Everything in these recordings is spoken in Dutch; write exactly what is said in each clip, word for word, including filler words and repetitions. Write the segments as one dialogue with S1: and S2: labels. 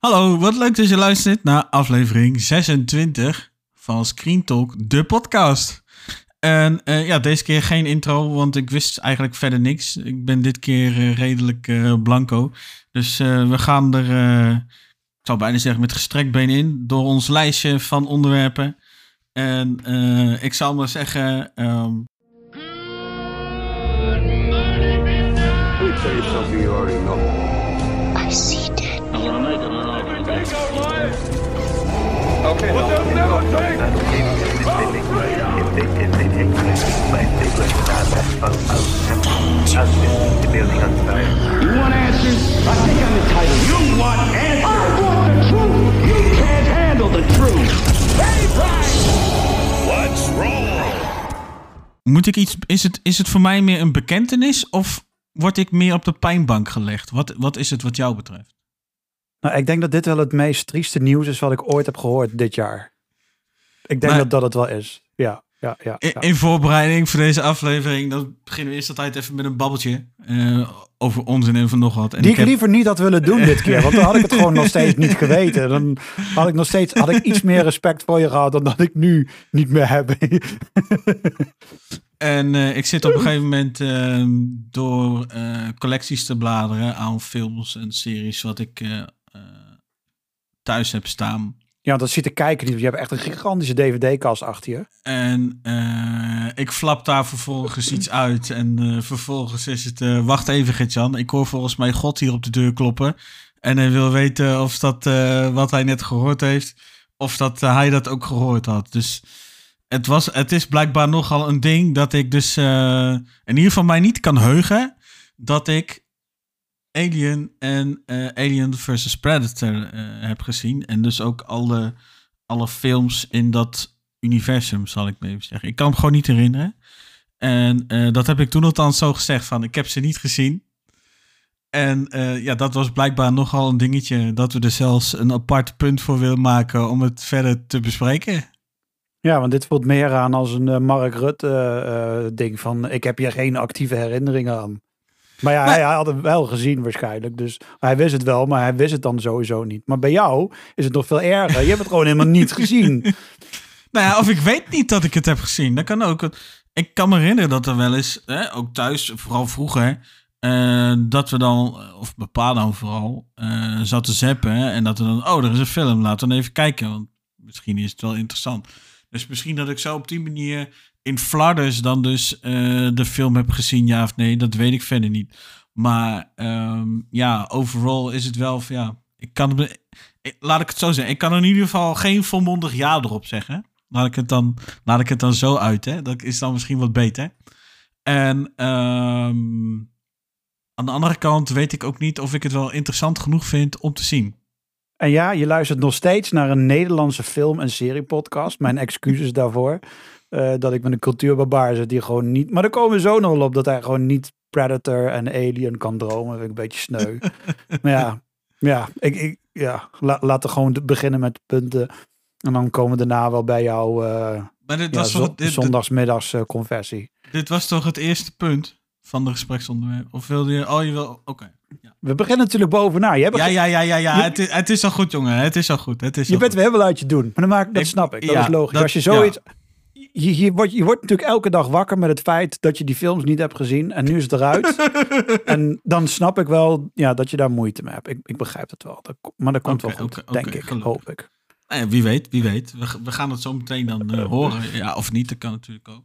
S1: Hallo, wat leuk dat je luistert naar aflevering zesentwintig van Screen Talk, de podcast. En uh, ja, deze keer geen intro, want ik wist eigenlijk verder niks. Ik ben dit keer uh, redelijk uh, blanco. Dus uh, we gaan er, uh, ik zou bijna zeggen, met gestrekt been in, door ons lijstje van onderwerpen. En uh, ik zal maar zeggen... Um...
S2: Let me tell you something you already know.
S3: I see dead.
S2: I'm gonna make it. Okay,
S4: But they'll never take
S2: You want answers? I think I'm entitled. You want answers?
S4: I want the truth!
S2: You can't handle the truth.
S4: Pay price!
S5: What's wrong?
S1: Moet ik iets... Is het, is het voor mij meer een bekentenis of word ik meer op de pijnbank gelegd? Wat, wat is het wat jou betreft?
S6: Nou, ik denk dat dit wel het meest trieste nieuws is wat ik ooit heb gehoord dit jaar. Ik denk
S1: Maar,
S6: dat dat het wel is. Ja, ja, ja.
S1: In,
S6: ja.
S1: in voorbereiding voor deze aflevering, dan beginnen we eerst altijd even met een babbeltje uh, over onzin en van nog wat. En
S6: Die
S1: ik
S6: ik
S1: heb...
S6: liever niet had willen doen dit keer, want dan had ik het gewoon nog steeds niet geweten. Dan had ik nog steeds had ik iets meer respect voor je gehad dan dat ik nu niet meer heb.
S1: En uh, ik zit op een gegeven moment uh, door uh, collecties te bladeren aan films en series wat ik uh, uh, thuis heb staan.
S6: Ja, dat zit te kijken. Je hebt echt een gigantische D V D-kast achter je.
S1: En uh, ik flap daar vervolgens iets uit. En uh, vervolgens is het... Uh, wacht even, Gert-Jan. Ik hoor volgens mij God hier op de deur kloppen. En hij wil weten of dat uh, wat hij net gehoord heeft... of dat uh, hij dat ook gehoord had. Dus het, was, het is blijkbaar nogal een ding... dat ik dus uh, in ieder geval mij niet kan heugen... dat ik Alien en uh, Alien versus Predator uh, heb gezien. En dus ook alle, alle films in dat universum, zal ik maar even zeggen. Ik kan hem gewoon niet herinneren. En uh, dat heb ik toen althans zo gezegd van, ik heb ze niet gezien. En uh, ja, dat was blijkbaar nogal een dingetje... dat we er zelfs een apart punt voor willen maken... om het verder te bespreken.
S6: Ja, want dit voelt meer aan als een uh, Mark Rutte uh, ding van... ik heb hier geen actieve herinneringen aan. Maar ja, maar, hij had het wel gezien waarschijnlijk. Dus hij wist het wel, maar hij wist het dan sowieso niet. Maar bij jou is het nog veel erger. Je hebt het gewoon helemaal niet gezien.
S1: Nou ja, of ik weet niet dat ik het heb gezien. Dat kan ook. Ik kan me herinneren dat er wel eens, hè, ook thuis, vooral vroeger... Uh, dat we dan, of mijn pa dan vooral, uh, zat te zappen. Hè, en dat we dan, oh, er is een film, laten we dan even kijken. Want misschien is het wel interessant. Dus misschien dat ik zo op die manier... in fladders dan dus uh, de film heb gezien, ja of nee, dat weet ik verder niet. Maar um, ja, overal is het wel van ja, ik kan het, ik, laat ik het zo zeggen, ik kan in ieder geval geen volmondig ja erop zeggen. Laat ik het dan, laat ik het dan zo uit, hè. Dat is dan misschien wat beter. En um, aan de andere kant weet ik ook niet of ik het wel interessant genoeg vind om te zien.
S6: En ja, je luistert nog steeds naar een Nederlandse film- en seriepodcast. Mijn excuses daarvoor. Uh, dat ik met een cultuurbarbaar zit die gewoon niet... Maar daar komen we zo nog wel op dat hij gewoon niet Predator en Alien kan dromen. Dat vind ik een beetje sneu. Maar ja, ja, ik, ik, ja la, laten we gewoon beginnen met punten. En dan komen we daarna wel bij jou uh,
S1: maar dit
S6: ja,
S1: was
S6: zo,
S1: dit,
S6: zondagsmiddags uh, conversie.
S1: Dit was toch het eerste punt van de gespreksonderwerp? Of wilde je... Oh, je wil... Oké. Okay. Ja.
S6: We beginnen natuurlijk bovenaan. Je
S1: ja, ja, ja, ja, ja. Je, het, is, het is al goed, jongen. Het is al goed. Het is
S6: je
S1: al
S6: bent
S1: goed.
S6: weer helemaal uit je doen. Maar dan maak, dat ik, snap ik. Dat ja, is logisch. Dat, Als je zoiets... Ja. Je, je, wordt, je wordt natuurlijk elke dag wakker met het feit dat je die films niet hebt gezien. En nu is het eruit. En dan snap ik wel ja, dat je daar moeite mee hebt. Ik, ik begrijp het wel. Dat, maar dat komt okay, wel goed, okay, denk okay, ik. Gelukkig. Hoop ik.
S1: Nou ja, wie weet, wie weet. We, we gaan het zo meteen dan uh, horen. Ja, of niet, dat kan natuurlijk ook.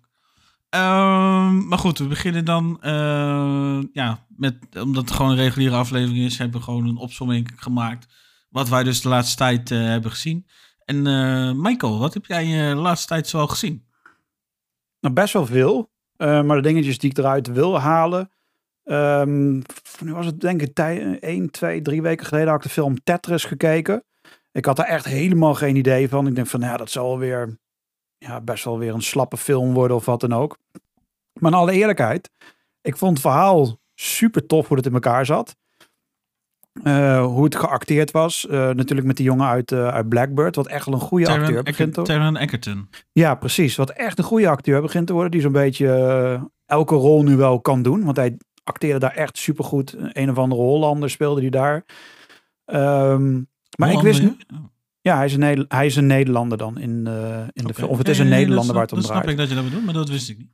S1: Um, maar goed, we beginnen dan uh, ja, met, omdat het gewoon een reguliere aflevering is, hebben we gewoon een opsomming gemaakt. Wat wij dus de laatste tijd uh, hebben gezien. En uh, Michael, wat heb jij uh, de laatste tijd zoal gezien?
S6: Nou, best wel veel. Uh, maar de dingetjes die ik eruit wil halen. Um, nu was het denk ik tij- één, twee, drie weken geleden had ik de film Tetris gekeken. Ik had daar echt helemaal geen idee van. Ik denk van, ja, dat zal weer ja, best wel weer een slappe film worden of wat dan ook. Maar in alle eerlijkheid, ik vond het verhaal super tof hoe het in elkaar zat. Uh, hoe het geacteerd was. Uh, natuurlijk met die jongen uit, uh, uit Blackbird. Wat echt wel een goede
S1: Taron
S6: acteur
S1: Ecker-
S6: begint te worden.
S1: Taron Egerton.
S6: Ja, precies. Wat echt een goede acteur begint te worden. Die zo'n beetje uh, elke rol nu wel kan doen. Want hij acteerde daar echt supergoed. Een of andere Hollander speelde hij daar. Um, Maar ik wist niet...
S1: Oh.
S6: Ja, hij is, een Neder- hij is een Nederlander dan in, uh, in de
S1: Okay.
S6: film. Of het is
S1: ja,
S6: een
S1: ja,
S6: Nederlander
S1: ja,
S6: waar het om
S1: dat
S6: draait.
S1: snap ik dat je dat bedoelt, maar dat wist ik niet.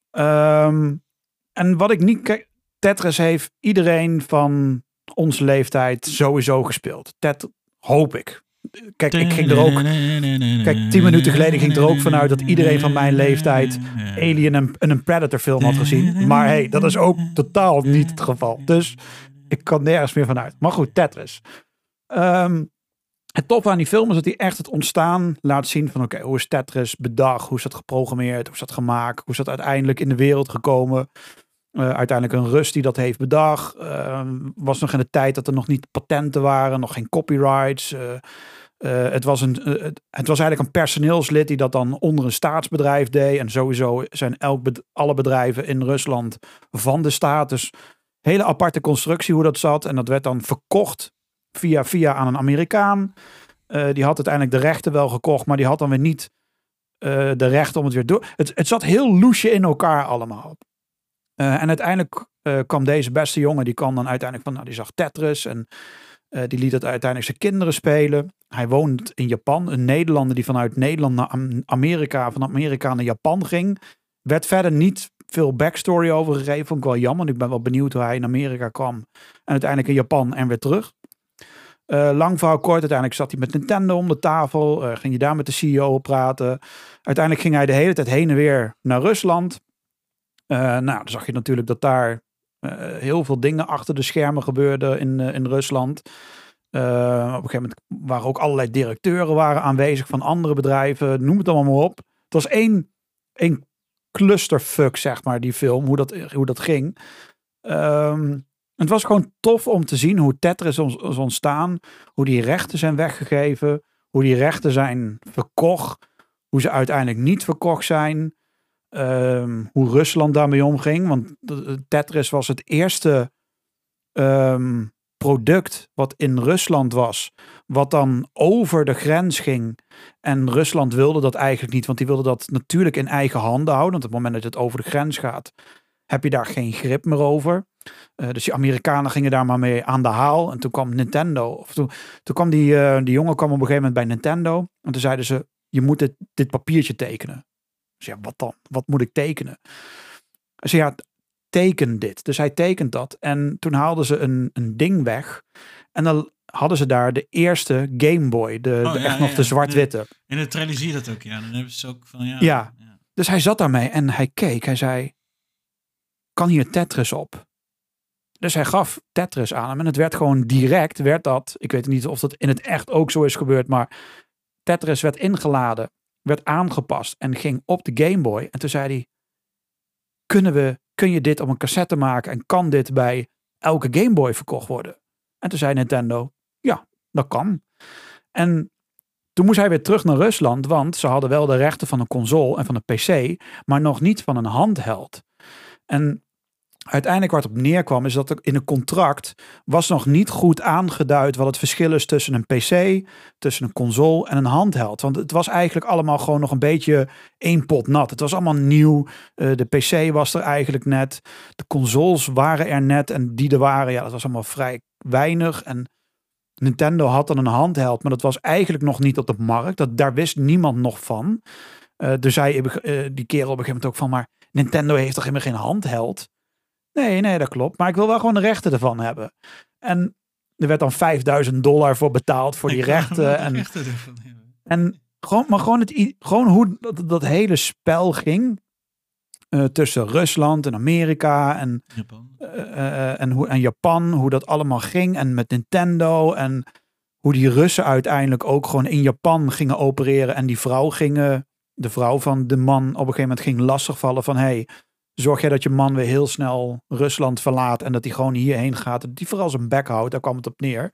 S6: Um, en wat ik niet... Kijk, Tetris heeft iedereen van onze leeftijd sowieso gespeeld. Tet, hoop ik. Kijk, ik ging er ook... Kijk, tien minuten geleden ging ik er ook vanuit dat iedereen van mijn leeftijd Alien en, en een Predator film had gezien. Maar hey, dat is ook totaal niet het geval. Dus ik kan nergens meer vanuit. Maar goed, Tetris. Um, het top aan die film is dat hij echt het ontstaan laat zien van oké, okay, hoe is Tetris bedacht? Hoe is dat geprogrammeerd? Hoe is dat gemaakt? Hoe is dat uiteindelijk in de wereld gekomen? Uh, uiteindelijk een Rus die dat heeft bedacht. Uh, was nog in de tijd dat er nog niet patenten waren, nog geen copyrights. Uh, uh, het, was een, uh, het was eigenlijk een personeelslid die dat dan onder een staatsbedrijf deed. En sowieso zijn elk bed- alle bedrijven in Rusland van de staat. Dus hele aparte constructie hoe dat zat. En dat werd dan verkocht via via aan een Amerikaan. Uh, die had uiteindelijk de rechten wel gekocht, maar die had dan weer niet uh, de rechten om het weer door. Het, het zat heel loesje in elkaar allemaal. Uh, en uiteindelijk uh, kwam deze beste jongen, die kwam dan uiteindelijk van, nou, die zag Tetris en uh, die liet het uiteindelijk zijn kinderen spelen. Hij woont in Japan, een Nederlander die vanuit Nederland naar Amerika, van Amerika naar Japan ging. Werd verder niet veel backstory over gegeven, vond ik wel jammer. Ik ben wel benieuwd hoe hij in Amerika kwam en uiteindelijk in Japan en weer terug. Uh, lang verhaal kort, uiteindelijk zat hij met Nintendo om de tafel, uh, ging hij daar met de C E O praten. Uiteindelijk ging hij de hele tijd heen en weer naar Rusland. Uh, nou, dan zag je natuurlijk dat daar uh, heel veel dingen achter de schermen gebeurden in, uh, in Rusland. Uh, op een gegeven moment waren ook allerlei directeuren waren aanwezig van andere bedrijven. Noem het allemaal maar op. Het was één, één clusterfuck, zeg maar, die film, hoe dat, hoe dat ging. Um, het was gewoon tof om te zien hoe Tetris is ontstaan. Hoe die rechten zijn weggegeven. Hoe die rechten zijn verkocht. Hoe ze uiteindelijk niet verkocht zijn. Um, hoe Rusland daarmee omging. Want Tetris was het eerste um, product wat in Rusland was. Wat dan over de grens ging. En Rusland wilde dat eigenlijk niet. Want die wilde dat natuurlijk in eigen handen houden. Want op het moment dat het over de grens gaat, heb je daar geen grip meer over. Uh, dus die Amerikanen gingen daar maar mee aan de haal. En toen kwam Nintendo. Of toen, toen kwam die, uh, die jongen kwam op een gegeven moment bij Nintendo. En toen zeiden ze, je moet dit, dit papiertje tekenen. Dus ja, wat dan? Wat moet ik tekenen? Dus ja, teken dit. Dus hij tekent dat. En toen haalden ze een, een ding weg. En dan hadden ze daar de eerste Game Boy. De,
S1: oh,
S6: de
S1: ja,
S6: echt
S1: ja,
S6: nog
S1: ja.
S6: de zwart-witte.
S1: In de trailer zie je dat ook, ja. Dan hebben ze ook van, ja.
S6: Ja.
S1: ja.
S6: Dus hij zat daarmee en hij keek. Hij zei, kan hier Tetris op? Dus hij gaf Tetris aan hem. En het werd gewoon direct, werd dat, ik weet niet of dat in het echt ook zo is gebeurd, maar Tetris werd ingeladen, werd aangepast en ging op de Game Boy. En toen zei hij, kunnen we, kun je dit op een cassette maken en kan dit bij elke Game Boy verkocht worden? En toen zei Nintendo, ja, dat kan. En toen moest hij weer terug naar Rusland, want ze hadden wel de rechten van een console en van een P C, maar nog niet van een handheld. En uiteindelijk waar het op neerkwam is dat er in een contract was nog niet goed aangeduid wat het verschil is tussen een P C, tussen een console en een handheld. Want het was eigenlijk allemaal gewoon nog een beetje één pot nat. Het was allemaal nieuw. Uh, de P C was er eigenlijk net. De consoles waren er net en die er waren, ja, dat was allemaal vrij weinig. En Nintendo had dan een handheld, maar dat was eigenlijk nog niet op de markt. Dat, daar wist niemand nog van. Uh, dus zei uh, die kerel op een gegeven moment ook van, maar Nintendo heeft toch helemaal geen handheld? Nee, nee, dat klopt. Maar ik wil wel gewoon de rechten ervan hebben. En er werd dan vijfduizend dollar voor betaald voor die ik rechten. En, rechten ervan hebben. En gewoon, maar gewoon, het, gewoon hoe dat, dat hele spel ging. Uh, tussen Rusland en Amerika en
S1: Japan.
S6: Uh, uh, en, hoe, en Japan. Hoe dat allemaal ging. En met Nintendo. En hoe die Russen uiteindelijk ook gewoon in Japan gingen opereren. En die vrouw gingen, de vrouw van de man op een gegeven moment ging lastigvallen van, hey, zorg jij dat je man weer heel snel Rusland verlaat en dat hij gewoon hierheen gaat. Dat hij vooral zijn bek houdt. Daar kwam het op neer.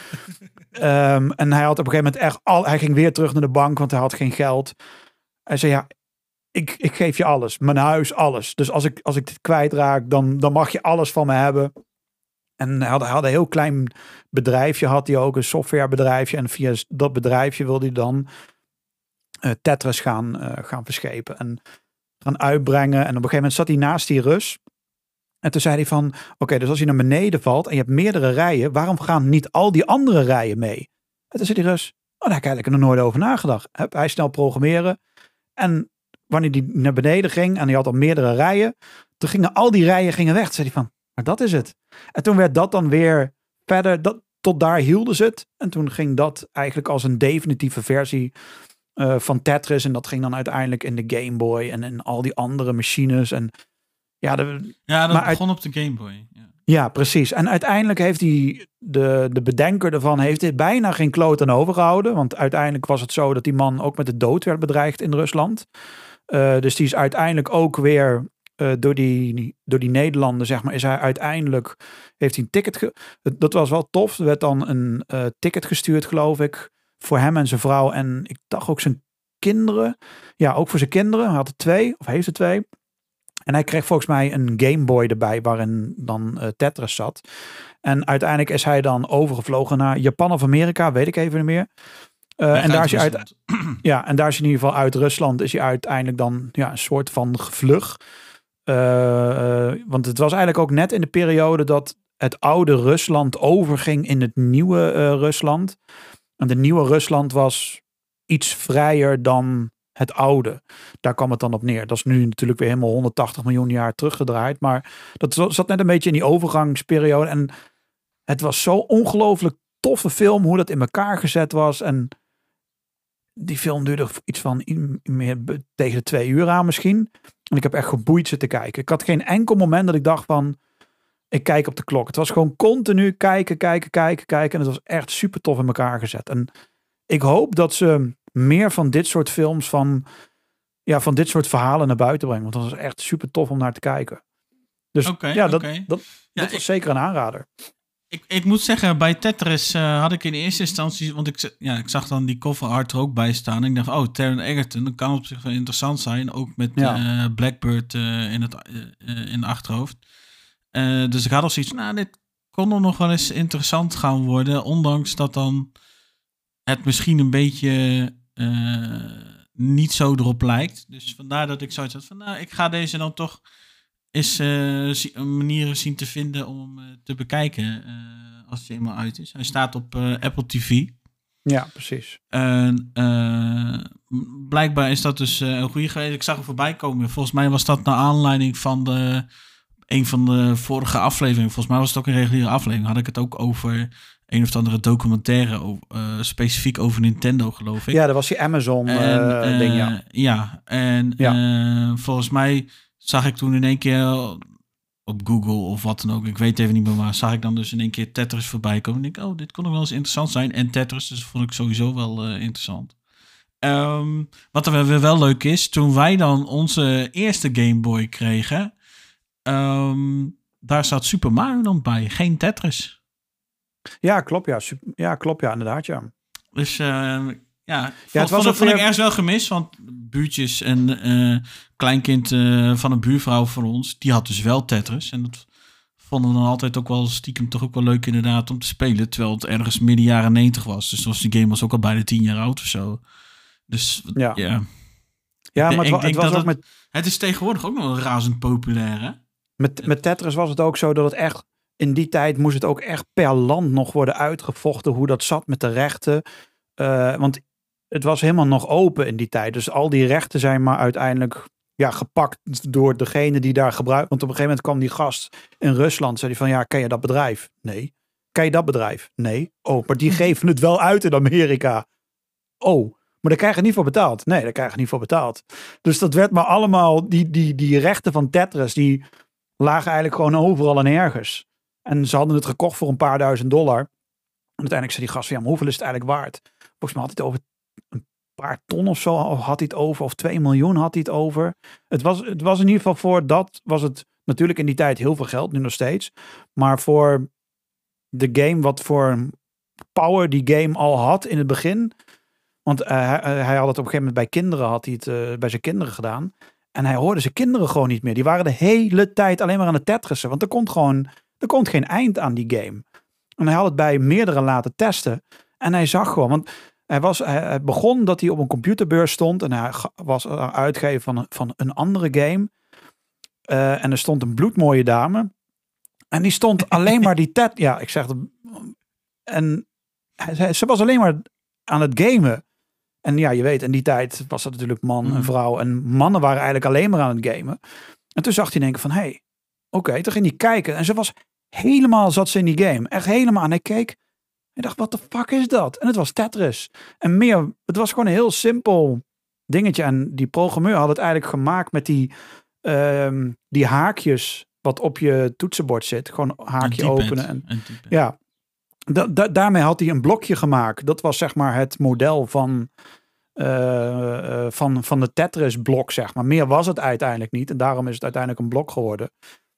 S6: um, en hij had op een gegeven moment echt al. Hij ging weer terug naar de bank, want hij had geen geld. Hij zei, ja, ik, ik geef je alles. Mijn huis, alles. Dus als ik, als ik dit kwijtraak, dan, dan mag je alles van me hebben. En hij had, hij had een heel klein bedrijfje, had hij ook, een softwarebedrijfje. En via dat bedrijfje wilde hij dan uh, Tetris gaan, uh, gaan verschepen. En gaan uitbrengen. En op een gegeven moment zat hij naast die Rus. En toen zei hij van, oké, okay, dus als je naar beneden valt en je hebt meerdere rijen, waarom gaan niet al die andere rijen mee? En toen zei die Rus, oh, daar heb ik eigenlijk nog nooit over nagedacht. Hup, hij snel programmeren. En wanneer die naar beneden ging en die had al meerdere rijen, toen gingen al die rijen gingen weg. Toen zei hij van, maar dat is het. En toen werd dat dan weer verder, dat, tot daar hielden ze het. En toen ging dat eigenlijk als een definitieve versie uh, van Tetris. En dat ging dan uiteindelijk in de Game Boy en in al die andere machines. En ja, de,
S1: ja dat
S6: maar
S1: begon
S6: uit,
S1: op de Game Boy. Ja.
S6: ja, precies. En uiteindelijk heeft die, de, de bedenker ervan heeft dit bijna geen kloot aan overgehouden. Want uiteindelijk was het zo dat die man ook met de dood werd bedreigd in Rusland. Uh, dus die is uiteindelijk ook weer uh, door, die, door die Nederlanden, zeg maar, is hij uiteindelijk, heeft hij een ticket, ge, dat was wel tof, er werd dan een uh, ticket gestuurd, geloof ik, voor hem en zijn vrouw en ik dacht ook zijn kinderen. Ja, ook voor zijn kinderen. Hij had er twee, of heeft er twee. En hij kreeg volgens mij een Game Boy erbij, waarin dan uh, Tetris zat. En uiteindelijk is hij dan overgevlogen naar Japan of Amerika, weet ik even niet meer. Uh, en daar is hij uit, ja, en daar is hij in ieder geval uit Rusland, is hij uiteindelijk dan ja, een soort van gevlug. Uh, uh, want het was eigenlijk ook net in de periode dat het oude Rusland overging in het nieuwe uh, Rusland. En de nieuwe Rusland was iets vrijer dan het oude. Daar kwam het dan op neer. Dat is nu natuurlijk weer helemaal honderdtachtig miljoen jaar teruggedraaid. Maar dat zat net een beetje in die overgangsperiode. En het was zo ongelooflijk toffe film, hoe dat in elkaar gezet was. En die film duurde iets van meer tegen de twee uur aan misschien. En ik heb echt geboeid zitten kijken. Ik had geen enkel moment dat ik dacht van, ik kijk op de klok. Het was gewoon continu kijken, kijken, kijken, kijken. En het was echt super tof in elkaar gezet. En ik hoop dat ze meer van dit soort films, van, ja, van dit soort verhalen naar buiten brengen. Want dat was echt super tof om naar te kijken. Dus
S1: okay,
S6: ja, dat,
S1: okay.
S6: dat,
S1: ja,
S6: dat was
S1: ik,
S6: zeker een aanrader.
S1: Ik, ik moet zeggen, bij Tetris uh, had ik in eerste instantie, want ik, ja, ik zag dan die cover art er ook bij staan. En ik dacht, oh, Taron Egerton, dat kan op zich wel interessant zijn. Ook met ja. uh, Blackbird uh, in, het, uh, in de achterhoofd. Uh, dus ik had al zoiets van, nou, dit kon er nog wel eens interessant gaan worden. Ondanks dat dan het misschien een beetje uh, niet zo erop lijkt. Dus vandaar dat ik zoiets had van, nou, ik ga deze dan toch eens uh, een manier zien te vinden om hem uh, te bekijken uh, als hij eenmaal uit is. Hij staat op uh, Apple T V.
S6: Ja, precies.
S1: Uh, uh, blijkbaar is dat dus uh, een goede geweest. Ik zag hem voorbij komen. Volgens mij was dat naar aanleiding van de een van de vorige afleveringen. Volgens mij was het ook een reguliere aflevering. Had ik het ook over een of andere documentaire, over, uh, specifiek over Nintendo, geloof ik.
S6: Ja, dat was die Amazon en, uh, ding, ja.
S1: Ja, en ja. Uh, volgens mij zag ik toen in één keer op Google of wat dan ook, ik weet even niet meer waar, zag ik dan dus in één keer Tetris voorbij komen. En ik denk, oh, dit kon nog wel eens interessant zijn. En Tetris, dus vond ik sowieso wel uh, interessant. Um, wat er weer wel leuk is, toen wij dan onze eerste Game Boy kregen, um, daar zat Super Mario dan bij, geen Tetris.
S6: Ja, klopt, ja. Super, ja, klopt, ja, inderdaad, ja.
S1: Dus uh, ja,
S6: ja,
S1: vond,
S6: het was
S1: vond,
S6: ook
S1: vond
S6: weer...
S1: ik ergens wel gemist, want buurtjes en uh, kleinkind uh, van een buurvrouw van ons, die had dus wel Tetris. En dat vonden we dan altijd ook wel stiekem toch ook wel leuk inderdaad om te spelen, terwijl het ergens midden jaren negentig was. Dus was die game was ook al bijna tien jaar oud of zo. Dus ja. Ja,
S6: ja maar het,
S1: ik denk
S6: het was
S1: dat
S6: ook
S1: het,
S6: met...
S1: Het is tegenwoordig ook nog wel razend populair, hè?
S6: Met, met Tetris was het ook zo dat het echt... In die tijd moest het ook echt per land nog worden uitgevochten hoe dat zat met de rechten. Uh, want het was helemaal nog open in die tijd. Dus al die rechten zijn maar uiteindelijk ja, gepakt door degene die daar gebruikt. Want op een gegeven moment kwam die gast in Rusland. Zei die van, ja, ken je dat bedrijf? Nee. Ken je dat bedrijf? Nee. Oh, maar die geven het wel uit in Amerika. Oh, maar daar krijg je niet voor betaald. Nee, daar krijg je niet voor betaald. Dus dat werd maar allemaal, die, die, die rechten van Tetris, die lagen eigenlijk gewoon overal en ergens. En ze hadden het gekocht voor een paar duizend dollar. En uiteindelijk zei die gast van, ja, maar hoeveel is het eigenlijk waard? Volgens mij had hij het over een paar ton of zo had hij het over. Of twee miljoen had hij het over. Het was, het was in ieder geval voor dat, was het natuurlijk in die tijd heel veel geld, nu nog steeds. Maar voor de game, wat voor power die game al had in het begin. Want uh, hij, hij had het op een gegeven moment bij kinderen, had hij het uh, bij zijn kinderen gedaan. En hij hoorde zijn kinderen gewoon niet meer. Die waren de hele tijd alleen maar aan het tetrissen. Want er komt gewoon... Er komt geen eind aan die game. En hij had het bij meerdere laten testen. En hij zag gewoon, want hij, was, hij begon dat hij op een computerbeurs stond. En hij was uitgever van een, van een andere game. Uh, en er stond een bloedmooie dame. En die stond alleen maar die tet. Ja, ik zeg het. En Ze, ze was alleen maar aan het gamen. En ja, je weet, in die tijd was dat natuurlijk man en vrouw. En mannen waren eigenlijk alleen maar aan het gamen. En toen zag hij denken van, hé, hey, oké. Okay. Toen ging hij kijken. En ze was helemaal, zat ze in die game. Echt helemaal. En hij keek. Hij dacht, wat de fuck is dat? En het was Tetris. En meer, het was gewoon een heel simpel dingetje. En die programmeur had het eigenlijk gemaakt met die, um, die haakjes wat op je toetsenbord zit. Gewoon haakje openen. En, en ja, da, da, daarmee had hij een blokje gemaakt. Dat was zeg maar het model van, uh, uh, van, van de Tetris blok, zeg maar. Meer was het uiteindelijk niet. En daarom is het uiteindelijk een blok geworden.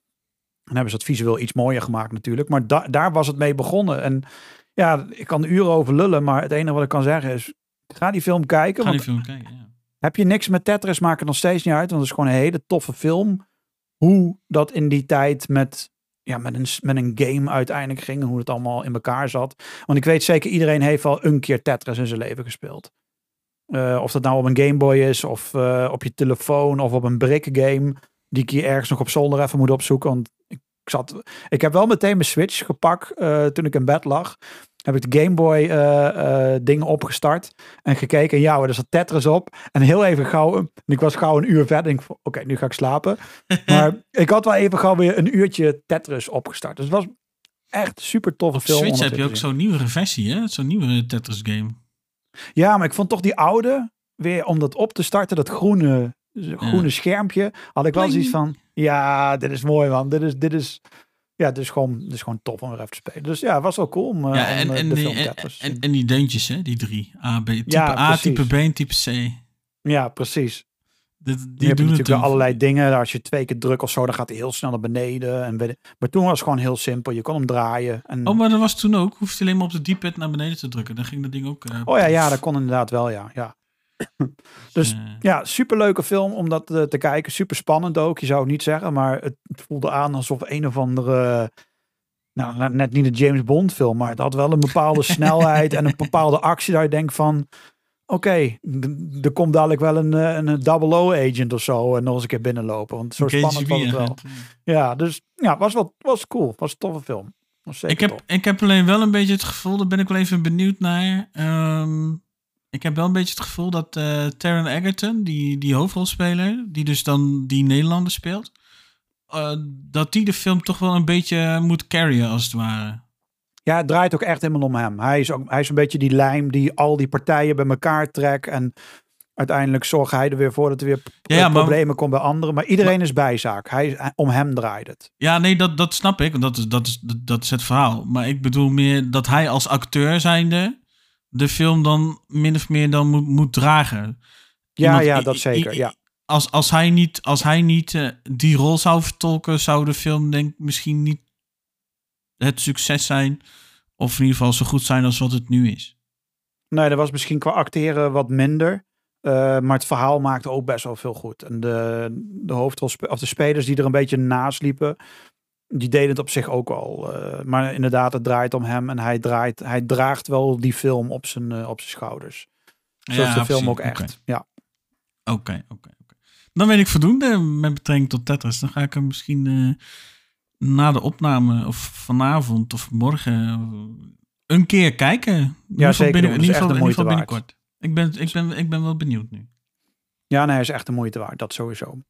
S6: En hebben ze het visueel iets mooier gemaakt natuurlijk. Maar da, daar was het mee begonnen. En ja, ik kan er uren over lullen, maar het enige wat ik kan zeggen is, ga die film kijken.
S1: Ga die
S6: want
S1: film kijken, ja.
S6: Heb je niks met Tetris, maakt het nog steeds niet uit, want het is gewoon een hele toffe film. Hoe dat in die tijd met, ja, met, een, met een game uiteindelijk ging en hoe het allemaal in elkaar zat. Want ik weet zeker, iedereen heeft al een keer Tetris in zijn leven gespeeld. Uh, of dat nou op een Game Boy is, of uh, op je telefoon, of op een brick game, die ik hier ergens nog op zolder even moet opzoeken, want ik Ik, zat, ik heb wel meteen mijn Switch gepakt uh, toen ik in bed lag. Heb ik de Game Boy uh, uh, ding opgestart en gekeken. En ja, er zat Tetris op. En heel even gauw, en ik was gauw een uur verder. En ik oké, okay, nu ga ik slapen. Maar ik had wel even gauw weer een uurtje Tetris opgestart. Dus het was echt super toffe film.
S1: Op Switch heb je ook zo'n nieuwere versie, hè? Zo'n nieuwe Tetris game.
S6: Ja, maar ik vond toch die oude, weer om dat op te starten, dat groene, groene ja. schermpje, had ik wel Pling. zoiets van, ja, dit is mooi man. Dit is, dit is, ja, dit is gewoon, dit is gewoon tof om weer even te spelen. Dus ja, het was wel cool om, uh,
S1: ja, en,
S6: om
S1: en,
S6: de
S1: die,
S6: film
S1: en, en, en die deuntjes, hè, die drie. A, B, type
S6: ja,
S1: A, type B en type C.
S6: Ja, precies.
S1: Die, die
S6: je hebt
S1: doen
S6: natuurlijk
S1: het
S6: allerlei dingen. Als je twee keer drukt of zo, dan gaat hij heel snel naar beneden. En weet, maar toen was het gewoon heel simpel. Je kon hem draaien. En...
S1: Oh, maar dat was toen ook. Hoefde je alleen maar op de D-pad naar beneden te drukken. Dan ging dat ding ook... Uh,
S6: oh ja, ja, dat kon inderdaad wel, ja. ja. Dus uh, ja, superleuke film om dat uh, te kijken. Super spannend ook, je zou het niet zeggen. Maar het voelde aan alsof een of andere... Nou, net niet een James Bond film, maar het had wel een bepaalde snelheid en een bepaalde actie. Dat je denkt van... Oké, okay, er komt dadelijk wel een, een double O agent of zo en nog eens een keer binnenlopen. Want zo spannend was het wel. Ja, dus ja, was wel was cool. Was een toffe film. Was zeker
S1: ik, heb,
S6: tof.
S1: ik heb alleen wel een beetje het gevoel, daar ben ik wel even benieuwd naar. Um, ik heb wel een beetje het gevoel dat uh, Taron Egerton, die, die hoofdrolspeler, die dus dan die Nederlander speelt, uh, dat die de film toch wel een beetje moet carryen als het ware.
S6: Ja, het draait ook echt helemaal om hem. Hij is, ook, hij is een beetje die lijm die al die partijen bij elkaar trekt. En uiteindelijk zorgt hij er weer voor dat er weer ja, ja, problemen maar, komen bij anderen. Maar iedereen maar, is bijzaak. Hij, om hem draait het.
S1: Ja, nee, dat, dat snap ik. Dat is, dat, is, dat, dat is het verhaal. Maar ik bedoel meer dat hij als acteur zijnde de film dan min of meer dan moet, moet dragen.
S6: Ja, Iemand, ja, dat i, zeker. I, ja.
S1: Als, als hij niet, als hij niet uh, die rol zou vertolken, zou de film denk ik misschien niet het succes zijn, of in ieder geval zo goed zijn als wat het nu is.
S6: Nee, dat was misschien qua acteren wat minder, uh, maar het verhaal maakte ook best wel veel goed. En de, de hoofdrol, of de spelers die er een beetje naast liepen, die deden het op zich ook al. Uh, maar inderdaad, het draait om hem en hij, draait, hij draagt wel die film op zijn, uh, op zijn schouders. Zo ja, is de film precies. ook echt.
S1: Okay.
S6: Ja.
S1: Oké, okay, oké. Okay, okay. Dan weet ik voldoende met betrekking tot Tetris. Dan ga ik hem misschien... Uh, na de opname of vanavond of morgen een keer kijken.
S6: Ja, zeker.
S1: Binnen, in ieder geval,
S6: in ieder geval
S1: binnenkort. Ik ben, ik, ben, ik ben wel benieuwd nu.
S6: Ja, nee, hij is echt de moeite waard. Dat sowieso.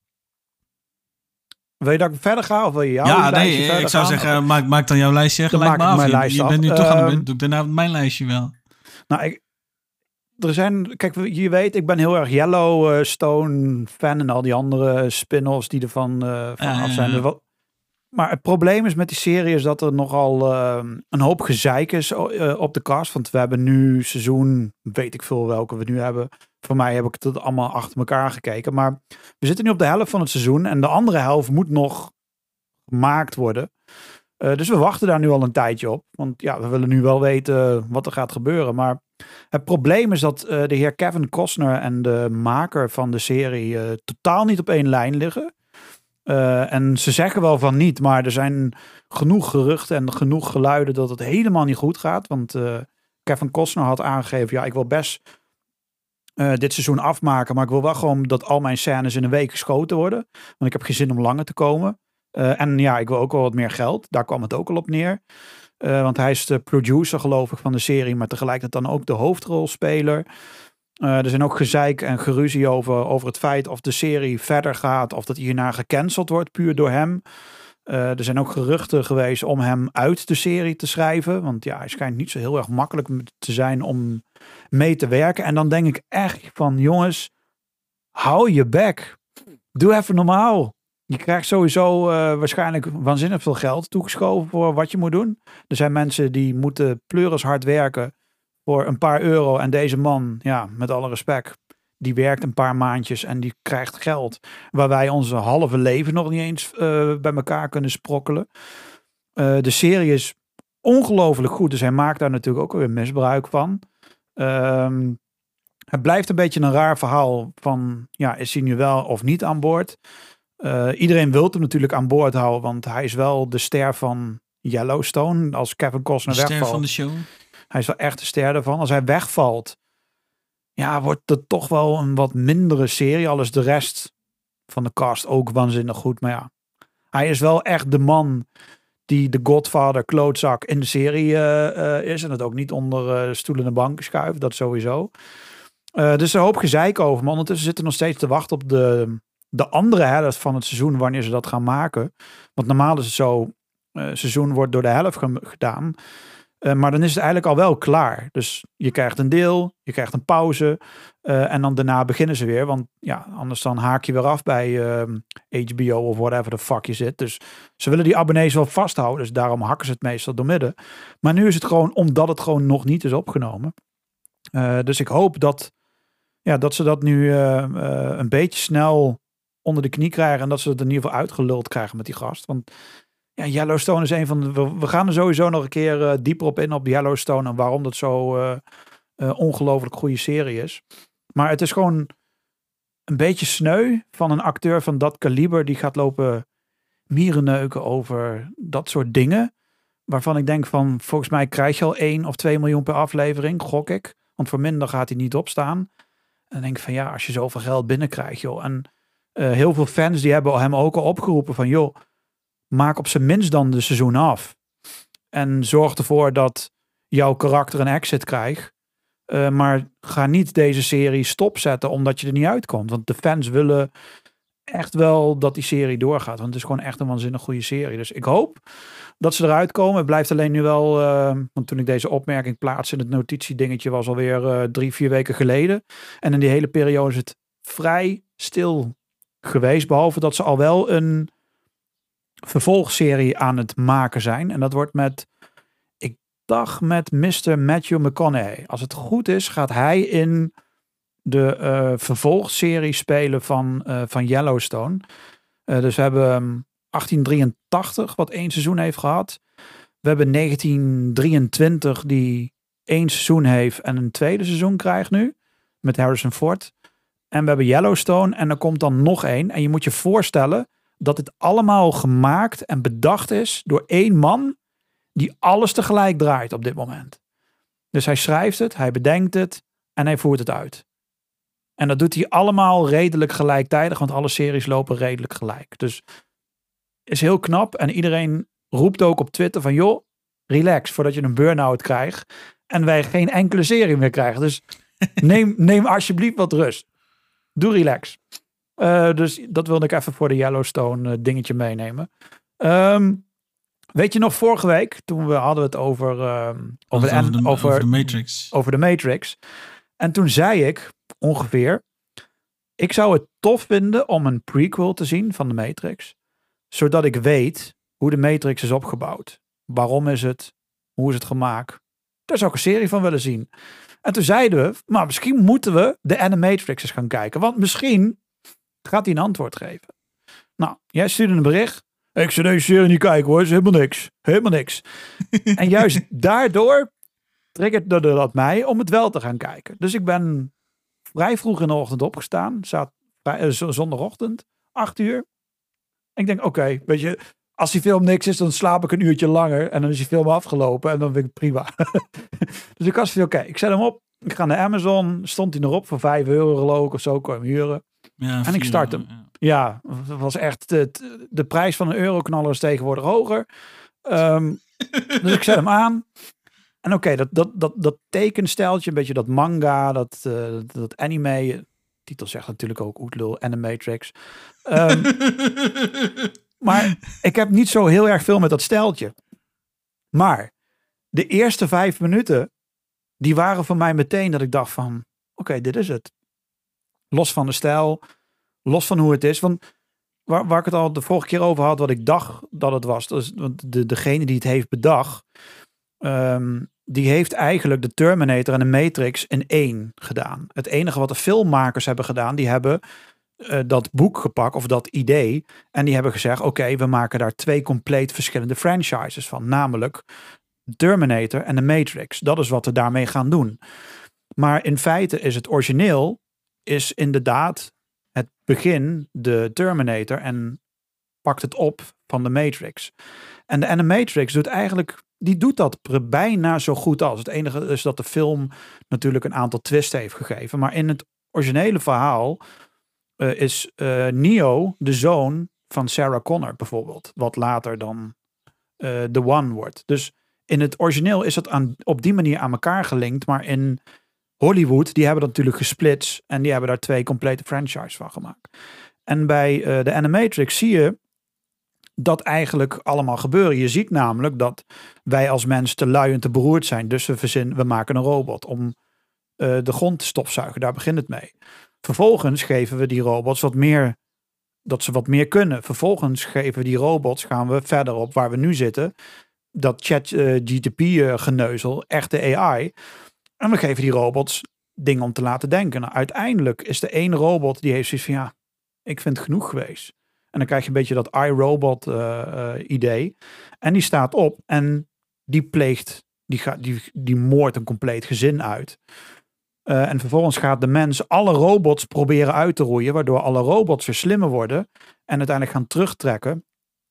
S6: Wil je dat ik verder ga of wil je jouw
S1: ja,
S6: lijstje
S1: nee,
S6: verder
S1: ik zou
S6: gaan?
S1: zeggen, maak, maak dan jouw lijstje
S6: dan
S1: gelijk
S6: maak
S1: maar af.
S6: Mijn
S1: je,
S6: lijst
S1: je
S6: af.
S1: bent nu
S6: uh,
S1: toch aan de doe ik daarna mijn lijstje wel.
S6: Nou, ik, er zijn, kijk, je weet, ik ben heel erg Yellowstone fan en al die andere spin-offs die ervan uh, van uh, af zijn. Uh, wat, Maar het probleem is met die serie is dat er nogal uh, een hoop gezeik is uh, op de cast. Want we hebben nu seizoen, weet ik veel welke we nu hebben. Voor mij heb ik het allemaal achter elkaar gekeken. Maar we zitten nu op de helft van het seizoen. En de andere helft moet nog gemaakt worden. Uh, dus we wachten daar nu al een tijdje op. Want ja, we willen nu wel weten wat er gaat gebeuren. Maar het probleem is dat uh, de heer Kevin Costner en de maker van de serie uh, totaal niet op één lijn liggen. Uh, en ze zeggen wel van niet, maar er zijn genoeg geruchten en genoeg geluiden dat het helemaal niet goed gaat. Want uh, Kevin Costner had aangegeven, ja, ik wil best uh, dit seizoen afmaken, maar ik wil wel gewoon dat al mijn scènes in een week geschoten worden. Want ik heb geen zin om langer te komen. Uh, en ja, ik wil ook wel wat meer geld. Daar kwam het ook al op neer. Uh, want hij is de producer, geloof ik, van de serie. Maar tegelijkertijd dan ook de hoofdrolspeler. Uh, er zijn ook gezeik en geruzie over, over het feit of de serie verder gaat. Of dat hierna gecanceld wordt, puur door hem. Uh, er zijn ook geruchten geweest om hem uit de serie te schrijven. Want ja, hij schijnt niet zo heel erg makkelijk te zijn om mee te werken. En dan denk ik echt van, jongens, hou je bek. Doe even normaal. Je krijgt sowieso uh, waarschijnlijk waanzinnig veel geld toegeschoven voor wat je moet doen. Er zijn mensen die moeten pleuris hard werken voor een paar euro. En deze man, ja, met alle respect, die werkt een paar maandjes en die krijgt geld. Waar wij onze halve leven nog niet eens uh, bij elkaar kunnen sprokkelen. Uh, de serie is ongelooflijk goed. Dus hij maakt daar natuurlijk ook weer misbruik van. Um, het blijft een beetje een raar verhaal van, ja, is hij nu wel of niet aan boord? Uh, iedereen wil hem natuurlijk aan boord houden, want hij is wel de ster van Yellowstone. Als Kevin Costner
S1: de ster
S6: wegvalt.
S1: Van de show.
S6: Hij is wel echt de ster ervan. Als hij wegvalt, ja, wordt het toch wel een wat mindere serie. Al is de rest van de cast ook waanzinnig goed. Maar ja, hij is wel echt de man die de Godfather klootzak in de serie uh, uh, is. En het ook niet onder uh, stoelen en banken schuift. Dat sowieso. Uh, dus een hoop gezeik over. Maar ondertussen zitten we nog steeds te wachten op de, de andere helft van het seizoen. Wanneer ze dat gaan maken. Want normaal is het zo. Uh, seizoen wordt door de helft ge- gedaan. Uh, maar dan is het eigenlijk al wel klaar. Dus je krijgt een deel, je krijgt een pauze. Uh, en dan daarna beginnen ze weer. Want ja, anders dan haak je weer af bij uh, H B O of whatever the fuck je zit. Dus ze willen die abonnees wel vasthouden. Dus daarom hakken ze het meestal doormidden. Maar nu is het gewoon omdat het gewoon nog niet is opgenomen. Uh, dus ik hoop dat, ja, dat ze dat nu uh, uh, een beetje snel onder de knie krijgen. En dat ze het in ieder geval uitgeluld krijgen met die gast. Want ja, Yellowstone is een van de... We, we gaan er sowieso nog een keer uh, dieper op in op Yellowstone en waarom dat zo uh, uh, ongelooflijk goede serie is. Maar het is gewoon een beetje sneu van een acteur van dat kaliber die gaat lopen mierenneuken over dat soort dingen. Waarvan ik denk van, volgens mij krijg je al één of twee miljoen per aflevering, gok ik. Want voor minder gaat hij niet opstaan. En dan denk ik van ja, als je zoveel geld binnenkrijgt, joh. En uh, heel veel fans die hebben hem ook al opgeroepen van joh, maak op zijn minst dan de seizoen af. En zorg ervoor dat jouw karakter een exit krijgt. Uh, maar ga niet deze serie stopzetten omdat je er niet uitkomt. Want de fans willen echt wel dat die serie doorgaat. Want het is gewoon echt een waanzinnig goede serie. Dus ik hoop dat ze eruit komen. Het blijft alleen nu wel... Uh, want toen ik deze opmerking plaatste in het notitiedingetje was alweer uh, drie, vier weken geleden. En in die hele periode is het vrij stil geweest. Behalve dat ze al wel een vervolgserie aan het maken zijn. En dat wordt met, ik dacht met mister Matthew McConaughey. Als het goed is, gaat hij in de uh, vervolgserie spelen van, uh, van Yellowstone. Uh, dus we hebben achttien drieëntachtig, wat één seizoen heeft gehad. We hebben negentien drieëntwintig, die één seizoen heeft en een tweede seizoen krijgt nu. Met Harrison Ford. En we hebben Yellowstone en er komt dan nog één. En je moet je voorstellen dat dit allemaal gemaakt en bedacht is door één man die alles tegelijk draait op dit moment. Dus hij schrijft het, hij bedenkt het en hij voert het uit. En dat doet hij allemaal redelijk gelijktijdig, want alle series lopen redelijk gelijk. Dus is heel knap en iedereen roept ook op Twitter van joh, relax voordat je een burn-out krijgt en wij geen enkele serie meer krijgen. Dus neem, neem alsjeblieft wat rust. Doe relax. Uh, dus dat wilde ik even voor de Yellowstone uh, dingetje meenemen. Um, weet je nog, vorige week, toen we hadden we het over, uh, over,
S1: over,
S6: de,
S1: de,
S6: over,
S1: over de Matrix.
S6: Over de Matrix. En toen zei ik ongeveer, ik zou het tof vinden om een prequel te zien van de Matrix. Zodat ik weet hoe de Matrix is opgebouwd. Waarom is het? Hoe is het gemaakt? Daar zou ik een serie van willen zien. En toen zeiden we, maar misschien moeten we de Animatrix eens gaan kijken. Want misschien gaat hij een antwoord geven. Nou, jij stuurde een bericht. Ik zou deze serie niet kijken hoor, is helemaal niks. Helemaal niks. En juist daardoor triggerde dat mij om het wel te gaan kijken. Dus ik ben vrij vroeg in de ochtend opgestaan. Zat vrij, uh, zondagochtend, acht uur. En ik denk, oké, okay, weet je, als die film niks is, dan slaap ik een uurtje langer. En dan is die film afgelopen en dan vind ik het prima. Dus ik was van, oké, okay, ik zet hem op. Ik ga naar Amazon. Stond hij nog op voor vijf euro geloof ik of zo. Kon je hem huren.
S1: Ja,
S6: en ik start hem.
S1: Ja,
S6: ja het was echt, de, de prijs van een euroknaller is tegenwoordig hoger. Um, Dus ik zet hem aan. En oké, okay, dat, dat, dat, dat tekensteltje, een beetje dat manga, dat, uh, dat, dat anime. De titel zegt natuurlijk ook Oetlul, Animatrix. Um, maar ik heb niet zo heel erg veel met dat steltje. Maar de eerste vijf minuten, die waren voor mij meteen dat ik dacht van, oké, okay, dit is het. Los van de stijl, los van hoe het is. Want waar, waar ik het al de vorige keer over had, wat ik dacht dat het was. Dus, want de, degene die het heeft bedacht, um, die heeft eigenlijk de Terminator en de Matrix in één gedaan. Het enige wat de filmmakers hebben gedaan, die hebben uh, dat boek gepakt of dat idee. En die hebben gezegd, oké, okay, we maken daar twee compleet verschillende franchises van. Namelijk Terminator en de Matrix. Dat is wat we daarmee gaan doen. Maar in feite is het origineel, is inderdaad het begin de Terminator en pakt het op van de Matrix. En de Animatrix doet eigenlijk, die doet dat bijna zo goed als. Het enige is dat de film natuurlijk een aantal twists heeft gegeven. Maar in het originele verhaal uh, is uh, Neo de zoon van Sarah Connor bijvoorbeeld. Wat later dan uh, The One wordt. Dus in het origineel is het aan, op die manier aan elkaar gelinkt. Maar in Hollywood, die hebben dat natuurlijk gesplitst. En die hebben daar twee complete franchises van gemaakt. En bij uh, de Animatrix zie je dat eigenlijk allemaal gebeuren. Je ziet namelijk dat wij als mens te lui en te beroerd zijn. Dus we verzinnen, we maken een robot om uh, de grond te stofzuigen. Daar begint het mee. Vervolgens geven we die robots wat meer, dat ze wat meer kunnen. Vervolgens geven we die robots, gaan we verder op waar we nu zitten. Dat chat uh, G T P uh, geneuzel, echte A I. En we geven die robots dingen om te laten denken. Nou, uiteindelijk is de ene robot die heeft zoiets van, ja, ik vind het genoeg geweest. En dan krijg je een beetje dat iRobot uh, uh, idee. En die staat op en die pleegt, die, gaat, die, die moordt een compleet gezin uit. Uh, en vervolgens gaat de mens alle robots proberen uit te roeien, waardoor alle robots weer slimmer worden en uiteindelijk gaan terugtrekken,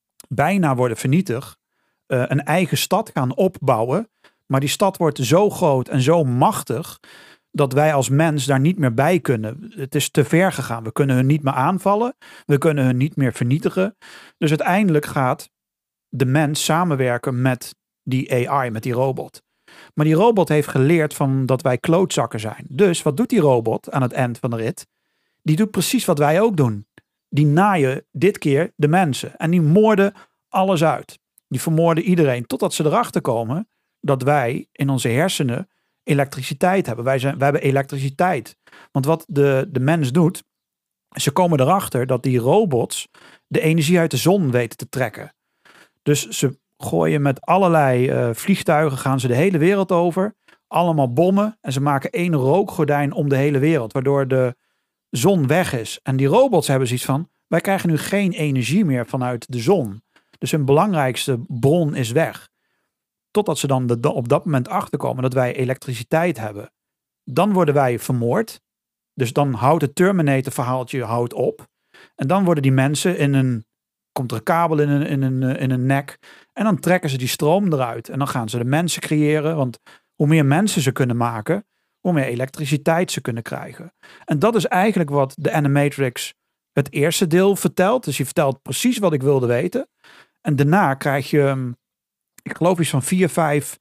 S6: bijna worden vernietigd, uh, een eigen stad gaan opbouwen. Maar die stad wordt zo groot en zo machtig dat wij als mens daar niet meer bij kunnen. Het is te ver gegaan. We kunnen hun niet meer aanvallen. We kunnen hun niet meer vernietigen. Dus uiteindelijk gaat de mens samenwerken met die A I, met die robot. Maar die robot heeft geleerd van dat wij klootzakken zijn. Dus wat doet die robot aan het eind van de rit? Die doet precies wat wij ook doen. Die naaien dit keer de mensen. En die moorden alles uit. Die vermoorden iedereen totdat ze erachter komen dat wij in onze hersenen elektriciteit hebben. Wij, zijn, wij hebben elektriciteit. Want wat de, de mens doet, ze komen erachter dat die robots de energie uit de zon weten te trekken. Dus ze gooien met allerlei uh, vliegtuigen, gaan ze de hele wereld over. Allemaal bommen. En ze maken één rookgordijn om de hele wereld. Waardoor de zon weg is. En die robots hebben zoiets van, wij krijgen nu geen energie meer vanuit de zon. Dus hun belangrijkste bron is weg. Totdat ze dan de, op dat moment achterkomen dat wij elektriciteit hebben. Dan worden wij vermoord. Dus dan houdt het Terminator verhaaltje houdt op. En dan worden die mensen in een, komt er een kabel in een, in een, in een nek. En dan trekken ze die stroom eruit. En dan gaan ze de mensen creëren. Want hoe meer mensen ze kunnen maken, hoe meer elektriciteit ze kunnen krijgen. En dat is eigenlijk wat de Animatrix het eerste deel vertelt. Dus je vertelt precies wat ik wilde weten. En daarna krijg je, ik geloof iets van vier, vijf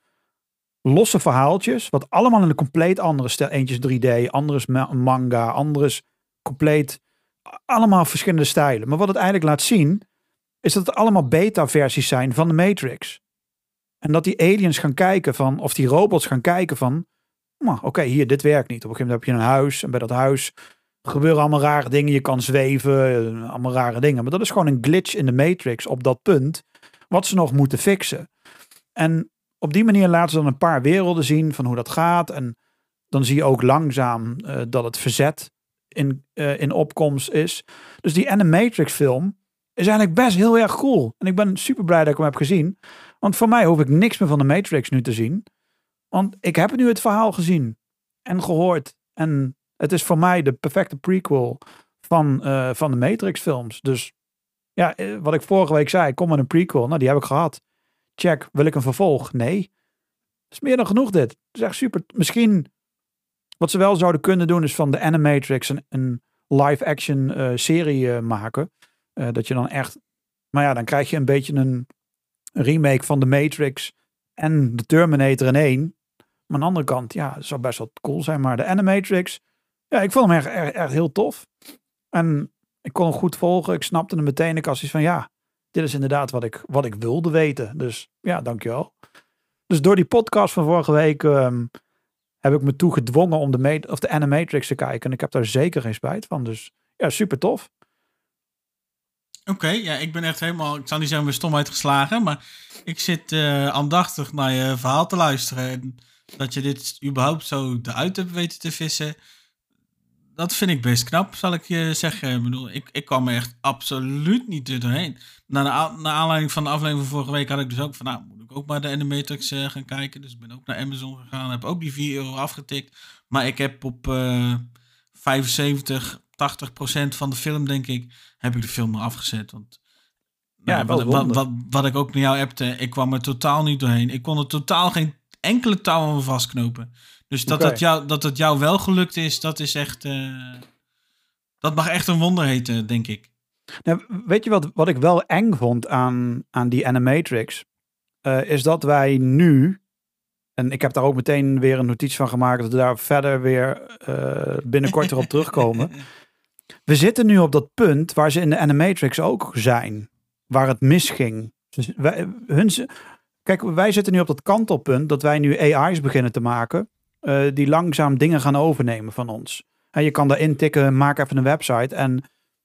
S6: losse verhaaltjes. Wat allemaal in een compleet andere stijl. Eentje is drie D, andere is manga, andere is compleet. Allemaal verschillende stijlen. Maar wat het eigenlijk laat zien, is dat het allemaal beta-versies zijn van de Matrix. En dat die aliens gaan kijken van, of die robots gaan kijken van, nou, oké, okay, hier, dit werkt niet. Op een gegeven moment heb je een huis. En bij dat huis gebeuren allemaal rare dingen. Je kan zweven, allemaal rare dingen. Maar dat is gewoon een glitch in de Matrix op dat punt. Wat ze nog moeten fixen. En op die manier laten ze dan een paar werelden zien van hoe dat gaat. En dan zie je ook langzaam uh, dat het verzet in, uh, in opkomst is. Dus die Animatrix film is eigenlijk best heel erg cool. En ik ben super blij dat ik hem heb gezien. Want voor mij hoef ik niks meer van de Matrix nu te zien. Want ik heb nu het verhaal gezien. En gehoord. En het is voor mij de perfecte prequel van, uh, van de Matrix films. Dus ja, wat ik vorige week zei, kom met een prequel. Nou, die heb ik gehad. Check, wil ik een vervolg? Nee. Dat is meer dan genoeg dit. Het is echt super. Misschien, wat ze wel zouden kunnen doen, is van de Animatrix een, een live-action uh, serie uh, maken. Uh, dat je dan echt, maar ja, dan krijg je een beetje een, een remake van The Matrix en de Terminator in één. Maar aan de andere kant, ja, het zou best wel cool zijn. Maar de Animatrix, ja, ik vond hem echt, echt, echt heel tof. En ik kon hem goed volgen. Ik snapte hem meteen. Ik had zoiets van, ja, dit is inderdaad wat ik, wat ik wilde weten. Dus ja, dankjewel. Dus door die podcast van vorige week um, heb ik me toe gedwongen om de, met- of de Animatrix te kijken. En ik heb daar zeker geen spijt van. Dus ja, super tof.
S1: Oké, okay, ja, ik ben echt helemaal, ik zou niet zeggen, mijn stomheid geslagen, maar ik zit uh, aandachtig naar je verhaal te luisteren. En dat je dit überhaupt zo eruit hebt weten te vissen, dat vind ik best knap, zal ik je zeggen. Ik bedoel, ik, ik kwam er echt absoluut niet er doorheen. Na, na, na aanleiding van de aflevering van vorige week had ik dus ook van, nou, moet ik ook maar de Animatrix uh, gaan kijken. Dus ik ben ook naar Amazon gegaan, heb ook die vier euro afgetikt. Maar ik heb op uh, vijfenzeventig, tachtig procent van de film, denk ik, heb ik de film nog afgezet. Want
S6: ja,
S1: nou, wat, wat, wat, wat ik ook naar jou appte, ik kwam er totaal niet doorheen. Ik kon er totaal geen enkele touw aan vastknopen. Dus dat, okay. dat, jou, dat het jou wel gelukt is, dat is echt, uh, dat mag echt een wonder heten, denk ik.
S6: Nou, weet je wat, wat ik wel eng vond aan, aan die Animatrix? Uh, is dat wij nu, en ik heb daar ook meteen weer een notitie van gemaakt, dat we daar verder weer uh, binnenkort erop terugkomen. We zitten nu op dat punt waar ze in de Animatrix ook zijn. Waar het misging. Dus wij, hun, kijk, wij zitten nu op dat kantelpunt dat wij nu A I's beginnen te maken. Uh, die langzaam dingen gaan overnemen van ons. En je kan daar intikken, maak even een website. En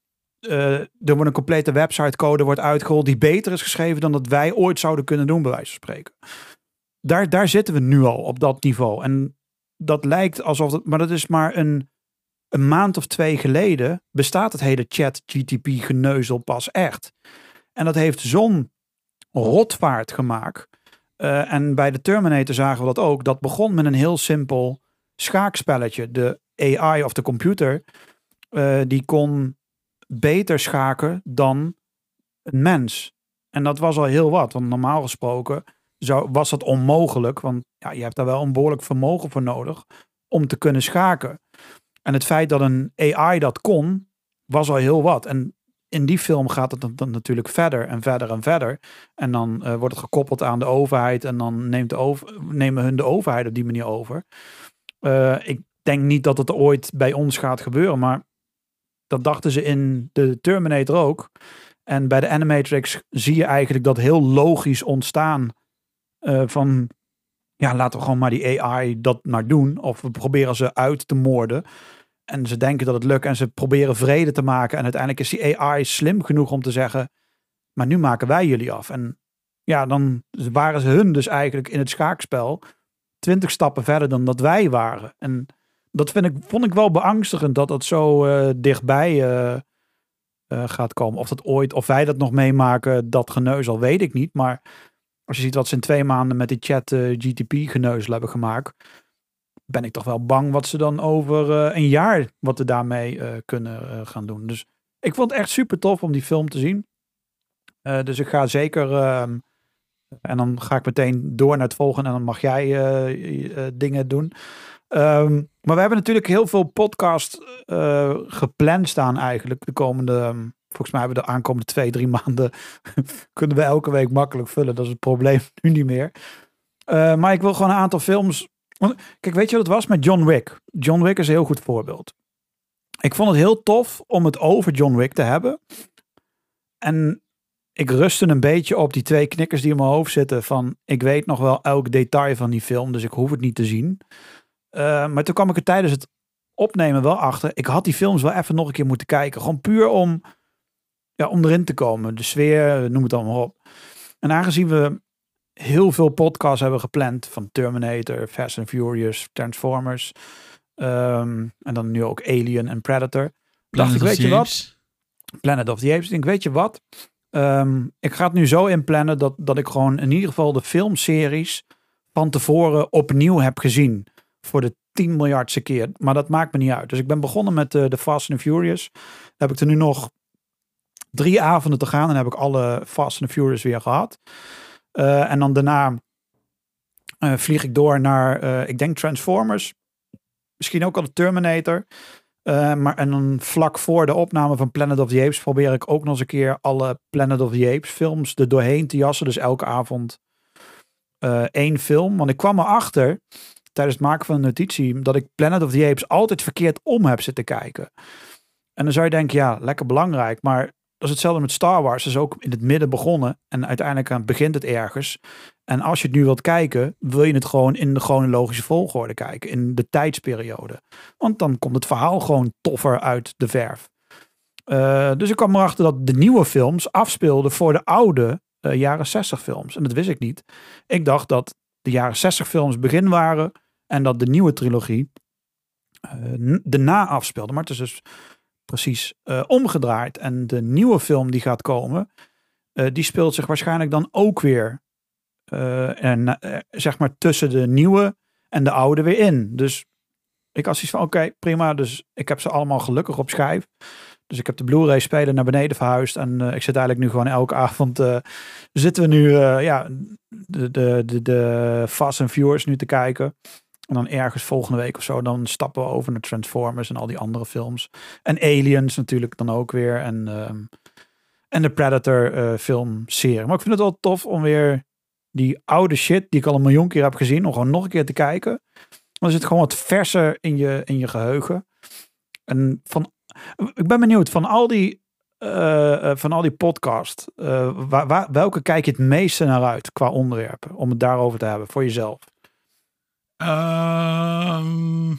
S6: uh, er wordt een complete websitecode wordt uitgerold die beter is geschreven dan dat wij ooit zouden kunnen doen, bij wijze van spreken. Daar, daar zitten we nu al op dat niveau. En dat lijkt alsof het, maar dat is maar een, een maand of twee geleden bestaat het hele chat G T P geneuzel pas echt. En dat heeft zo'n rotvaart gemaakt. Uh, en bij de Terminator zagen we dat ook. Dat begon met een heel simpel schaakspelletje. De A I of de computer, uh, die kon beter schaken dan een mens. En dat was al heel wat. Want normaal gesproken zou, was dat onmogelijk. Want ja, je hebt daar wel een behoorlijk vermogen voor nodig om te kunnen schaken. En het feit dat een A I dat kon, was al heel wat. En in die film gaat het dan natuurlijk verder en verder en verder. En dan uh, wordt het gekoppeld aan de overheid. En dan neemt de over, nemen hun de overheid op die manier over. Uh, ik denk niet dat het ooit bij ons gaat gebeuren. Maar dat dachten ze in de Terminator ook. En bij de Animatrix zie je eigenlijk dat heel logisch ontstaan. Uh, van, ja, laten we gewoon maar die A I dat maar doen. Of we proberen ze uit te moorden. En ze denken dat het lukt en ze proberen vrede te maken. En uiteindelijk is die A I slim genoeg om te zeggen, maar nu maken wij jullie af. En ja, dan waren ze hun dus eigenlijk in het schaakspel twintig stappen verder dan dat wij waren. En dat vind ik, vond ik wel beangstigend dat dat zo uh, dichtbij uh, uh, gaat komen. Of dat ooit, of wij dat nog meemaken, dat geneuzel, weet ik niet. Maar als je ziet wat ze in twee maanden met die chat uh, G T P geneuzel hebben gemaakt, ben ik toch wel bang wat ze dan over uh, een jaar wat we daarmee uh, kunnen uh, gaan doen. Dus ik vond het echt super tof om die film te zien. Uh, dus ik ga zeker uh, en dan ga ik meteen door naar het volgende en dan mag jij uh, uh, dingen doen. Um, maar we hebben natuurlijk heel veel podcast uh, gepland staan eigenlijk de komende, um, volgens mij hebben we de aankomende twee, drie maanden kunnen we elke week makkelijk vullen. Dat is het probleem nu niet meer. Uh, maar ik wil gewoon een aantal films. Kijk, weet je wat het was met John Wick? John Wick is een heel goed voorbeeld. Ik vond het heel tof om het over John Wick te hebben. En ik rustte een beetje op die twee knikkers die in mijn hoofd zitten van, ik weet nog wel elk detail van die film, dus ik hoef het niet te zien. Uh, maar toen kwam ik er tijdens het opnemen wel achter. Ik had die films wel even nog een keer moeten kijken. Gewoon puur om, ja, om erin te komen. De sfeer, noem het allemaal op. En aangezien we heel veel podcasts hebben gepland van Terminator, Fast and Furious, Transformers. Um, en dan nu ook Alien en Predator.
S1: Planet
S6: dacht ik, weet je
S1: Apes.
S6: wat? Planet of the Apes. Ik denk, weet je wat? Um, ik ga het nu zo inplannen dat, dat ik gewoon in ieder geval de filmseries van tevoren opnieuw heb gezien. Voor de tien miljardste keer. Maar dat maakt me niet uit. Dus ik ben begonnen met uh, de Fast and Furious. Dan heb ik er nu nog drie avonden te gaan. En dan heb ik alle Fast and Furious weer gehad. Uh, en dan daarna uh, vlieg ik door naar, uh, ik denk Transformers. Misschien ook al de Terminator. Uh, maar en dan vlak voor de opname van Planet of the Apes probeer ik ook nog eens een keer alle Planet of the Apes films er doorheen te jassen. Dus elke avond uh, één film. Want ik kwam erachter tijdens het maken van een notitie dat ik Planet of the Apes altijd verkeerd om heb zitten kijken. En dan zou je denken, ja, lekker belangrijk. Maar dat is hetzelfde met Star Wars. Dat is ook in het midden begonnen. En uiteindelijk begint het ergens. En als je het nu wilt kijken, wil je het gewoon in de chronologische volgorde kijken. In de tijdsperiode. Want dan komt het verhaal gewoon toffer uit de verf. Uh, dus ik kwam erachter dat de nieuwe films afspeelden voor de oude uh, jaren zestig films. En dat wist ik niet. Ik dacht dat de jaren zestig films begin waren. En dat de nieuwe trilogie uh, daarna afspeelde. Maar het is dus precies uh, omgedraaid. En de nieuwe film die gaat komen, uh, die speelt zich waarschijnlijk dan ook weer uh, en, uh, zeg maar tussen de nieuwe en de oude weer in. Dus ik had zoiets van, oké, okay, prima. Dus ik heb ze allemaal gelukkig op schijf. Dus ik heb de Blu-ray speler naar beneden verhuisd. En uh, ik zit eigenlijk nu gewoon elke avond, uh, zitten we nu uh, ja, de, de, de, de Fast and Furious nu te kijken. En dan ergens volgende week of zo, dan stappen we over naar Transformers en al die andere films. En Aliens natuurlijk dan ook weer. En, um, en de Predator uh, filmserie. Maar ik vind het wel tof om weer die oude shit, die ik al een miljoen keer heb gezien, om gewoon nog een keer te kijken. Dan zit het gewoon wat verser in je, in je geheugen. En van, ik ben benieuwd, van al die, uh, van al die podcast, uh, waar, waar, welke kijk je het meeste naar uit qua onderwerpen? Om het daarover te hebben, voor jezelf.
S1: Um,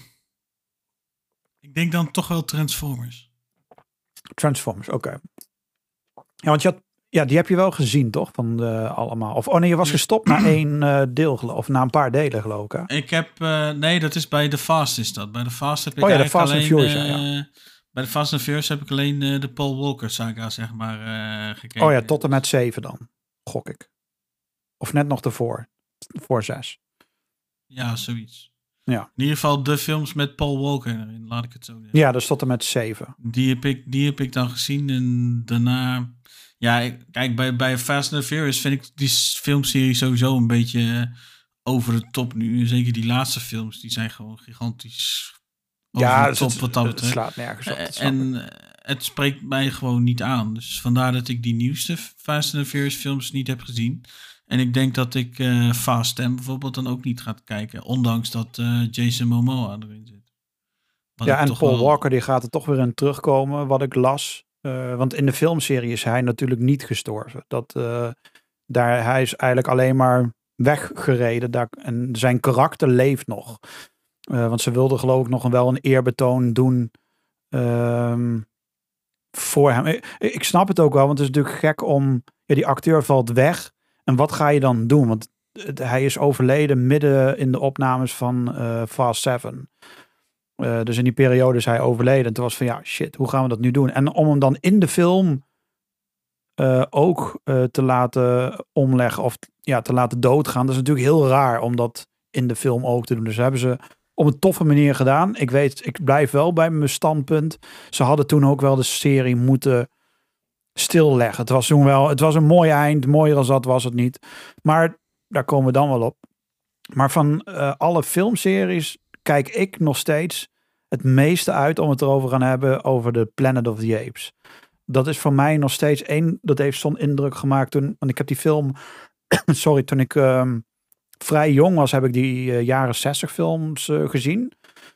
S1: ik denk dan toch wel Transformers.
S6: Transformers, oké. Okay. Ja, want je had, ja, die heb je wel gezien, toch? Van de, allemaal. Of oh nee, je was gestopt na één uh, deel, geloof of na een paar delen, geloof ik. Hè?
S1: Ik heb, uh, nee, dat is bij The Fast is dat. Bij The Fast heb ik
S6: oh, ja,
S1: eigenlijk
S6: Fast
S1: alleen...
S6: Furious,
S1: uh,
S6: ja, ja.
S1: Bij The Fast and Furious heb ik alleen uh, de Paul Walker saga, zeg maar, uh, gekeken.
S6: Oh ja, tot en met zeven dan, gok ik. Of net nog ervoor, voor zes.
S1: Ja, zoiets.
S6: Ja.
S1: In ieder geval de films met Paul Walker, laat ik het zo zeggen.
S6: Ja, dus tot en met zeven.
S1: Die heb ik, die heb ik dan gezien en daarna... Ja, ik, kijk, bij, bij Fast and Furious vind ik die filmserie sowieso een beetje over de top nu. Zeker die laatste films, die zijn gewoon gigantisch over
S6: ja,
S1: de top.
S6: Het,
S1: wat dat
S6: het slaat nergens op.
S1: En uh, het spreekt mij gewoon niet aan. Dus vandaar dat ik die nieuwste Fast and Furious films niet heb gezien. En ik denk dat ik uh, Fast ten bijvoorbeeld dan ook niet ga kijken. Ondanks dat uh, Jason Momoa erin zit.
S6: Wat ja, en Paul wel... Walker die gaat er toch weer in terugkomen, wat ik las. Uh, want in de filmserie is hij natuurlijk niet gestorven. Dat, uh, daar, hij is eigenlijk alleen maar weggereden. Daar, en zijn karakter leeft nog. Uh, want ze wilden geloof ik nog wel een eerbetoon doen uh, voor hem. Ik, ik snap het ook wel, want het is natuurlijk gek om... Ja, die acteur valt weg. En wat ga je dan doen? Want hij is overleden midden in de opnames van uh, Fast zeven. Uh, dus in die periode is hij overleden. En toen was van ja, shit, hoe gaan we dat nu doen? En om hem dan in de film uh, ook uh, te laten omleggen of ja, te laten doodgaan. Dat is natuurlijk heel raar om dat in de film ook te doen. Dus hebben ze op een toffe manier gedaan. Ik weet, ik blijf wel bij mijn standpunt. Ze hadden toen ook wel de serie moeten stilleggen. Het was toen wel, het was een mooi eind. Mooier als dat was het niet. Maar daar komen we dan wel op. Maar van uh, alle filmseries kijk ik nog steeds het meeste uit om het erover gaan hebben over de Planet of the Apes. Dat is voor mij nog steeds één, dat heeft zo'n indruk gemaakt toen, want ik heb die film, sorry, toen ik um, vrij jong was, heb ik die uh, jaren zestig films uh, gezien.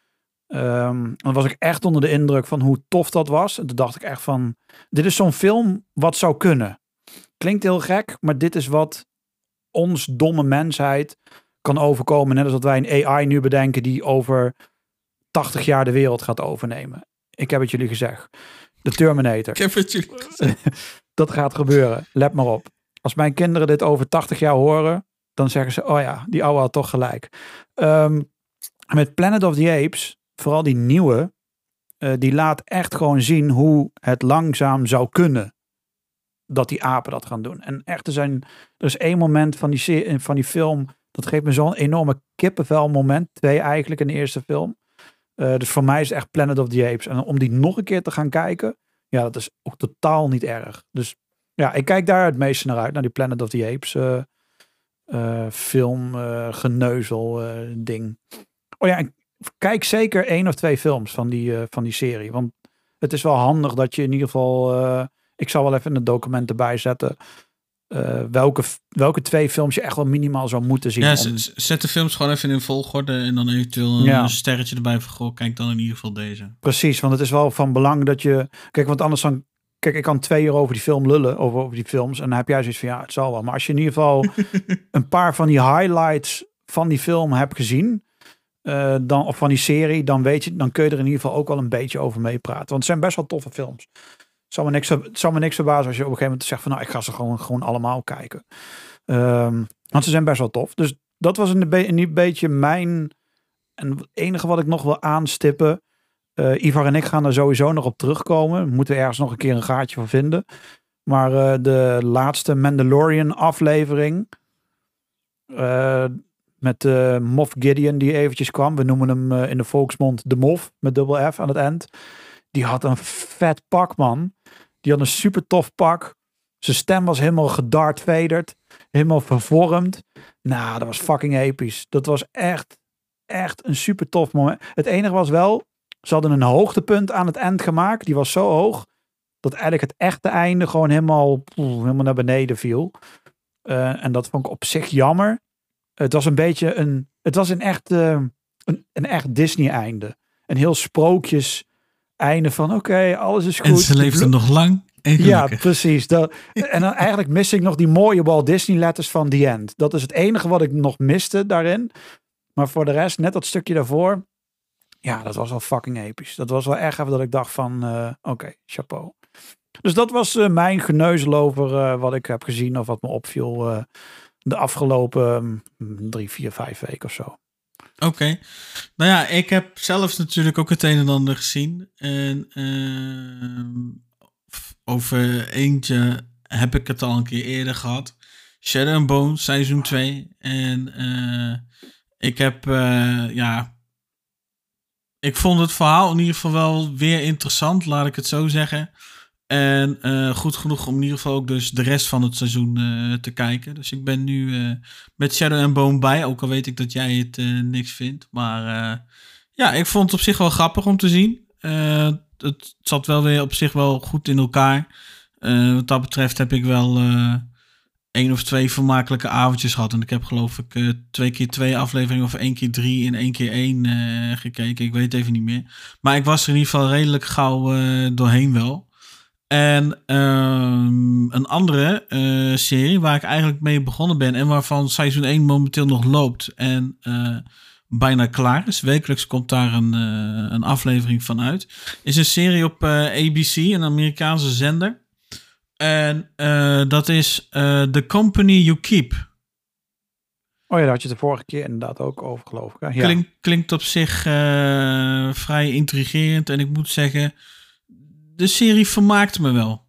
S6: Um, dan was ik echt onder de indruk van hoe tof dat was. En toen dacht ik echt van, dit is zo'n film wat zou kunnen. Klinkt heel gek, maar dit is wat ons domme mensheid kan overkomen. Net als dat wij een A I nu bedenken die over tachtig jaar de wereld gaat overnemen. Ik heb het jullie gezegd. De Terminator.
S1: Ik heb het jullie gezegd.
S6: Dat gaat gebeuren. Let maar op. Als mijn kinderen dit over tachtig jaar horen, dan zeggen ze, oh ja, die oude had toch gelijk. Um, met Planet of the Apes, vooral die nieuwe, uh, die laat echt gewoon zien hoe het langzaam zou kunnen dat die apen dat gaan doen. En echt, er zijn, er is één moment van die, serie, van die film, dat geeft me zo'n enorme kippenvel moment. Twee eigenlijk in de eerste film. Uh, dus voor mij is het echt Planet of the Apes. En om die nog een keer te gaan kijken, ja, dat is ook totaal niet erg. Dus ja, ik kijk daar het meeste naar uit, naar die Planet of the Apes uh, uh, film, uh, geneuzel uh, ding. Oh ja, en kijk zeker één of twee films van die, uh, van die serie. Want het is wel handig dat je in ieder geval... Uh, ik zal wel even in het document erbij zetten... Uh, welke, welke twee films je echt wel minimaal zou moeten zien.
S1: Ja,
S6: om...
S1: zet de films gewoon even in volgorde en dan eventueel een ja. sterretje erbij van, goh, kijk dan in ieder geval deze.
S6: Precies, want het is wel van belang dat je... Kijk, want anders dan... Kijk, ik kan twee uur over die film lullen, over, over die films. En dan heb jij zoiets van, ja, het zal wel. Maar als je in ieder geval een paar van die highlights van die film hebt gezien... Uh, dan, of van die serie, dan weet je, dan kun je er in ieder geval ook wel een beetje over meepraten. Want het zijn best wel toffe films. Het zou me niks, het zou me niks verbazen als je op een gegeven moment zegt van, nou, ik ga ze gewoon, gewoon allemaal kijken. Um, want ze zijn best wel tof. Dus dat was een, be- een beetje mijn... En het enige wat ik nog wil aanstippen... Uh, Ivar en ik gaan er sowieso nog op terugkomen. Moeten we ergens nog een keer een gaatje van vinden. Maar uh, de laatste Mandalorian aflevering... Uh, met uh, Moff Gideon die eventjes kwam. We noemen hem uh, in de volksmond de Moff. Met dubbel F aan het eind. Die had een vet pak, man. Die had een super tof pak. Zijn stem was helemaal gedartvederd. Helemaal vervormd. Nou, dat was fucking episch. Dat was echt, echt een super tof moment. Het enige was wel, ze hadden een hoogtepunt aan het eind gemaakt. Die was zo hoog, dat eigenlijk het echte einde gewoon helemaal, helemaal naar beneden viel. Uh, en dat vond ik op zich jammer. Het was een beetje een, het was een echt, uh, een, een echt Disney einde. Een heel sprookjes einde van oké, okay, alles is goed.
S1: En ze leefden nog lang en gelukkig.
S6: Ja, precies. Dat, en dan eigenlijk mis ik nog die mooie Walt Disney letters van The End. Dat is het enige wat ik nog miste daarin. Maar voor de rest, net dat stukje daarvoor. Ja, dat was wel fucking episch. Dat was wel erg even dat ik dacht van uh, oké, okay, chapeau. Dus dat was uh, mijn geneuzel over uh, wat ik heb gezien of wat me opviel uh, de afgelopen um, drie, vier, vijf weken of zo.
S1: Oké. Okay. Nou ja, ik heb zelf natuurlijk ook het een en ander gezien. En uh, over eentje heb ik het al een keer eerder gehad. Shadow and Bone, seizoen twee. En uh, ik heb, uh, ja... Ik vond het verhaal in ieder geval wel weer interessant, laat ik het zo zeggen. En uh, goed genoeg om in ieder geval ook dus de rest van het seizoen uh, te kijken. Dus ik ben nu uh, met Shadow and Bone bij. Ook al weet ik dat jij het uh, niks vindt. Maar uh, ja, ik vond het op zich wel grappig om te zien. Uh, het zat wel weer op zich wel goed in elkaar. Uh, wat dat betreft heb ik wel uh, één of twee vermakelijke avondjes gehad. En ik heb geloof ik uh, twee keer twee afleveringen of één keer drie en één keer één uh, gekeken. Ik weet even niet meer. Maar ik was er in ieder geval redelijk gauw uh, doorheen wel. En um, een andere uh, serie waar ik eigenlijk mee begonnen ben en waarvan seizoen één momenteel nog loopt en uh, bijna klaar is. Wekelijks komt daar een, uh, een aflevering van uit. Is een serie op uh, A B C, een Amerikaanse zender. En uh, dat is uh, The Company You Keep.
S6: Oh ja, daar had je het de vorige keer inderdaad ook over, geloof ik. Hè? Ja.
S1: Klink, klinkt op zich uh, vrij intrigerend en ik moet zeggen, de serie vermaakt me wel.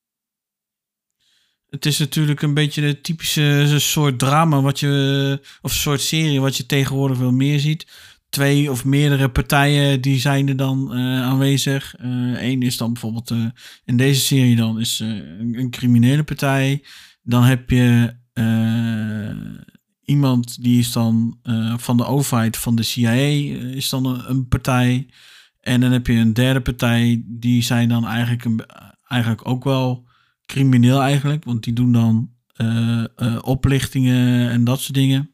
S1: Het is natuurlijk een beetje de typische soort drama wat je, of soort serie wat je tegenwoordig wel meer ziet. Twee of meerdere partijen die zijn er dan uh, aanwezig. Eén uh, is dan bijvoorbeeld uh, in deze serie dan is uh, een, een criminele partij. Dan heb je uh, iemand die is dan uh, van de overheid, van de C I A uh, is dan een, een partij. En dan heb je een derde partij, die zijn dan eigenlijk, een, eigenlijk ook wel crimineel eigenlijk. Want die doen dan uh, uh, oplichtingen en dat soort dingen.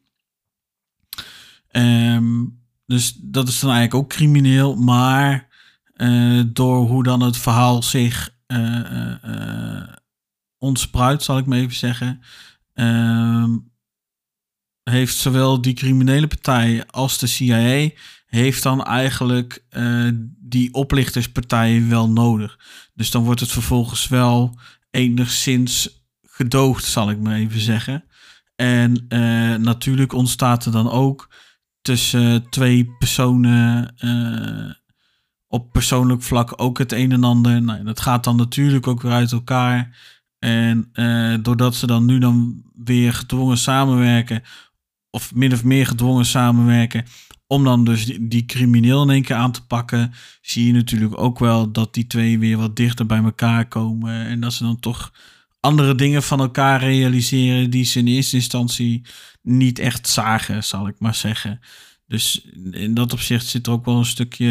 S1: Um, dus dat is dan eigenlijk ook crimineel. Maar uh, door hoe dan het verhaal zich uh, uh, uh, ontspruit, zal ik maar even zeggen. Uh, heeft zowel die criminele partij als de C I A heeft dan eigenlijk uh, die oplichterspartij wel nodig. Dus dan wordt het vervolgens wel enigszins gedoogd, zal ik maar even zeggen. En uh, natuurlijk ontstaat er dan ook tussen twee personen uh, op persoonlijk vlak ook het een en ander. Nou, dat gaat dan natuurlijk ook weer uit elkaar. En uh, doordat ze dan nu dan weer gedwongen samenwerken, of min of meer gedwongen samenwerken, om dan dus die, die crimineel in één keer aan te pakken, zie je natuurlijk ook wel dat die twee weer wat dichter bij elkaar komen. En dat ze dan toch andere dingen van elkaar realiseren die ze in eerste instantie niet echt zagen, zal ik maar zeggen. Dus in dat opzicht zit er ook wel een stukje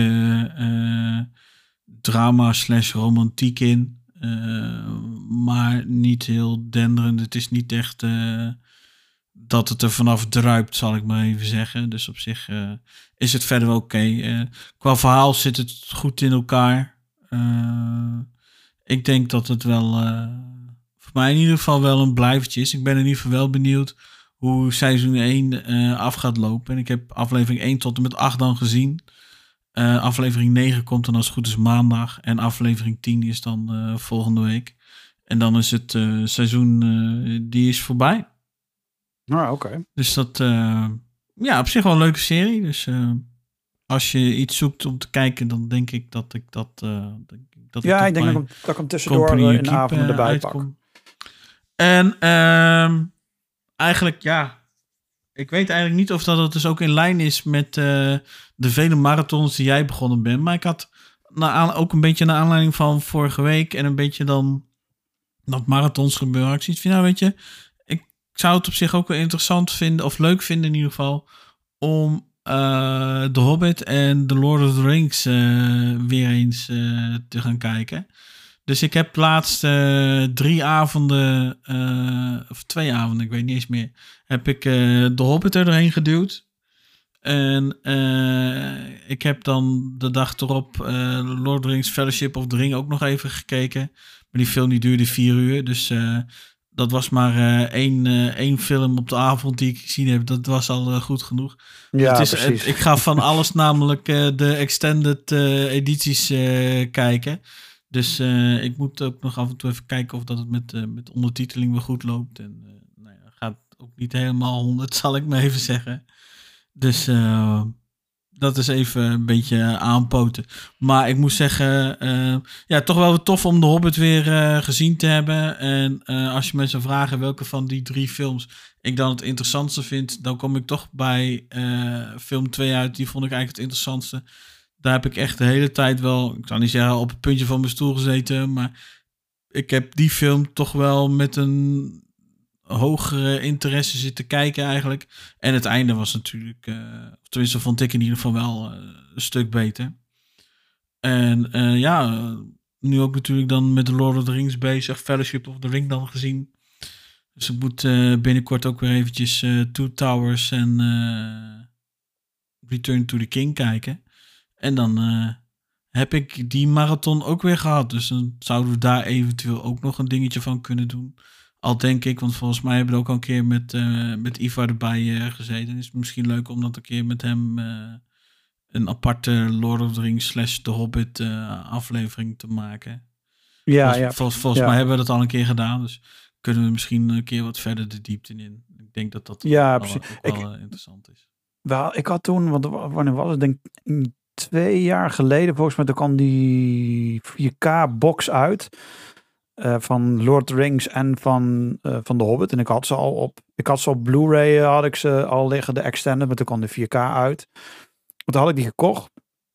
S1: uh, drama slash romantiek in. Uh, maar niet heel denderend. Het is niet echt uh, dat het er vanaf druipt, zal ik maar even zeggen. Dus op zich uh, is het verder wel oké. Okay. Uh, qua verhaal zit het goed in elkaar. Uh, ik denk dat het wel uh, voor mij in ieder geval wel een blijvertje is. Ik ben in ieder geval wel benieuwd hoe seizoen één uh, af gaat lopen. En ik heb aflevering één tot en met acht dan gezien. Uh, aflevering negen komt dan als het goed is maandag. En aflevering tien is dan uh, volgende week. En dan is het uh, seizoen, uh, die is voorbij.
S6: Ah, oké. Okay.
S1: Dus dat, uh, ja, op zich wel een leuke serie. Dus uh, als je iets zoekt om te kijken, dan denk ik dat ik dat... Uh, dat
S6: ja, ik denk dat ik, hem, dat ik hem tussendoor uh, in de avond erbij uitkom. pak.
S1: En uh, eigenlijk, ja... Ik weet eigenlijk niet of dat het dus ook in lijn is met uh, de vele marathons die jij begonnen bent. Maar ik had na aan, ook een beetje naar aanleiding van vorige week en een beetje dan dat marathons gebeuren. Ik zoiets van, nou weet je, ik zou het op zich ook wel interessant vinden, of leuk vinden in ieder geval, om uh, The Hobbit en The Lord of the Rings uh, weer eens uh, te gaan kijken. Dus ik heb laatst uh, drie avonden, uh, of twee avonden, ik weet niet eens meer, heb ik uh, de Hobbit er doorheen geduwd. En uh, ik heb dan de dag erop uh, Lord of the Rings Fellowship of the Ring ook nog even gekeken. Maar die film die duurde vier uur, dus uh, dat was maar uh, één, uh, één film op de avond die ik gezien heb. Dat was al uh, goed genoeg.
S6: Ja,
S1: het is,
S6: precies.
S1: Het, ik ga van alles namelijk uh, de extended uh, edities uh, kijken. Dus uh, ik moet ook nog af en toe even kijken of dat het met, uh, met ondertiteling weer goed loopt. En uh, nou ja, gaat ook niet helemaal honderd, zal ik maar even zeggen. Dus uh, dat is even een beetje aanpoten. Maar ik moet zeggen, uh, ja, toch wel tof om de Hobbit weer uh, gezien te hebben. En uh, als je me zou vragen welke van die drie films ik dan het interessantste vind, dan kom ik toch bij uh, film twee uit. Die vond ik eigenlijk het interessantste. Daar heb ik echt de hele tijd wel, ik zou niet zeggen op het puntje van mijn stoel gezeten, maar ik heb die film toch wel met een hogere interesse zitten kijken eigenlijk. En het einde was natuurlijk, uh, tenminste vond ik in ieder geval wel uh, een stuk beter. En uh, ja, uh, nu ook natuurlijk dan met The Lord of the Rings bezig, Fellowship of the Ring dan gezien. Dus ik moet uh, binnenkort ook weer eventjes uh, Two Towers en uh, Return to the King kijken. En dan uh, heb ik die marathon ook weer gehad. Dus dan zouden we daar eventueel ook nog een dingetje van kunnen doen. Al denk ik, want volgens mij hebben we ook al een keer met, uh, met Ivar erbij uh, gezeten. Is het misschien leuk om dat een keer met hem uh, een aparte Lord of the Rings slash The Hobbit uh, aflevering te maken.
S6: Ja,
S1: volgens,
S6: ja.
S1: Volgens, volgens
S6: ja.
S1: mij hebben we dat al een keer gedaan. Dus kunnen we misschien een keer wat verder de diepte in. Ik denk dat dat
S6: ja,
S1: wel,
S6: precies.
S1: ook wel
S6: ik,
S1: uh, interessant is.
S6: Wel, ik had toen, want wanneer was het? Denk twee jaar geleden, volgens mij, toen kwam die vier K-box uit. Uh, van Lord of the Rings en van, uh, van The Hobbit. En ik had ze al op, ik had ze op Blu-ray, uh, had ik ze al liggen, de extended, maar toen kwam de vier K uit. Toen had ik die gekocht.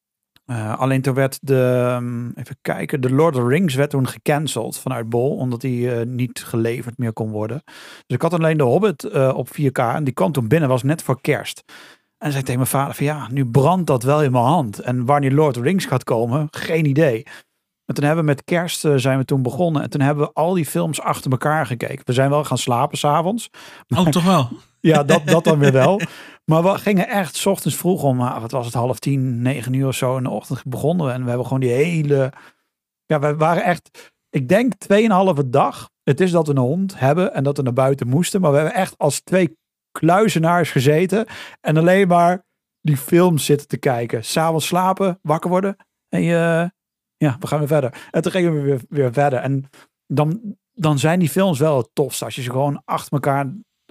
S6: Uh, alleen toen werd de, um, even kijken, de Lord of the Rings werd toen gecanceld vanuit Bol, omdat die uh, niet geleverd meer kon worden. Dus ik had alleen de Hobbit uh, op vier K en die kwam toen binnen, was net voor kerst. En zei ik tegen mijn vader van ja, nu brandt dat wel in mijn hand. En wanneer Lord of the Rings gaat komen, geen idee. En toen hebben we met kerst uh, zijn we toen begonnen. En toen hebben we al die films achter elkaar gekeken. We zijn wel gaan slapen s'avonds.
S1: Oh, toch wel?
S6: Ja, dat, dat dan weer wel. Maar we gingen echt 's ochtends vroeg om, wat was het, half tien, negen uur of zo in de ochtend begonnen we. En we hebben gewoon die hele, ja, we waren echt, ik denk tweeënhalve dag. Het is dat we een hond hebben en dat we naar buiten moesten. Maar we hebben echt als twee kluizenaars gezeten. En alleen maar die films zitten te kijken. S'avonds slapen, wakker worden. En je... Ja, we gaan weer verder. En toen gingen we weer, weer verder. En dan, dan zijn die films wel het tofste. Als je ze gewoon achter elkaar,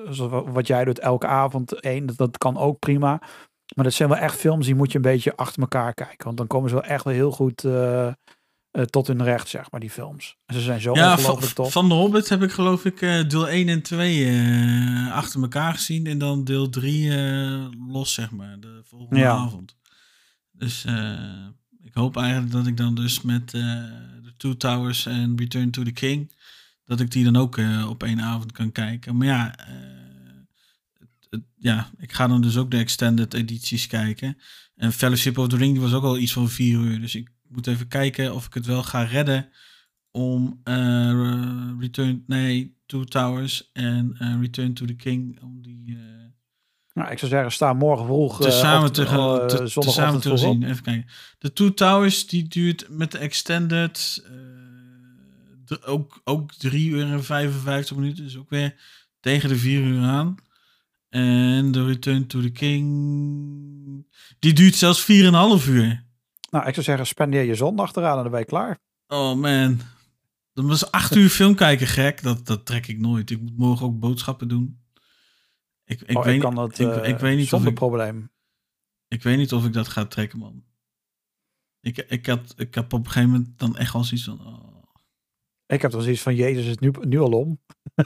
S6: wat jij doet elke avond één, dat, dat kan ook prima. Maar dat zijn wel echt films, die moet je een beetje achter elkaar kijken. Want dan komen ze wel echt wel heel goed uh, uh, tot hun recht, zeg maar, die films. En ze zijn zo
S1: ja,
S6: ongelooflijk
S1: van,
S6: tof.
S1: Van The Hobbit heb ik geloof ik uh, deel één en twee uh, achter elkaar gezien. En dan deel drie uh, los, zeg maar, de volgende
S6: ja.
S1: avond. Dus... Uh, ik hoop eigenlijk dat ik dan dus met uh, de Two Towers en Return to the King, dat ik die dan ook uh, op één avond kan kijken. Maar ja, uh, het, het, ja, ik ga dan dus ook de extended edities kijken. En Fellowship of the Ring die was ook al iets van vier uur. Dus ik moet even kijken of ik het wel ga redden om uh, Return, nee, Two Towers en uh, Return to the King, om die uh,
S6: nou, ik zou zeggen, sta morgen vroeg
S1: te samen
S6: uh,
S1: te, uh, te, te samen te zien. Even kijken. De Two Towers die duurt met de extended uh, d- ook, ook drie uur en vijfenvijftig minuten. Dus ook weer tegen de vier uur aan. En de Return to the King die duurt zelfs vier en een half uur.
S6: Nou, ik zou zeggen, spendeer je zondag eraan en dan ben je klaar.
S1: Oh man. Dan was acht uur film kijken gek. Dat, dat trek ik nooit. Ik moet morgen ook boodschappen doen. Ik, ik,
S6: oh,
S1: weet,
S6: ik kan dat
S1: ik,
S6: uh,
S1: ik weet niet
S6: zonder
S1: of ik,
S6: probleem.
S1: Ik weet niet of ik dat ga trekken, man. Ik, ik, had, ik heb op een gegeven moment dan echt wel zoiets van... Oh.
S6: Ik heb toch zoiets van, Jezus, is het nu, nu al om?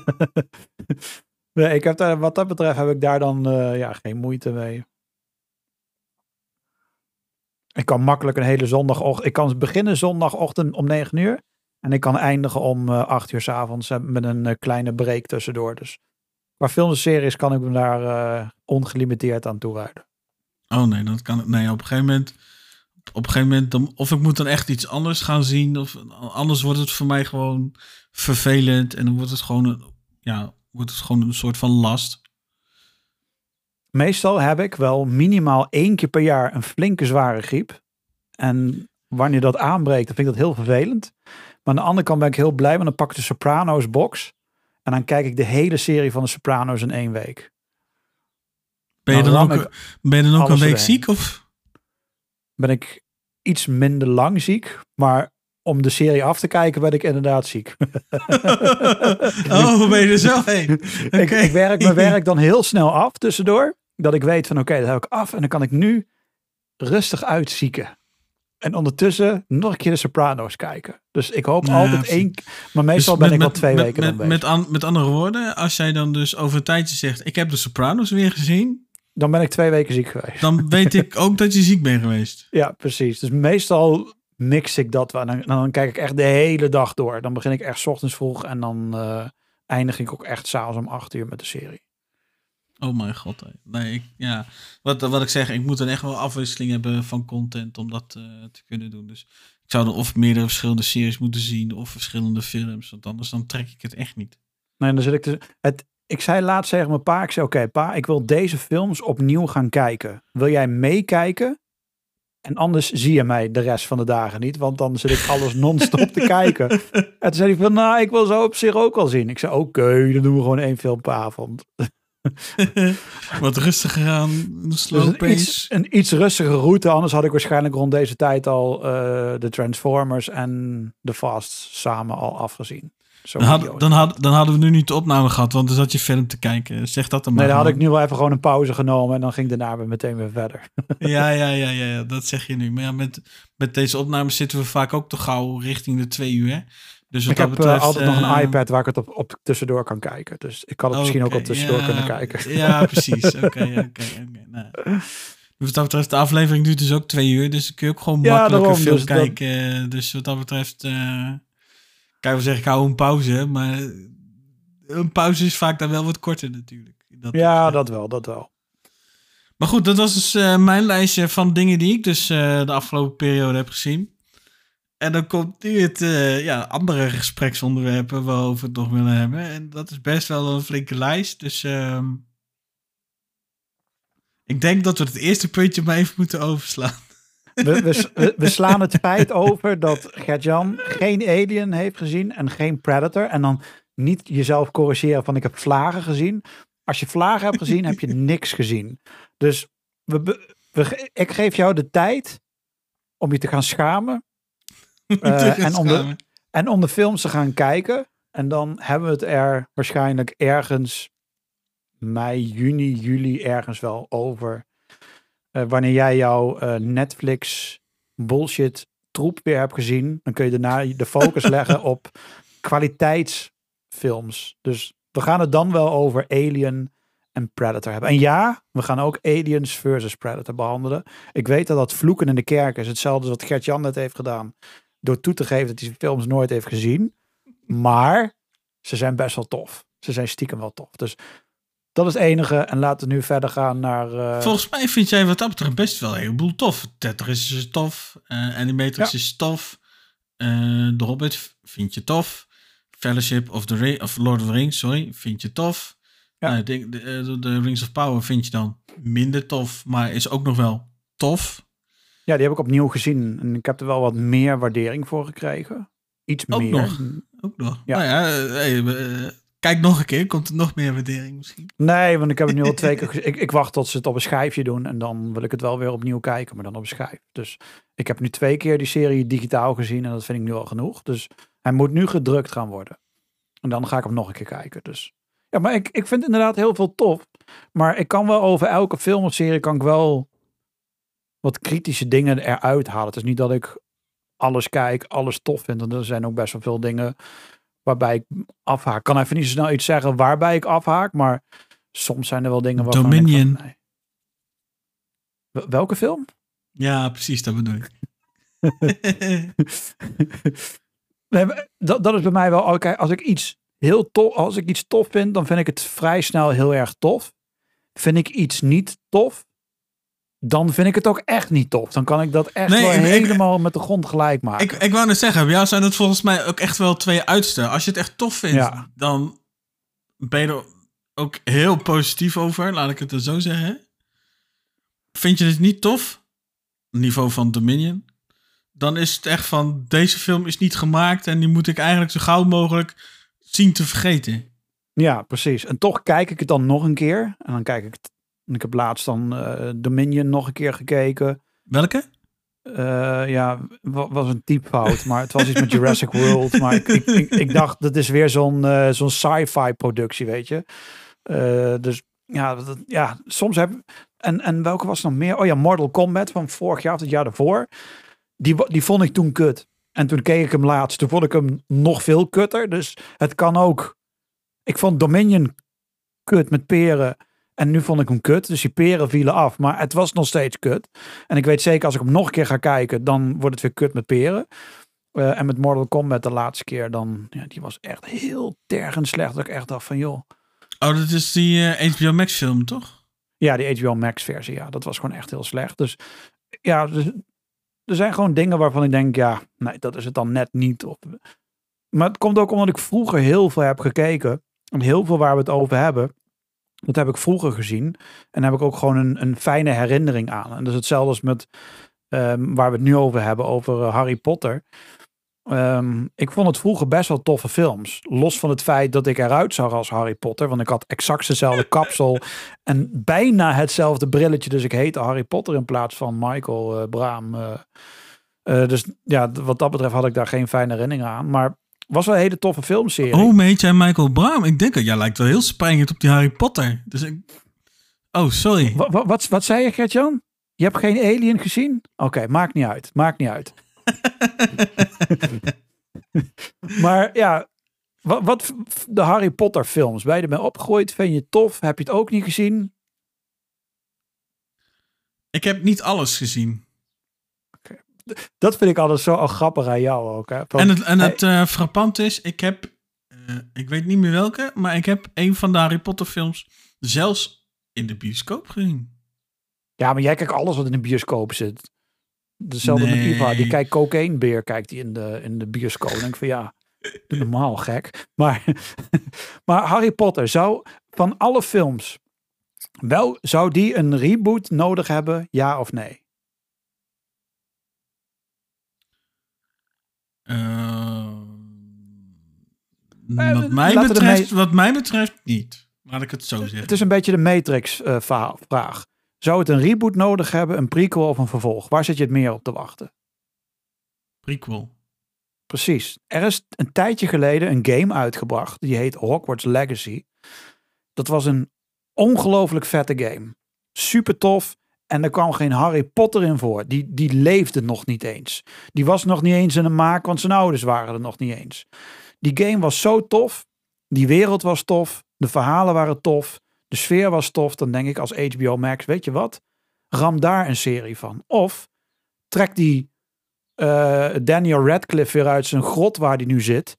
S6: nee, ik heb daar, wat dat betreft heb ik daar dan uh, ja, geen moeite mee. Ik kan makkelijk een hele zondagochtend... Ik kan beginnen zondagochtend om negen uur. En ik kan eindigen om uh, acht uur 's avonds met een uh, kleine break tussendoor. Dus qua films en series kan ik me daar uh, ongelimiteerd aan toewijden.
S1: Oh nee, dat kan het. Nee, op een gegeven moment... Op een gegeven moment... Dan, of ik moet dan echt iets anders gaan zien. Of anders wordt het voor mij gewoon vervelend. En dan wordt het gewoon een, ja, wordt het gewoon een soort van last.
S6: Meestal heb ik wel minimaal één keer per jaar een flinke zware griep. En wanneer dat aanbreekt, dan vind ik dat heel vervelend. Maar aan de andere kant ben ik heel blij, want dan pak ik de Sopranos box. En dan kijk ik de hele serie van de Sopranos in één week.
S1: Ben je dan, dan ook, ben je dan ook een week erin. ziek? Of?
S6: Ben ik iets minder lang ziek. Maar om de serie af te kijken ben ik inderdaad ziek.
S1: Oh, hoe ben je er zo heen? Okay.
S6: Ik, ik werk mijn werk dan heel snel af tussendoor. Dat ik weet van oké, okay, dat heb ik af. En dan kan ik nu rustig uitzieken. En ondertussen nog een keer de Sopranos kijken. Dus ik hoop ja, altijd één... Maar meestal dus ben met, ik al twee
S1: met,
S6: weken
S1: met,
S6: dan bezig.
S1: Met, an, met andere woorden, als jij dan dus over een tijdje zegt... ik heb de Sopranos weer gezien...
S6: Dan ben ik twee weken ziek geweest.
S1: Dan weet ik ook dat je ziek bent geweest.
S6: Ja, precies. Dus meestal mix ik dat. En dan, dan kijk ik echt de hele dag door. Dan begin ik echt 's ochtends vroeg. En dan uh, eindig ik ook echt 's avonds om acht uur met de serie.
S1: Oh mijn god. Nee, ik, ja. wat, wat ik zeg, ik moet dan echt wel afwisseling hebben van content om dat uh, te kunnen doen. Dus ik zou dan of meerdere verschillende series moeten zien of verschillende films. Want anders dan trek ik het echt niet.
S6: Nee, dan zit ik te... Het, ik zei laatst tegen mijn pa, ik zei oké okay, pa, ik wil deze films opnieuw gaan kijken. Wil jij meekijken? En anders zie je mij de rest van de dagen niet, want dan zit ik alles non-stop te kijken. En toen zei hij van, nou, ik wil zo op zich ook al zien. Ik zei, oké, okay, dan doen we gewoon één film per avond.
S1: Wat rustiger aan, de slow pace.
S6: Dus een, iets, een iets rustige route, anders had ik waarschijnlijk rond deze tijd al uh, de Transformers en The Fast samen al afgezien.
S1: Dan, had, dan, had, dan hadden we nu niet de opname gehad, want dan zat je film te kijken. Zeg dat dan maar.
S6: Nee, dan had ik nu wel even gewoon een pauze genomen en dan ging daarna weer meteen weer verder.
S1: Ja, ja, ja, ja, ja, dat zeg je nu. Maar ja, met, met deze opnames zitten we vaak ook te gauw richting de twee uur. Hè? Dus wat
S6: ik
S1: dat
S6: heb
S1: betreft,
S6: uh, altijd
S1: uh,
S6: nog een iPad waar ik het op, op tussendoor kan kijken. Dus ik had het misschien
S1: okay,
S6: ook op tussendoor
S1: ja,
S6: kunnen kijken.
S1: Ja, precies. Oké, okay, oké, okay, oké. Okay, nou. Wat dat betreft, de aflevering duurt dus ook twee uur. Dus dan kun je ook gewoon
S6: ja,
S1: makkelijk een film
S6: dus
S1: kijken.
S6: Dat...
S1: Dus wat dat betreft... Uh, kan je wel zeggen, ik hou een pauze. Maar een pauze is vaak dan wel wat korter natuurlijk. Dat
S6: ja,
S1: is,
S6: dat wel, dat wel.
S1: Maar goed, dat was dus uh, mijn lijstje van dingen die ik dus uh, de afgelopen periode heb gezien. En dan komt nu het uh, ja, andere gespreksonderwerpen waarover we het nog willen hebben. En dat is best wel een flinke lijst. Dus uh, ik denk dat we het eerste puntje maar even moeten overslaan.
S6: We, we, we slaan het feit over dat Gert-Jan geen Alien heeft gezien en geen Predator. En dan niet jezelf corrigeren van ik heb Vlagen gezien. Als je Vlagen hebt gezien, heb je niks gezien. Dus we, we, ik geef jou de tijd om je te gaan schamen. Uh, en, om de, en om de films te gaan kijken. En dan hebben we het er waarschijnlijk ergens mei, juni, juli ergens wel over. Uh, wanneer jij jouw uh, Netflix bullshit troep weer hebt gezien, dan kun je daarna de focus leggen op kwaliteitsfilms. Dus we gaan het dan wel over Alien en Predator hebben. En ja, we gaan ook Aliens versus Predator behandelen. Ik weet dat dat vloeken in de kerk is. Hetzelfde wat Gert-Jan net heeft gedaan. Door toe te geven dat hij films nooit heeft gezien. Maar ze zijn best wel tof. Ze zijn stiekem wel tof. Dus dat is het enige. En laten we nu verder gaan naar... Uh...
S1: Volgens mij vind jij wat dat betreft best wel een heleboel tof. Tetris is tof. Uh, Animatrix ja. is tof. Uh, The Hobbit vind je tof. Fellowship of the Ring, of Lord of the Rings, sorry, vind je tof. Ja. Nou, de, de, de Rings of Power vind je dan minder tof, maar is ook nog wel tof.
S6: Ja, die heb ik opnieuw gezien. En ik heb er wel wat meer waardering voor gekregen. Iets
S1: ook
S6: meer.
S1: Nog. Ook nog. Ja. Nou ja, hey, uh, kijk nog een keer. Komt er nog meer waardering misschien?
S6: Nee, want ik heb het nu al twee keer gezien. Ik, ik wacht tot ze het op een schijfje doen. En dan wil ik het wel weer opnieuw kijken. Maar dan op een schijf. Dus ik heb nu twee keer die serie digitaal gezien. En dat vind ik nu al genoeg. Dus hij moet nu gedrukt gaan worden. En dan ga ik hem nog een keer kijken. Dus ja, maar ik, ik vind inderdaad heel veel tof. Maar ik kan wel over elke film of serie kan ik wel wat kritische dingen eruit halen. Het is niet dat ik alles kijk, alles tof vind. En er zijn ook best wel veel dingen waarbij ik afhaak. Ik kan even niet zo snel iets zeggen waarbij ik afhaak. Maar soms zijn er wel dingen waarvan
S1: Dominion.
S6: ik van, nee. Welke film?
S1: Ja, precies, dat bedoel ik.
S6: Nee, dat, dat is bij mij wel. Okay, als ik iets heel tof, als ik iets tof vind, dan vind ik het vrij snel heel erg tof. Vind ik iets niet tof, dan vind ik het ook echt niet tof. Dan kan ik dat echt nee, wel ik, helemaal ik, met de grond gelijk maken.
S1: Ik, ik wou net zeggen, bij jou zijn het volgens mij ook echt wel twee uitersten. Als je het echt tof vindt, ja. dan ben je er ook heel positief over. Laat ik het er zo zeggen. Vind je het niet tof? Niveau van Dominion. Dan is het echt van, deze film is niet gemaakt en die moet ik eigenlijk zo gauw mogelijk zien te vergeten.
S6: Ja, precies. En toch kijk ik het dan nog een keer. En dan kijk ik het. Ik heb laatst dan uh, Dominion nog een keer gekeken.
S1: Welke?
S6: Uh, ja, was een typfout, maar het was iets met Jurassic World. Maar ik, ik, ik, ik dacht, dat is weer zo'n uh, zo'n sci-fi productie, weet je. Uh, dus ja, dat, ja, soms heb en en welke was er nog meer? Oh ja, Mortal Kombat van vorig jaar of het jaar daarvoor. Die, die vond ik toen kut. En toen keek ik hem laatst. Toen vond ik hem nog veel kutter. Dus het kan ook. Ik vond Dominion kut met peren. En nu vond ik hem kut. Dus die peren vielen af. Maar het was nog steeds kut. En ik weet zeker als ik hem nog een keer ga kijken. Dan wordt het weer kut met peren. Uh, en met Mortal Kombat de laatste keer. Dan, ja, die was echt heel tergend slecht. Dat ik echt dacht van joh.
S1: Oh, dat is die uh, H B O Max film, toch?
S6: Ja, die H B O Max versie. Ja, dat was gewoon echt heel slecht. Dus ja, dus, er zijn gewoon dingen waarvan ik denk, ja, nee, dat is het dan net niet. Op. Maar het komt ook omdat ik vroeger heel veel heb gekeken. En heel veel waar we het over hebben. Dat heb ik vroeger gezien. En daar heb ik ook gewoon een, een fijne herinnering aan. En dat is hetzelfde als met um, waar we het nu over hebben, over uh, Harry Potter. Um, ik vond het vroeger best wel toffe films. Los van het feit dat ik eruit zag als Harry Potter. Want ik had exact dezelfde kapsel. En bijna hetzelfde brilletje. Dus ik heette Harry Potter in plaats van Michael uh, Braam. Uh, uh, dus ja, wat dat betreft had ik daar geen fijne herinnering aan. Maar was wel een hele toffe filmserie.
S1: Oh, meet jij Michael Braam? Ik denk dat jij lijkt wel heel springend op die Harry Potter. Dus ik... Oh, sorry.
S6: Wat, wat, wat, wat zei je, Gert-Jan? Je hebt geen Alien gezien? Oké, okay, maakt niet uit. Maakt niet uit. Maar ja, wat, wat de Harry Potter films, ben je ermee opgegroeid? Vind je het tof? Heb je het ook niet gezien?
S1: Ik heb niet alles gezien.
S6: Okay. Dat vind ik altijd zo al grappig aan jou ook. Hè? Van,
S1: en het, en
S6: hey,
S1: het uh, frappant is, ik heb, uh, ik weet niet meer welke, maar ik heb een van de Harry Potter films zelfs in de bioscoop gezien.
S6: Ja, maar jij kijkt alles wat in de bioscoop zit. Dezelfde nee. met Iva, die kijkt Cocaine Bear, kijkt die in de, in de bioscoop. En denk ik van ja, doe normaal gek. Maar, maar Harry Potter zou van alle films, wel, zou die een reboot nodig hebben, ja of nee?
S1: Uh, uh, wat, mij betreft, wat mij betreft niet. Laat ik het zo zeggen.
S6: Het is een beetje de Matrix uh, verhaal, vraag. Zou het een reboot nodig hebben, een prequel of een vervolg? Waar zit je het meer op te wachten?
S1: Prequel.
S6: Precies. Er is een tijdje geleden een game uitgebracht. Die heet Hogwarts Legacy. Dat was een ongelooflijk vette game. Super tof. En er kwam geen Harry Potter in voor. Die, die leefde nog niet eens. Die was nog niet eens in een maak, want zijn ouders waren er nog niet eens. Die game was zo tof. Die wereld was tof. De verhalen waren tof. De sfeer was tof. Dan denk ik als H B O Max, weet je wat? Ram daar een serie van. Of trek die uh, Daniel Radcliffe weer uit zijn grot waar hij nu zit.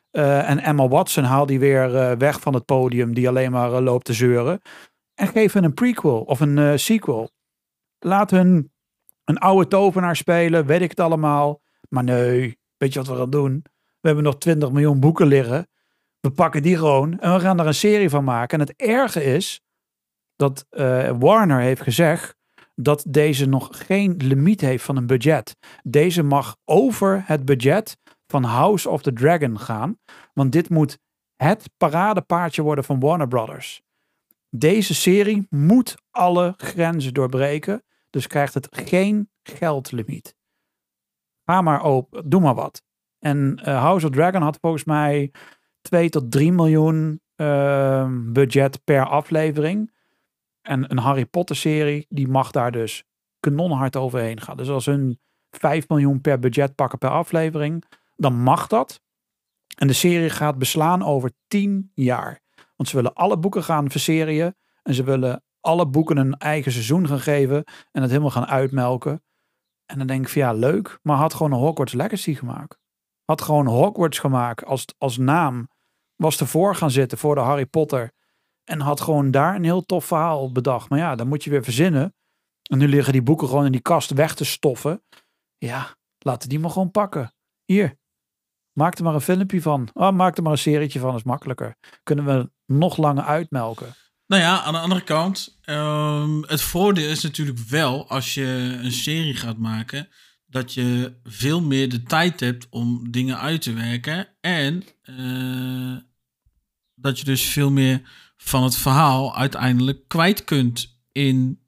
S6: Uh, en Emma Watson haal die weer uh, weg van het podium, die alleen maar uh, loopt te zeuren. En geef hun een prequel of een uh, sequel. Laat hun een oude tovenaar spelen, weet ik het allemaal. Maar nee, weet je wat we gaan doen? We hebben nog twintig miljoen boeken liggen. We pakken die gewoon en we gaan er een serie van maken. En het erge is dat uh, Warner heeft gezegd dat deze nog geen limiet heeft van een budget. Deze mag over het budget van House of the Dragon gaan. Want dit moet het paradepaardje worden van Warner Brothers. Deze serie moet alle grenzen doorbreken. Dus krijgt het geen geldlimiet. Ga maar open, doe maar wat. En uh, House of Dragon had volgens mij twee tot drie miljoen uh, budget per aflevering. En een Harry Potter serie, die mag daar dus kanonhard overheen gaan. Dus als hun vijf miljoen per budget pakken per aflevering, dan mag dat. En de serie gaat beslaan over tien jaar. Want ze willen alle boeken gaan verserieën. En ze willen alle boeken een eigen seizoen gaan geven. En het helemaal gaan uitmelken. En dan denk ik van ja, leuk. Maar had gewoon een Hogwarts Legacy gemaakt. Had gewoon Hogwarts gemaakt als, als naam. Was ervoor gaan zitten voor de Harry Potter. En had gewoon daar een heel tof verhaal op bedacht. Maar ja, dan moet je weer verzinnen. En nu liggen die boeken gewoon in die kast weg te stoffen. Ja, laten die maar gewoon pakken. Hier. Maak er maar een filmpje van. Oh, maak er maar een serietje van, is makkelijker. Kunnen we nog langer uitmelken.
S1: Nou ja, aan de andere kant, um, het voordeel is natuurlijk wel, als je een serie gaat maken, dat je veel meer de tijd hebt om dingen uit te werken. En uh, dat je dus veel meer van het verhaal uiteindelijk kwijt kunt in,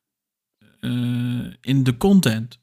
S1: uh, in de content.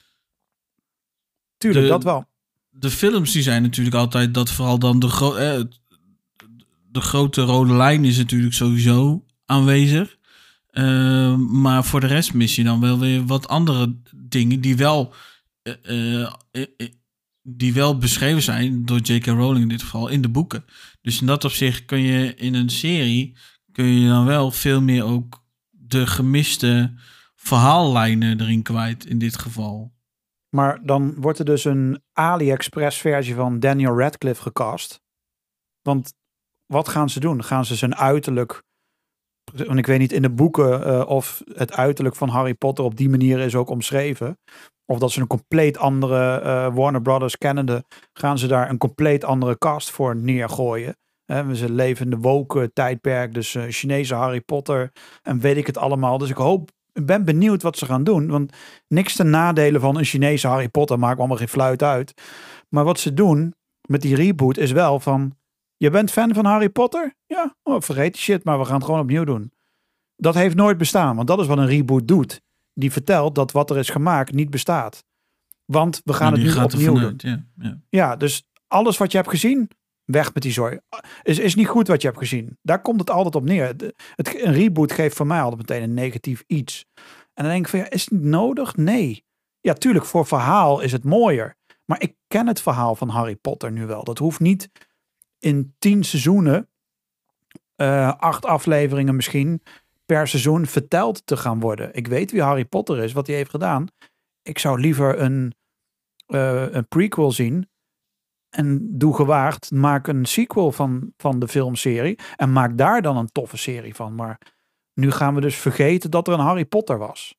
S6: Tuurlijk,
S1: de,
S6: dat wel.
S1: De films die zijn natuurlijk altijd dat vooral dan de, gro- eh, de grote rode lijn is natuurlijk sowieso aanwezig. Uh, maar voor de rest mis je dan wel weer wat andere dingen die wel, uh, uh, uh, die wel beschreven zijn door J K. Rowling in dit geval in de boeken. Dus in dat opzicht kun je in een serie kun je dan wel veel meer ook de gemiste verhaallijnen erin kwijt in dit geval.
S6: Maar dan wordt er dus een AliExpress versie van Daniel Radcliffe gecast. Want wat gaan ze doen? Gaan ze zijn uiterlijk... Want ik weet niet in de boeken uh, of het uiterlijk van Harry Potter op die manier is ook omschreven. Of dat ze een compleet andere uh, Warner Brothers kennende, gaan ze daar een compleet andere cast voor neergooien. He, we zijn leven in de woke tijdperk, dus uh, Chinese Harry Potter en weet ik het allemaal. Dus ik hoop, ik ben benieuwd wat ze gaan doen. Want niks ten nadele van een Chinese Harry Potter, maakt allemaal geen fluit uit. Maar wat ze doen met die reboot is wel van, je bent fan van Harry Potter? Ja, oh, vergeet die shit, maar we gaan het gewoon opnieuw doen. Dat heeft nooit bestaan, want dat is wat een reboot doet. Die vertelt dat wat er is gemaakt niet bestaat. Want we gaan het nu opnieuw doen.
S1: Ja, ja.
S6: ja, dus alles wat je hebt gezien, weg met die zooi. Is, is niet goed wat je hebt gezien. Daar komt het altijd op neer. Het, een reboot geeft voor mij altijd meteen een negatief iets. En dan denk ik van, ja, is het niet nodig? Nee. Ja, tuurlijk, voor verhaal is het mooier. Maar ik ken het verhaal van Harry Potter nu wel. Dat hoeft niet in tien seizoenen, uh, acht afleveringen misschien, per seizoen verteld te gaan worden. Ik weet wie Harry Potter is, wat hij heeft gedaan. Ik zou liever een, uh, een prequel zien. En doe gewaagd, maak een sequel van, van de filmserie. En maak daar dan een toffe serie van. Maar nu gaan we dus vergeten dat er een Harry Potter was.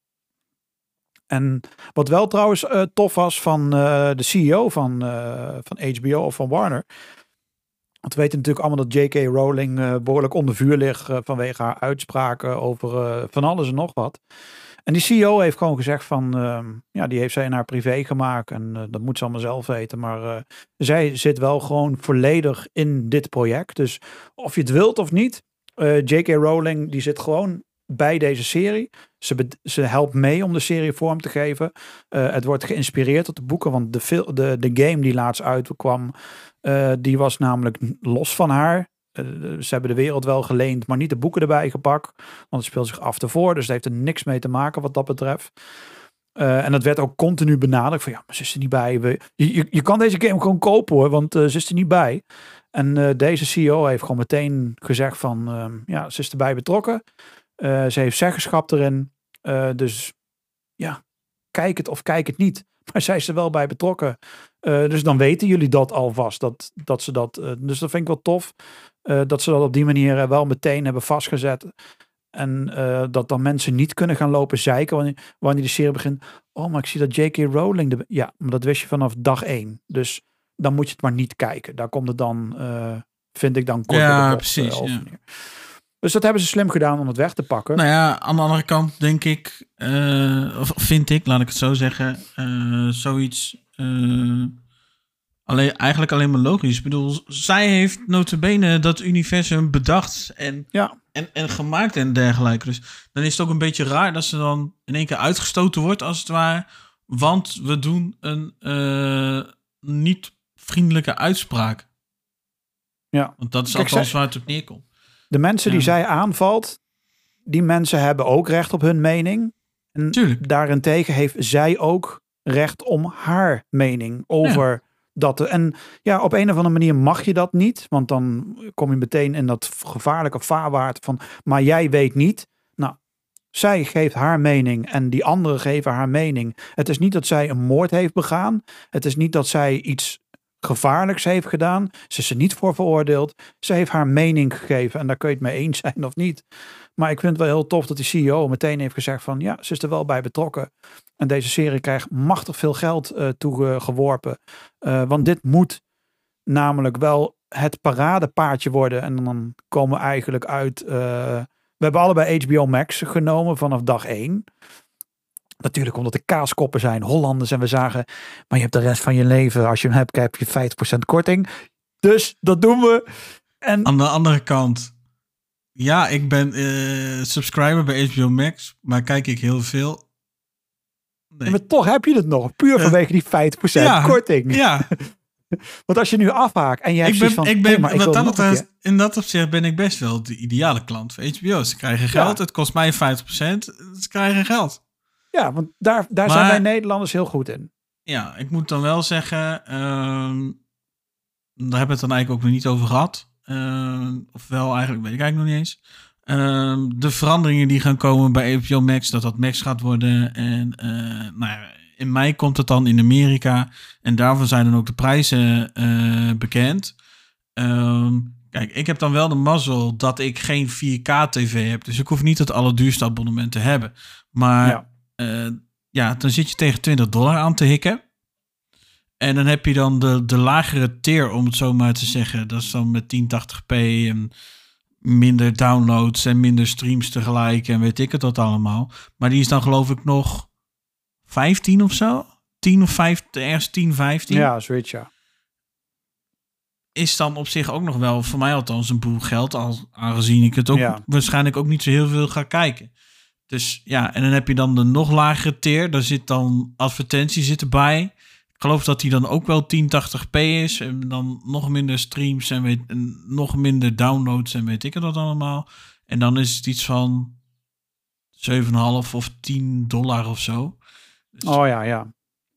S6: En wat wel trouwens uh, tof was van uh, de C E O van, uh, van H B O of van Warner. Want we weten natuurlijk allemaal dat J K. Rowling uh, behoorlijk onder vuur ligt uh, vanwege haar uitspraken over uh, van alles en nog wat. En die C E O heeft gewoon gezegd van, uh, ja, die heeft zij in haar privé gemaakt en uh, dat moet ze allemaal zelf weten. Maar uh, zij zit wel gewoon volledig in dit project. Dus of je het wilt of niet, uh, J K. Rowling die zit gewoon bij deze serie. Ze, be- ze helpt mee om de serie vorm te geven. Uh, het wordt geïnspireerd op de boeken, want de, fil- de, de game die laatst uitkwam, uh, die was namelijk los van haar. Uh, ze hebben de wereld wel geleend, maar niet de boeken erbij gepakt. Want het speelt zich af ervoor, dus het heeft er niks mee te maken wat dat betreft. Uh, en dat werd ook continu benadrukt van ja, maar ze is er niet bij. We, je, je, je kan deze game gewoon kopen hoor, want uh, ze is er niet bij. En uh, deze C E O heeft gewoon meteen gezegd van uh, ja, ze is erbij betrokken. Uh, ze heeft zeggenschap erin. Uh, dus ja, kijk het of kijk het niet. maar zij is er wel bij betrokken. Uh, dus dan weten jullie dat alvast. Dat, dat ze dat, uh, dus dat vind ik wel tof. Uh, dat ze dat op die manier uh, wel meteen hebben vastgezet. En uh, dat dan mensen niet kunnen gaan lopen zeiken wanneer, wanneer de serie begint. Oh, maar ik zie dat J K. Rowling... De, ja, maar dat wist je vanaf dag één. Dus dan moet je het maar niet kijken. Daar komt het dan, uh, vind ik dan kort
S1: ja,
S6: op de
S1: precies,
S6: uh,
S1: ja.
S6: Dus dat hebben ze slim gedaan om het weg te pakken.
S1: Nou ja, aan de andere kant denk ik... Uh, of vind ik, laat ik het zo zeggen... Uh, zoiets... Uh, alleen, eigenlijk alleen maar logisch. Ik bedoel, zij heeft nota bene dat universum bedacht... en
S6: ja.
S1: En, en gemaakt en dergelijke. Dus dan is het ook een beetje raar dat ze dan in één keer uitgestoten wordt, als het ware. Want we doen een uh, niet vriendelijke uitspraak.
S6: Ja.
S1: Want dat is
S6: Kijk,
S1: althans
S6: zij,
S1: waar het op neerkomt.
S6: De mensen die
S1: ja.
S6: zij aanvalt, die mensen hebben ook recht op hun mening. En
S1: Tuurlijk.
S6: daarentegen heeft zij ook recht om haar mening over... Ja. Dat, en ja, op een of andere manier mag je dat niet. Want dan kom je meteen in dat gevaarlijke vaarwater van... maar jij weet niet. Nou, zij geeft haar mening en die anderen geven haar mening. Het is niet dat zij een moord heeft begaan. Het is niet dat zij iets gevaarlijks heeft gedaan. Ze is er niet voor veroordeeld. Ze heeft haar mening gegeven en daar kun je het mee eens zijn of niet. Maar ik vind het wel heel tof dat die C E O meteen heeft gezegd van... ja, ze is er wel bij betrokken. En deze serie krijgt machtig veel geld uh, toegeworpen. Uh, want dit moet namelijk wel het paradepaardje worden. En dan komen we eigenlijk uit... Uh, we hebben allebei H B O Max genomen vanaf dag één. Natuurlijk omdat de kaaskoppen zijn Hollanders. En we zagen, maar je hebt de rest van je leven. Als je hem hebt, heb je vijftig procent korting. Dus dat doen we. En
S1: aan de andere kant... Ja, ik ben uh, subscriber bij H B O Max. Maar kijk ik heel veel...
S6: Nee. Maar toch heb je het nog. Puur vanwege die vijftig procent
S1: ja,
S6: korting.
S1: Ja.
S6: Want als je nu afhaakt en je hebt
S1: ik ben,
S6: van...
S1: ik ben,
S6: hey, maar ik
S1: wat dat
S6: het,
S1: in dat opzicht ben ik best wel de ideale klant van H B O. Ze krijgen geld. Ja. Het kost mij vijftig procent. Ze krijgen geld.
S6: Ja, want daar, daar maar, zijn wij Nederlanders heel goed in.
S1: Ja, ik moet dan wel zeggen... Um, daar hebben we het dan eigenlijk ook nog niet over gehad. Uh, ofwel, eigenlijk weet ik eigenlijk nog niet eens. Uh, de veranderingen die gaan komen bij H B O Max, dat dat Max gaat worden. En uh, nou ja, in mei komt het dan in Amerika. En daarvoor zijn dan ook de prijzen uh, bekend. Um, kijk, ik heb dan wel de mazzel dat ik geen vier K tv heb. Dus ik hoef niet het allerduurste abonnement te hebben. Maar ja, uh, ja dan zit je tegen twintig dollar aan te hikken. En dan heb je dan de, de lagere tier, om het zo maar te zeggen. Dat is dan met tien tachtig p en minder downloads en minder streams tegelijk en weet ik het wat allemaal. Maar die is dan geloof ik nog vijftien of zo. tien of vijftien, ergens tien, vijftien.
S6: Ja, zoiets ja.
S1: Is dan op zich ook nog wel, voor mij althans, een boel geld. Al, aangezien ik het ook ja. waarschijnlijk ook niet zo heel veel ga kijken. Dus ja, en dan heb je dan de nog lagere tier. Daar zit dan advertentie zit erbij. Ik geloof dat die dan ook wel tien tachtig p is. En dan nog minder streams en, weet, en nog minder downloads en weet ik het wat allemaal. En dan is het iets van zeven komma vijf of tien dollar of zo.
S6: Dus, oh ja, ja.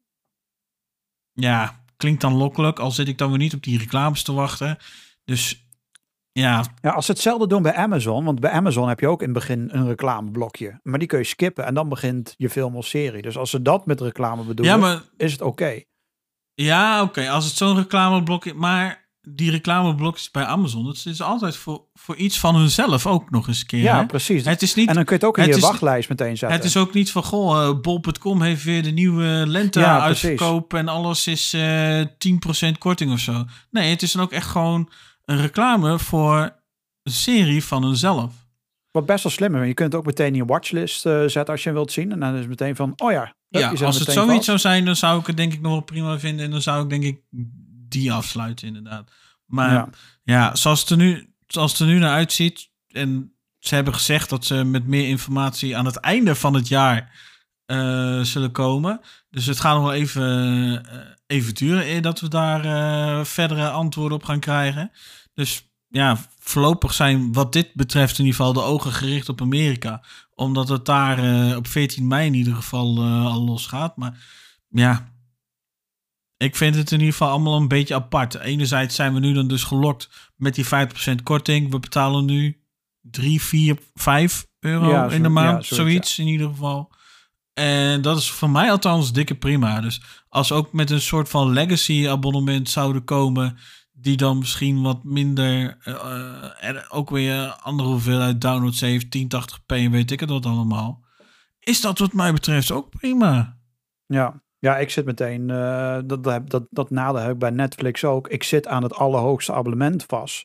S1: Ja, klinkt dan lokkelijk. Al zit ik dan weer niet op die reclames te wachten. Dus ja.
S6: Ja, als ze hetzelfde doen bij Amazon. Want bij Amazon heb je ook in het begin een reclameblokje. Maar die kun je skippen en dan begint je film of serie. Dus als ze dat met reclame bedoelen, ja, maar, is het oké. Okay.
S1: Ja, oké. Okay. Als het zo'n reclameblokje... Maar die reclameblokjes bij Amazon, dat is altijd voor, voor iets van hunzelf ook nog eens een keer.
S6: Ja,
S1: hè?
S6: precies.
S1: Het is niet,
S6: en dan kun je het ook in
S1: het
S6: je
S1: is,
S6: wachtlijst meteen zetten.
S1: Het is ook niet van, goh, uh, bol punt com heeft weer de nieuwe lente ja, uitverkoop en alles is uh, tien procent korting of zo. Nee, het is dan ook echt gewoon een reclame voor een serie van hunzelf.
S6: Wat best wel slim is. Je kunt het ook meteen in je watchlist uh, zetten als je wilt zien. En dan is het meteen van, oh ja.
S1: Ja, als het zoiets vast. zou zijn, dan zou ik het denk ik nog wel prima vinden. En dan zou ik denk ik die afsluiten inderdaad. Maar ja, ja zoals, het er nu, zoals het er nu naar uitziet. En ze hebben gezegd dat ze met meer informatie aan het einde van het jaar uh, zullen komen. Dus het gaat nog wel even, uh, even duren eer dat we daar uh, verdere antwoorden op gaan krijgen. Dus ja, voorlopig zijn wat dit betreft in ieder geval de ogen gericht op Amerika. Omdat het daar uh, op veertien mei in ieder geval uh, al losgaat. Maar ja, ik vind het in ieder geval allemaal een beetje apart. Enerzijds zijn we nu dan dus gelokt met die vijftig procent korting. We betalen nu drie, vier, vijf euro ja, zo, in de maand. Ja, zoiets, zoiets ja. in ieder geval. En dat is voor mij althans dikke prima. Dus als ze ook met een soort van legacy abonnement zouden komen, die dan misschien wat minder, uh, en ook weer andere hoeveelheid downloads heeft, tien tachtig p en weet ik het wat allemaal. Is dat wat mij betreft ook prima.
S6: Ja, ja ik zit meteen, uh, dat, dat, dat, dat nadeel heb ik bij Netflix ook. Ik zit aan het allerhoogste abonnement vast.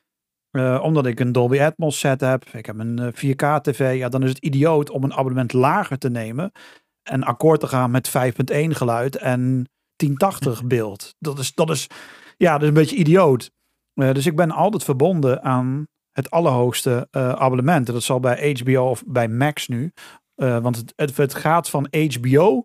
S6: Uh, omdat ik een Dolby Atmos set heb. Ik heb een uh, vier K tv. Ja, dan is het idioot om een abonnement lager te nemen. En akkoord te gaan met vijf punt één geluid en tien tachtig beeld. Dat is, dat is, ja, dat is een beetje idioot. Uh, dus ik ben altijd verbonden aan het allerhoogste uh, abonnement. En dat zal bij H B O of bij Max nu. Uh, want het, het, het gaat van H B O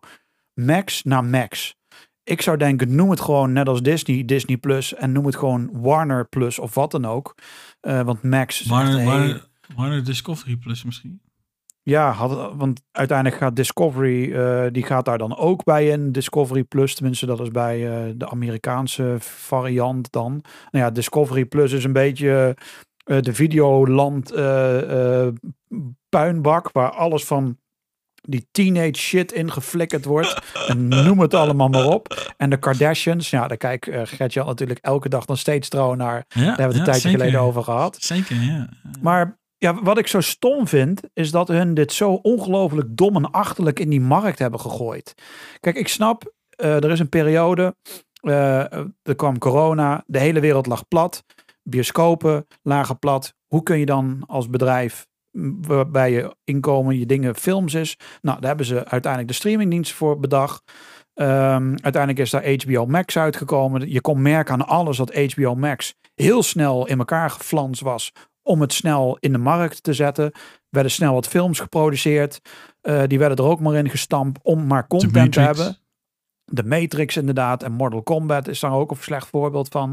S6: Max naar Max. Ik zou denken, noem het gewoon net als Disney, Disney Plus. En noem het gewoon Warner Plus of wat dan ook. Uh, want Max...
S1: Warner,
S6: hey,
S1: Warner, Warner Discovery Plus misschien?
S6: Ja, had, want uiteindelijk gaat Discovery, uh, die gaat daar dan ook bij in. Discovery Plus, tenminste dat is bij uh, de Amerikaanse variant dan. Nou ja, Discovery Plus is een beetje uh, de Videoland uh, uh, puinbak, waar alles van die teenage shit ingeflikkerd wordt. En noem het allemaal maar op. En de Kardashians, ja, daar kijkt uh, Gert-Jan natuurlijk elke dag nog steeds trouw naar.
S1: Ja,
S6: daar hebben we het
S1: ja,
S6: een tijdje
S1: zeker.
S6: geleden over gehad.
S1: Zeker, ja.
S6: Maar ja, wat ik zo stom vind, is dat hun dit zo ongelooflijk dom en achterlijk in die markt hebben gegooid. Kijk, ik snap, uh, er is een periode, uh, er kwam corona, de hele wereld lag plat, bioscopen lagen plat. Hoe kun je dan als bedrijf, waarbij je inkomen, je dingen films is. Nou, daar hebben ze uiteindelijk de streamingdienst voor bedacht. Um, uiteindelijk is daar H B O Max uitgekomen. Je kon merken aan alles dat H B O Max heel snel in elkaar geflanst was om het snel in de markt te zetten. Werden snel wat films geproduceerd. Uh, die werden er ook maar in gestampt om maar content te hebben. De Matrix inderdaad. En Mortal Kombat is daar ook een slecht voorbeeld van.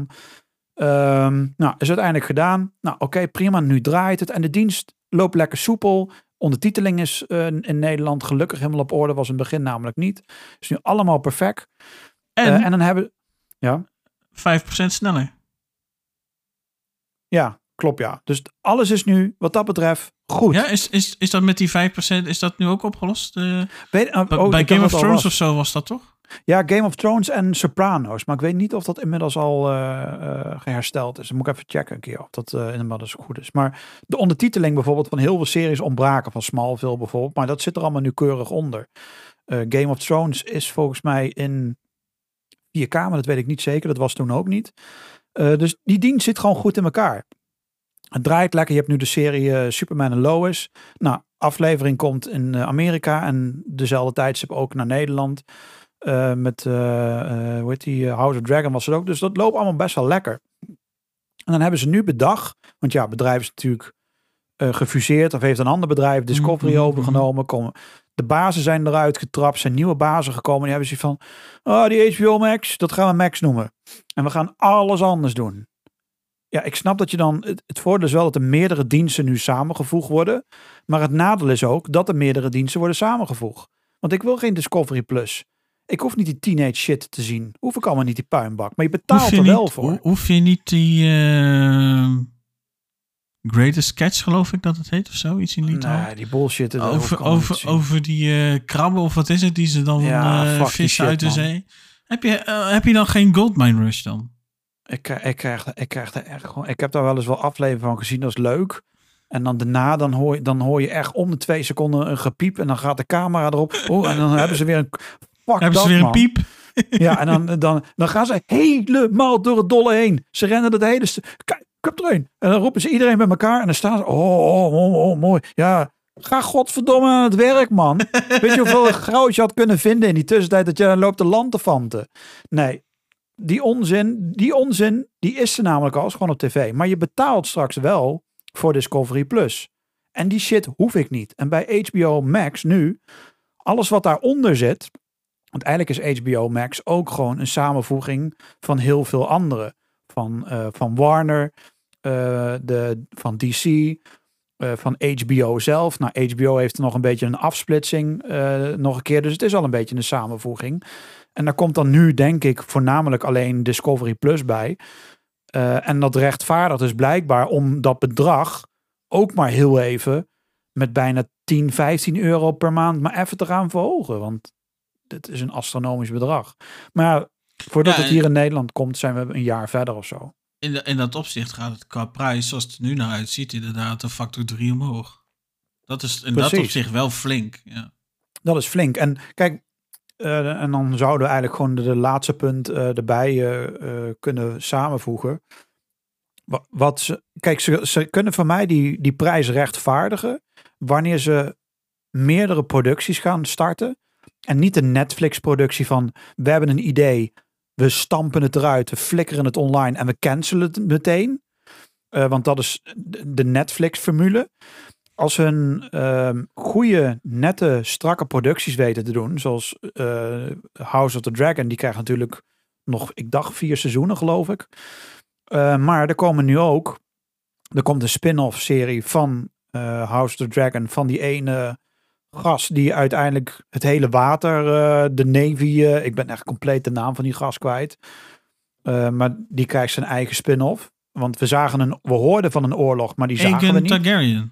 S6: Um, nou, is uiteindelijk gedaan. Nou, oké, okay, prima. Nu draait het. En de dienst loopt lekker soepel. Ondertiteling is uh, in Nederland gelukkig helemaal op orde. Was in het begin namelijk niet. Is nu allemaal perfect.
S1: En,
S6: uh, en dan hebben... Ja?
S1: vijf procent sneller.
S6: Ja, klopt ja. Dus alles is nu wat dat betreft goed.
S1: Ja, is, is, is dat met die vijf procent, is dat nu ook opgelost? Uh,
S6: Weet, uh,
S1: bij
S6: oh,
S1: bij Game of Thrones of zo was dat toch?
S6: Ja, Game of Thrones en Sopranos. Maar ik weet niet of dat inmiddels al uh, uh, gehersteld is. Dan moet ik even checken een keer of dat uh, inmiddels goed is. Maar de ondertiteling bijvoorbeeld van heel veel series ontbraken. Van Smallville bijvoorbeeld. Maar dat zit er allemaal nu keurig onder. Uh, Game of Thrones is volgens mij in vier K, maar dat weet ik niet zeker. Dat was toen ook niet. Uh, dus die dienst zit gewoon goed in elkaar. Het draait lekker. Je hebt nu de serie uh, Superman en Lois. Nou, aflevering komt in uh, Amerika. En dezelfde tijdstip ook naar Nederland. Uh, met, uh, uh, hoe heet die, House of Dragon was het ook. Dus dat loopt allemaal best wel lekker. En dan hebben ze nu bedacht, want ja, het bedrijf is natuurlijk uh, gefuseerd, of heeft een ander bedrijf Discovery mm-hmm. overgenomen. Komen, de bazen zijn eruit getrapt, zijn nieuwe bazen gekomen. Die hebben ze van, oh, die H B O Max, dat gaan we Max noemen. En we gaan alles anders doen. Ja, ik snap dat je dan, het, het voordeel is wel dat er meerdere diensten nu samengevoegd worden. Maar het nadeel is ook dat er meerdere diensten worden samengevoegd. Want ik wil geen Discovery Plus. Ik hoef niet die teenage shit te zien. Hoef ik allemaal niet die puinbak. Maar je betaalt je er wel
S1: niet,
S6: voor.
S1: Ho- hoef je niet die uh, Greatest Catch, geloof ik dat het heet of zo? Iets in die taal?
S6: Nee, die bullshit.
S1: Over, over, over die uh, krabben of wat is het? Die ze dan
S6: ja,
S1: uh, vissen uit de man. zee. Heb je, uh, heb je dan geen Goldmine Rush dan?
S6: Ik, ik, krijg, ik krijg er echt gewoon... Ik heb daar wel eens wel afleveringen van gezien. Dat is leuk. En dan daarna, dan hoor, je, dan hoor je echt om de twee seconden een gepiep. En dan gaat de camera erop. Oh, en dan hebben ze weer een... Fuck
S1: hebben
S6: dat,
S1: ze weer
S6: man.
S1: een piep?
S6: Ja, en dan, dan, dan gaan ze helemaal door het dolle heen. Ze rennen het hele... St- Kijk, ik heb er een. En dan roepen ze iedereen bij elkaar. En dan staan ze... Oh, oh, oh, oh mooi. Ja, ga godverdomme aan het werk, man. Weet je hoeveel goud je had kunnen vinden in die tussentijd dat je dan loopt te lantefanten? Nee, die onzin, die onzin, die is er namelijk al. Is gewoon op tv. Maar je betaalt straks wel voor Discovery Plus. En die shit hoef ik niet. En bij H B O Max nu, alles wat daaronder zit... Want eigenlijk is H B O Max ook gewoon een samenvoeging van heel veel andere. Van, uh, van Warner, uh, de, van D C, uh, van H B O zelf. Nou, H B O heeft nog een beetje een afsplitsing uh, nog een keer. Dus het is al een beetje een samenvoeging. En daar komt dan nu, denk ik, voornamelijk alleen Discovery Plus bij. Uh, en dat rechtvaardigt dus blijkbaar om dat bedrag ook maar heel even met bijna tien, vijftien euro per maand maar even te gaan verhogen. Want dit is een astronomisch bedrag. Maar ja, voordat
S1: Ja,
S6: het hier in Nederland komt, zijn we een jaar verder of zo.
S1: In, de, in dat opzicht gaat het qua prijs, zoals het er nu naar uitziet, inderdaad een factor drie omhoog. Dat is in
S6: Precies.
S1: dat opzicht wel flink. Ja.
S6: Dat is flink. En kijk, uh, en dan zouden we eigenlijk gewoon de, de laatste punt uh, erbij uh, uh, kunnen samenvoegen. Wat, wat ze, kijk, ze, ze kunnen voor mij die, die prijs rechtvaardigen wanneer ze meerdere producties gaan starten. En niet een Netflix-productie van, we hebben een idee, we stampen het eruit, we flikkeren het online en we cancelen het meteen. Uh, want dat is de Netflix-formule. Als ze een uh, goede, nette, strakke producties weten te doen, zoals uh, House of the Dragon, die krijgt natuurlijk nog, ik dacht, vier seizoenen, geloof ik. Uh, maar er komen nu ook, er komt een spin-off serie van uh, House of the Dragon, van die ene gast die uiteindelijk het hele water, uh, de Navy, uh, ik ben echt compleet de naam van die gast kwijt. Uh, maar die krijgt zijn eigen spin-off. Want we zagen een, we hoorden van een oorlog, maar die zagen
S1: Aegon
S6: we niet.
S1: Targaryen.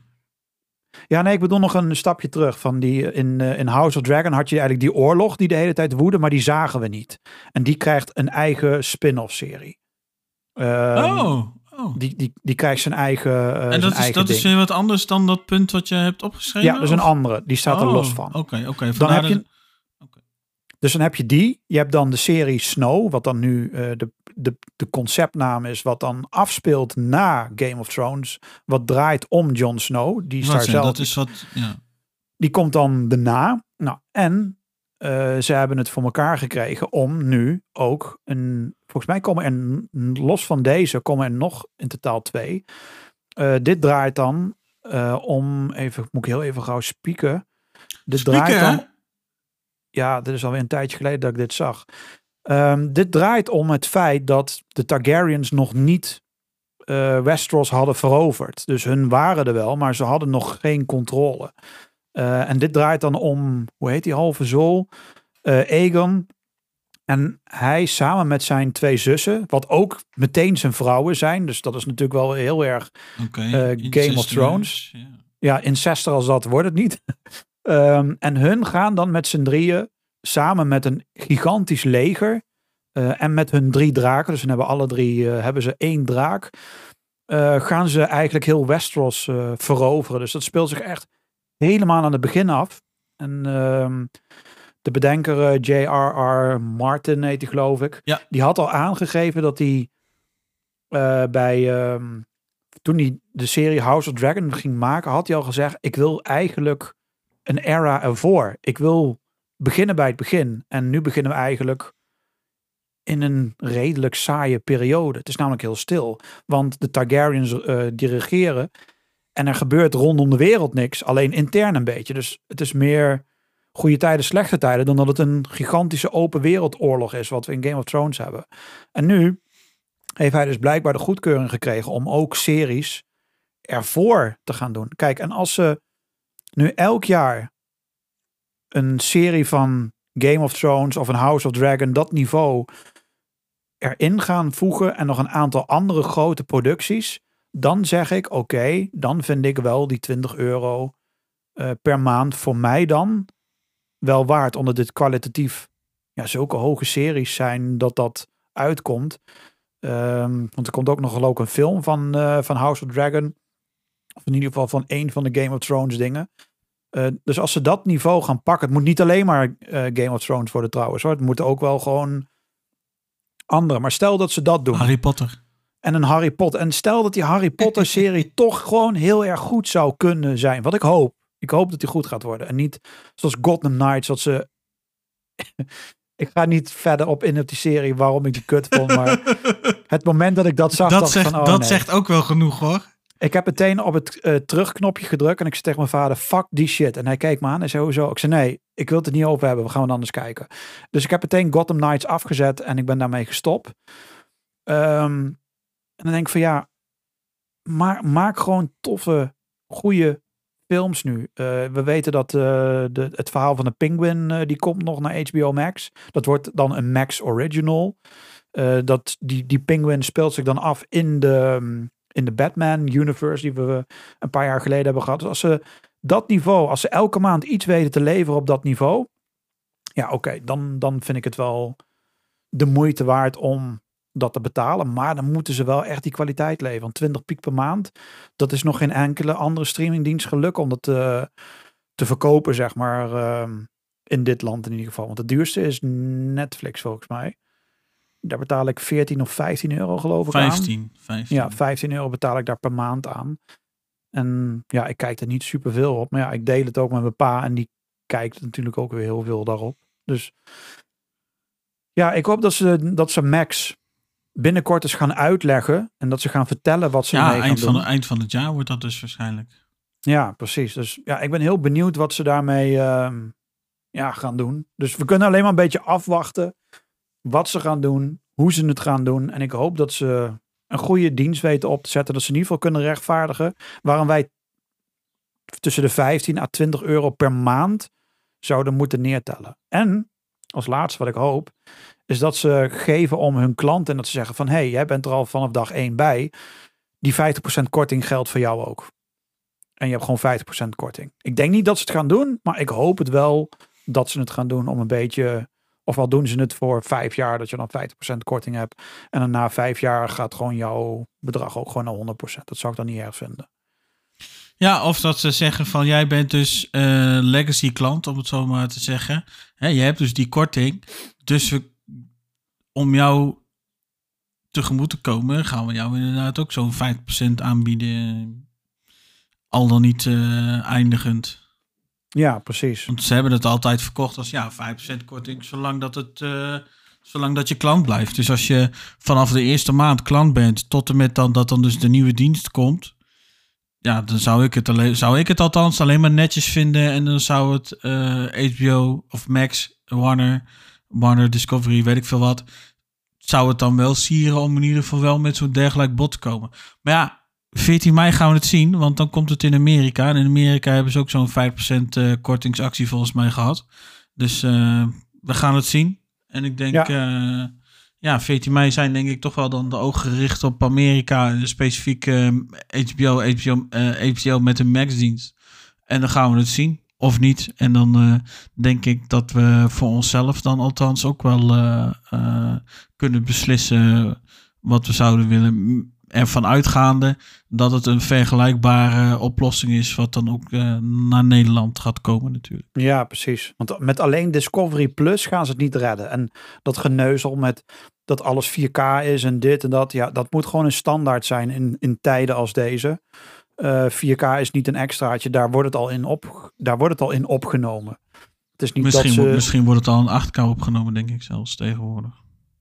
S6: Ja, nee, ik bedoel nog een stapje terug. Van die, in, uh, in House of Dragon had je eigenlijk die oorlog die de hele tijd woedde, maar die zagen we niet. En die krijgt een eigen spin-off serie. Uh,
S1: Oh, oh.
S6: Die, die, die krijgt zijn eigen uh,
S1: En
S6: zijn
S1: dat, is,
S6: eigen
S1: dat
S6: ding.
S1: is weer wat anders dan dat punt wat je hebt opgeschreven?
S6: Ja, dat is een
S1: of?
S6: andere. Die staat er
S1: Oh,
S6: los van.
S1: Oké, okay, oké. Okay.
S6: Dan heb je,
S1: dat... okay.
S6: Dus dan heb je die. Je hebt dan de serie Snow, wat dan nu uh, de, de, de conceptnaam is, wat dan afspeelt na Game of Thrones. Wat draait om Jon Snow. Die is
S1: Wat
S6: daar
S1: zijn,
S6: zelf.
S1: dat is wat, ja.
S6: Die komt dan daarna. Nou, en uh, ze hebben het voor elkaar gekregen om nu ook een. Volgens mij komen er los van deze komen er nog in totaal twee. Uh, dit draait dan uh, om. Even, moet ik heel even gauw spieken. Dit
S1: Spieken,
S6: draait dan.
S1: hè?
S6: Ja, dit is alweer een tijdje geleden dat ik dit zag. Um, dit draait om het feit dat de Targaryens nog niet uh, Westeros hadden veroverd. Dus hun waren er wel, maar ze hadden nog geen controle. Uh, en dit draait dan om, hoe heet die halve zool? Uh, Aegon. En hij samen met zijn twee zussen, wat ook meteen zijn vrouwen zijn. Dus dat is natuurlijk wel heel erg
S1: Okay.
S6: uh, Game of Thrones.
S1: Ja.
S6: Ja, incester als dat wordt het niet. um, en hun gaan dan met z'n drieën samen met een gigantisch leger uh, en met hun drie draken, dus ze hebben alle drie uh, hebben ze één draak, uh, gaan ze eigenlijk heel Westeros uh, veroveren. Dus dat speelt zich echt helemaal aan het begin af. En uh, de bedenker uh, J R R Martin heet die, geloof ik.
S1: Ja.
S6: Die had al aangegeven dat hij uh, bij uh, toen hij de serie House of Dragon ging maken, had hij al gezegd, ik wil eigenlijk een era ervoor. Ik wil beginnen bij het begin. En nu beginnen we eigenlijk in een redelijk saaie periode. Het is namelijk heel stil. Want de Targaryens uh, die regeren en er gebeurt rondom de wereld niks. Alleen intern een beetje. Dus het is meer goede tijden, slechte tijden, dan dat het een gigantische open wereldoorlog is wat we in Game of Thrones hebben. En nu heeft hij dus blijkbaar de goedkeuring gekregen om ook series ervoor te gaan doen. Kijk, en als ze nu elk jaar een serie van Game of Thrones of een House of Dragon, dat niveau erin gaan voegen en nog een aantal andere grote producties, dan zeg ik, oké, okay, dan vind ik wel die twintig euro uh, per maand voor mij dan wel waard, omdat dit kwalitatief ja, zulke hoge series zijn dat dat uitkomt. Um, want er komt ook nog geloof ik een film van, uh, van House of Dragon. Of in ieder geval van één van de Game of Thrones dingen. Uh, dus als ze dat niveau gaan pakken, het moet niet alleen maar uh, Game of Thrones worden trouwens hoor. Het moeten ook wel gewoon andere. Maar stel dat ze dat doen.
S1: Harry Potter.
S6: En een Harry Potter. En stel dat die Harry Potter serie toch gewoon heel erg goed zou kunnen zijn. Wat ik hoop. Ik hoop dat die goed gaat worden. En niet zoals Gotham Knights, dat ze... Ik ga niet verder op in op die serie waarom ik die kut vond. Maar het moment dat ik dat zag,
S1: dat
S6: dacht
S1: zegt,
S6: van, oh,
S1: dat
S6: nee.
S1: zegt ook wel genoeg hoor.
S6: Ik heb meteen op het uh, terugknopje gedrukt en ik zei tegen mijn vader, fuck die shit. En hij keek me aan en zei, hoezo? Ik zei, nee, ik wil het er niet over hebben. We gaan het anders kijken. Dus ik heb meteen Gotham Knights afgezet en ik ben daarmee gestopt. Um, en dan denk ik van, ja, maak, maak gewoon toffe, goede films nu. Uh, we weten dat uh, de, het verhaal van de Penguin, uh, die komt nog naar H B O Max. Dat wordt dan een Max Original. Uh, dat, die, die Penguin speelt zich dan af in de... Um, in de Batman universe die we een paar jaar geleden hebben gehad. Dus als ze dat niveau, als ze elke maand iets weten te leveren op dat niveau, ja, oké, okay, dan, dan vind ik het wel de moeite waard om dat te betalen. Maar dan moeten ze wel echt die kwaliteit leveren. Want twintig piek per maand, dat is nog geen enkele andere streamingdienst gelukt om dat te, te verkopen, zeg maar, uh, in dit land in ieder geval. Want het duurste is Netflix volgens mij. Daar betaal ik veertien of vijftien euro geloof ik
S1: vijftien,
S6: aan.
S1: vijftien.
S6: Ja, vijftien euro betaal ik daar per maand aan. En ja, ik kijk er niet superveel op. Maar ja, ik deel het ook met mijn pa en die kijkt natuurlijk ook weer heel veel daarop. Dus ja, ik hoop dat ze, dat ze Max binnenkort eens gaan uitleggen en dat ze gaan vertellen wat ze
S1: ja,
S6: mee gaan
S1: eind
S6: doen.
S1: Van, eind van het jaar wordt dat dus waarschijnlijk.
S6: Ja, precies. Dus ja, ik ben heel benieuwd wat ze daarmee uh, ja, gaan doen. Dus we kunnen alleen maar een beetje afwachten wat ze gaan doen, hoe ze het gaan doen. En ik hoop dat ze een goede dienst weten op te zetten, dat ze in ieder geval kunnen rechtvaardigen waarom wij tussen de vijftien à twintig euro per maand zouden moeten neertellen. En als laatste wat ik hoop, is dat ze geven om hun klanten en dat ze zeggen van, hé, hey, jij bent er al vanaf dag één bij. Die vijftig procent korting geldt voor jou ook. En je hebt gewoon vijftig procent korting. Ik denk niet dat ze het gaan doen, maar ik hoop het wel dat ze het gaan doen om een beetje, ofwel doen ze het voor vijf jaar, dat je dan vijftig procent korting hebt. En dan na vijf jaar gaat gewoon jouw bedrag ook gewoon naar honderd procent. Dat zou ik dan niet erg vinden.
S1: Ja, of dat ze zeggen van, jij bent dus uh, legacy klant, om het zo maar te zeggen. Hè, je hebt dus die korting. Dus we, om jou tegemoet te komen, gaan we jou inderdaad ook zo'n vijftig procent aanbieden. Al dan niet uh, eindigend.
S6: Ja, precies.
S1: Want ze hebben het altijd verkocht als ja, vijf procent korting, zolang dat het uh, zolang dat je klant blijft. Dus als je vanaf de eerste maand klant bent, tot en met dan dat dan dus de nieuwe dienst komt, ja, dan zou ik het alleen, zou ik het althans alleen maar netjes vinden. En dan zou het uh, H B O of Max, Warner, Warner Discovery, weet ik veel wat, zou het dan wel sieren om in ieder geval wel met zo'n dergelijk bod te komen. Maar ja, veertien mei gaan we het zien, want dan komt het in Amerika. En in Amerika hebben ze ook zo'n vijf procent uh, kortingsactie volgens mij gehad. Dus uh, we gaan het zien. En ik denk, ja. Uh, ja, veertien mei zijn denk ik toch wel dan de ogen gericht op Amerika. En specifiek uh, H B O, H B O, uh, H B O met een Max-dienst. En dan gaan we het zien, of niet. En dan uh, denk ik dat we voor onszelf dan althans ook wel uh, uh, kunnen beslissen wat we zouden willen. Ervan uitgaande dat het een vergelijkbare oplossing is, wat dan ook uh, naar Nederland gaat komen natuurlijk.
S6: Ja, precies. Want met alleen Discovery Plus gaan ze het niet redden. En dat geneuzel met dat alles vier K is en dit en dat, ja, dat moet gewoon een standaard zijn in, in tijden als deze. Uh, vier K is niet een extraatje, daar wordt het al in, op, daar wordt het al in opgenomen. Het is niet
S1: misschien,
S6: dat ze...
S1: misschien wordt het al in acht K opgenomen, denk ik zelfs tegenwoordig.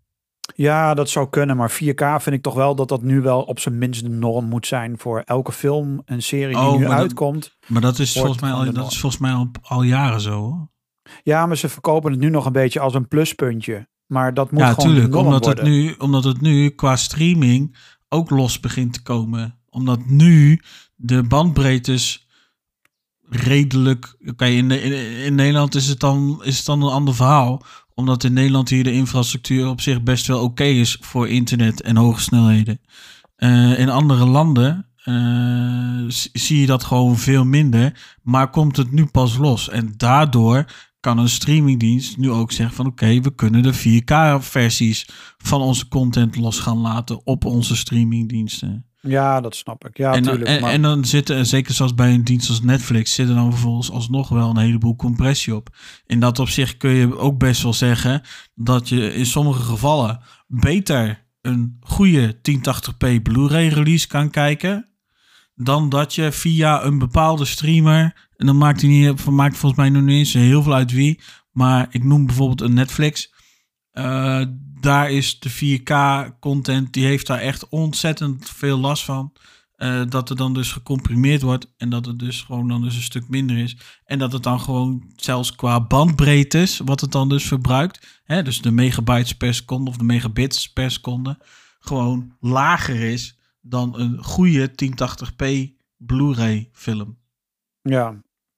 S6: Ja, dat zou kunnen, maar vier K vind ik toch wel dat dat nu wel op zijn minst de norm moet zijn voor elke film en serie die oh, nu maar uitkomt.
S1: Dat, maar dat is volgens mij al, dat is volgens mij al, al jaren zo, hoor.
S6: Ja, maar ze verkopen het nu nog een beetje als een pluspuntje. Maar dat moet
S1: ja,
S6: gewoon
S1: tuurlijk,
S6: de norm
S1: omdat
S6: worden.
S1: Het nu, omdat het nu qua streaming ook los begint te komen. Omdat nu de bandbreedtes redelijk... Oké, okay, in, in, in Nederland is het, dan, is het dan een ander verhaal. Omdat in Nederland hier de infrastructuur op zich best wel oké okay is voor internet en hoge snelheden. Uh, in andere landen uh, zie je dat gewoon veel minder. Maar komt het nu pas los. En daardoor kan een streamingdienst nu ook zeggen van oké, okay, we kunnen de vier K versies van onze content los gaan laten op onze streamingdiensten.
S6: Ja, dat snap ik. Ja,
S1: en,
S6: tuurlijk,
S1: en,
S6: maar...
S1: en dan zitten, zeker zoals bij een dienst als Netflix, zit er dan vervolgens alsnog wel een heleboel compressie op. In dat opzicht kun je ook best wel zeggen dat je in sommige gevallen beter een goede tien tachtig p Blu-ray release kan kijken dan dat je via een bepaalde streamer, en dan maakt hij niet, maakt volgens mij nog niet eens heel veel uit wie, maar ik noem bijvoorbeeld een Netflix. Uh, daar is de vier K content, die heeft daar echt ontzettend veel last van. Uh, dat er dan dus gecomprimeerd wordt en dat het dus gewoon dan dus een stuk minder is. En dat het dan gewoon zelfs qua bandbreedtes, wat het dan dus verbruikt, hè, dus de megabytes per seconde of de megabits per seconde, gewoon lager is dan een goede tien tachtig p Blu-ray film.
S6: Ja.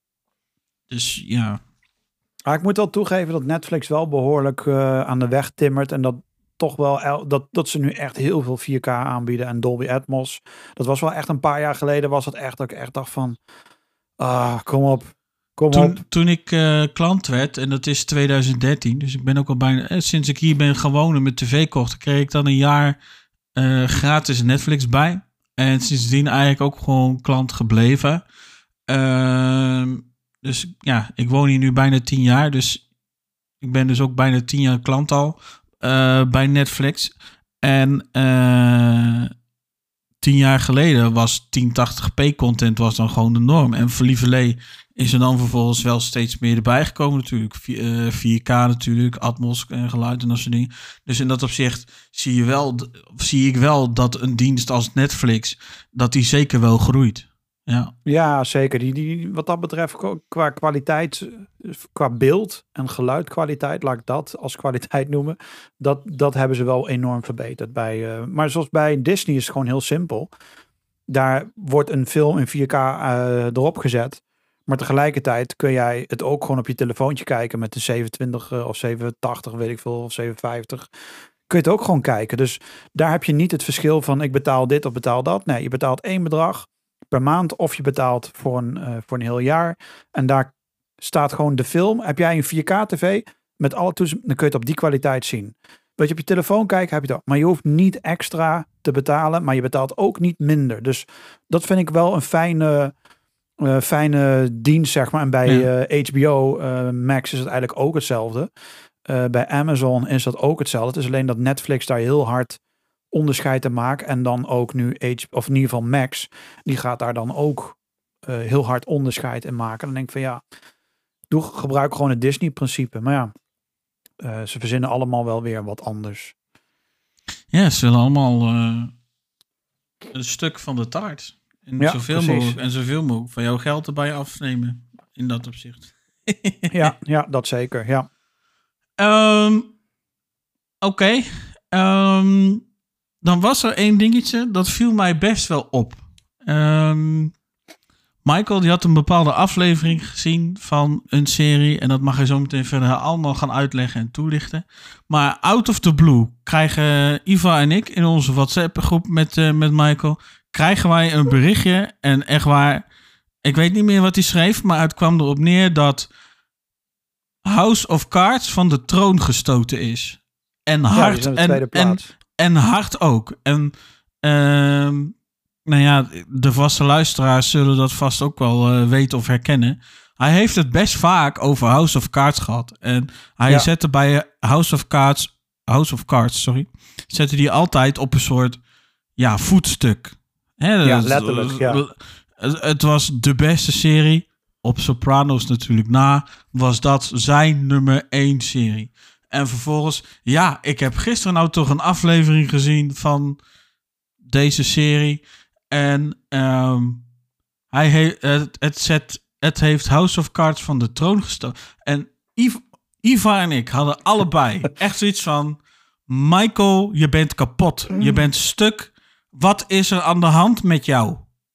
S1: Dus ja...
S6: Maar ik moet wel toegeven dat Netflix wel behoorlijk uh, aan de weg timmert. En dat toch wel el- dat, dat ze nu echt heel veel vier K aanbieden en Dolby Atmos. Dat was wel echt een paar jaar geleden was het echt dat ik echt dacht van... Ah, kom op. Kom
S1: Toen,
S6: op.
S1: toen ik uh, klant werd, en dat is twintig dertien, dus ik ben ook al bijna... Eh, sinds ik hier ben gewoond met tv kocht, kreeg ik dan een jaar uh, gratis Netflix bij. En sindsdien eigenlijk ook gewoon klant gebleven. Uh, dus ja, ik woon hier nu bijna tien jaar, dus ik ben dus ook bijna tien jaar klant al uh, bij Netflix. En uh, tien jaar geleden was tien tachtig p content was dan gewoon de norm. En voor lieverlee is er dan vervolgens wel steeds meer erbij gekomen natuurlijk. vier K natuurlijk, Atmos en geluid en dat soort dingen. Dus in dat opzicht zie, je wel, zie ik wel dat een dienst als Netflix, dat die zeker wel groeit. Ja,
S6: ja zeker. Die, die, wat dat betreft, qua kwaliteit, qua beeld en geluidkwaliteit, laat ik dat als kwaliteit noemen, dat, dat hebben ze wel enorm verbeterd. Bij, uh, maar zoals bij Disney is het gewoon heel simpel. Daar wordt een film in vier K uh, erop gezet, maar tegelijkertijd kun jij het ook gewoon op je telefoontje kijken met de zevenentwintig uh, of zevenentachtig, weet ik veel, of zevenenvijftig. Kun je het ook gewoon kijken. Dus daar heb je niet het verschil van ik betaal dit of betaal dat. Nee, je betaalt één bedrag per maand of je betaalt voor een, uh, voor een heel jaar. En daar staat gewoon de film. Heb jij een vier K tv met alle toetsen, dan kun je het op die kwaliteit zien. Wil je op je telefoon kijken, heb je dat. Maar je hoeft niet extra te betalen, maar je betaalt ook niet minder. Dus dat vind ik wel een fijne, uh, fijne dienst, zeg maar. En bij ja. uh, H B O uh, Max is het eigenlijk ook hetzelfde. Uh, bij Amazon is dat ook hetzelfde. Het is alleen dat Netflix daar heel hard onderscheid te maken. En dan ook nu, H, of in ieder geval Max, die gaat daar dan ook uh, heel hard onderscheid in maken. Dan denk ik van ja, doe, gebruik gewoon het Disney-principe. Maar ja, uh, ze verzinnen allemaal wel weer wat anders.
S1: Ja, ze willen allemaal uh, een stuk van de taart. En,
S6: ja,
S1: zoveel mogelijk, en zoveel mogelijk van jouw geld erbij afnemen. In dat opzicht.
S6: ja, ja, dat zeker, ja.
S1: Um, Oké. Okay. Um, dan was er één dingetje, dat viel mij best wel op. Um, Michael, die had een bepaalde aflevering gezien van een serie. En dat mag hij zo meteen verder allemaal gaan uitleggen en toelichten. Maar out of the blue krijgen Iva en ik in onze WhatsApp groep met, uh, met Michael, krijgen wij een berichtje. En echt waar, ik weet niet meer wat hij schreef, maar het kwam erop neer dat House of Cards van de troon gestoten is. En hard,
S6: ja,
S1: en, en, en hard ook. En uh, nou ja, de vaste luisteraars zullen dat vast ook wel uh, weten of herkennen. Hij heeft het best vaak over House of Cards gehad. En hij ja. zette bij House of Cards, House of Cards, sorry, zette die altijd op een soort ja, voetstuk. Hè,
S6: ja, letterlijk, ja.
S1: Het was de beste serie. Op Sopranos natuurlijk na, was dat zijn nummer één serie. En vervolgens, ja, ik heb gisteren nou toch een aflevering gezien van deze serie. En um, hij he- het, het, zet, het heeft House of Cards van de troon gestoten. En Iva, Iva en ik hadden allebei echt zoiets van, Michael, je bent kapot. Je bent stuk. Wat is er aan de hand met jou?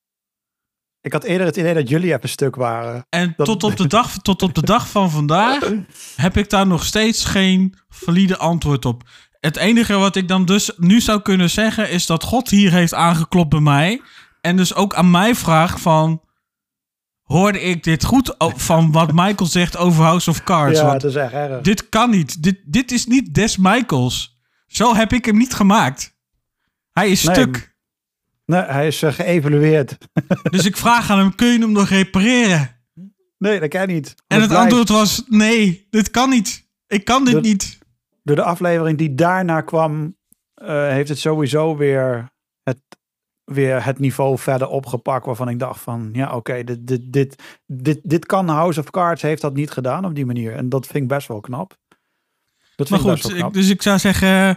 S6: Ik had eerder het idee dat jullie even stuk waren.
S1: En
S6: dat...
S1: tot, op de dag, tot op de dag van vandaag heb ik daar nog steeds geen valide antwoord op. Het enige wat ik dan dus nu zou kunnen zeggen is dat God hier heeft aangeklopt bij mij. En dus ook aan mij vraagt van, hoorde ik dit goed van wat Michael zegt over House of Cards?
S6: Ja,
S1: Want
S6: dat is echt erg.
S1: Dit kan niet. Dit, dit is niet Des Michaels. Zo heb ik hem niet gemaakt. Hij is
S6: nee.
S1: stuk.
S6: Nee, hij is uh, geëvalueerd.
S1: Dus ik vraag aan hem, kun je hem nog repareren?
S6: Nee, dat kan niet.
S1: En het blijft. Antwoord was, nee, dit kan niet. Ik kan dit
S6: door,
S1: niet.
S6: Door de aflevering die daarna kwam, uh, heeft het sowieso weer het, weer het niveau verder opgepakt. Waarvan ik dacht van, ja oké, okay, dit, dit, dit, dit, dit kan House of Cards, heeft dat niet gedaan op die manier. En dat vind ik best wel knap. Dat
S1: maar
S6: vind
S1: goed,
S6: ik knap.
S1: Ik, dus ik zou zeggen,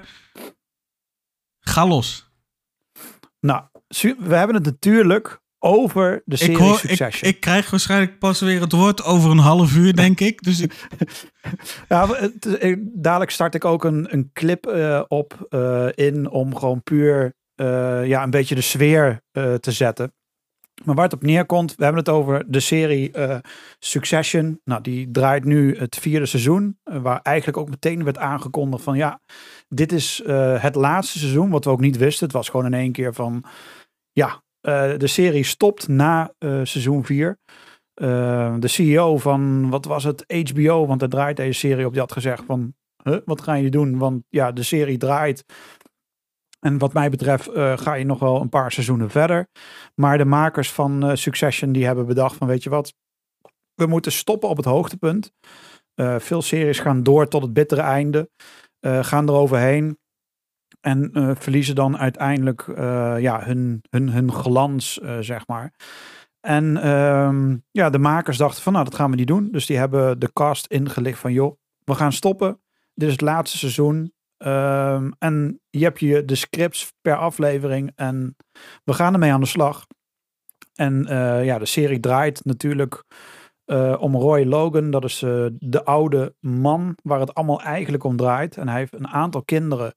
S1: ga los.
S6: Nou, we hebben het natuurlijk over de serie
S1: ik hoor,
S6: Succession.
S1: Ik, ik krijg waarschijnlijk pas weer het woord over een half uur, denk ik. Dus ik...
S6: ja, het, ik, dadelijk start ik ook een, een clip uh, op uh, in om gewoon puur uh, ja, een beetje de sfeer uh, te zetten. Maar waar het op neerkomt, we hebben het over de serie uh, Succession. Nou, die draait nu het vierde seizoen. Uh, waar eigenlijk ook meteen werd aangekondigd van ja, dit is uh, het laatste seizoen. Wat we ook niet wisten. Het was gewoon in één keer van ja, uh, de serie stopt na uh, seizoen vier. Uh, de C E O van, wat was het, H B O, want daar draait deze serie op, die had gezegd van, huh, wat ga je doen? Want ja, de serie draait. En wat mij betreft uh, ga je nog wel een paar seizoenen verder. Maar de makers van uh, Succession, die hebben bedacht van, weet je wat, we moeten stoppen op het hoogtepunt. Uh, veel series gaan door tot het bittere einde. Uh, gaan eroverheen. En uh, verliezen dan uiteindelijk uh, ja, hun, hun, hun glans, uh, zeg maar. En um, ja, de makers dachten van, nou, dat gaan we niet doen. Dus die hebben de cast ingelicht van, joh, we gaan stoppen. Dit is het laatste seizoen. Um, en je hebt je de scripts per aflevering. En we gaan ermee aan de slag. En uh, ja, de serie draait natuurlijk uh, om Roy Logan. Dat is uh, de oude man waar het allemaal eigenlijk om draait. En hij heeft een aantal kinderen.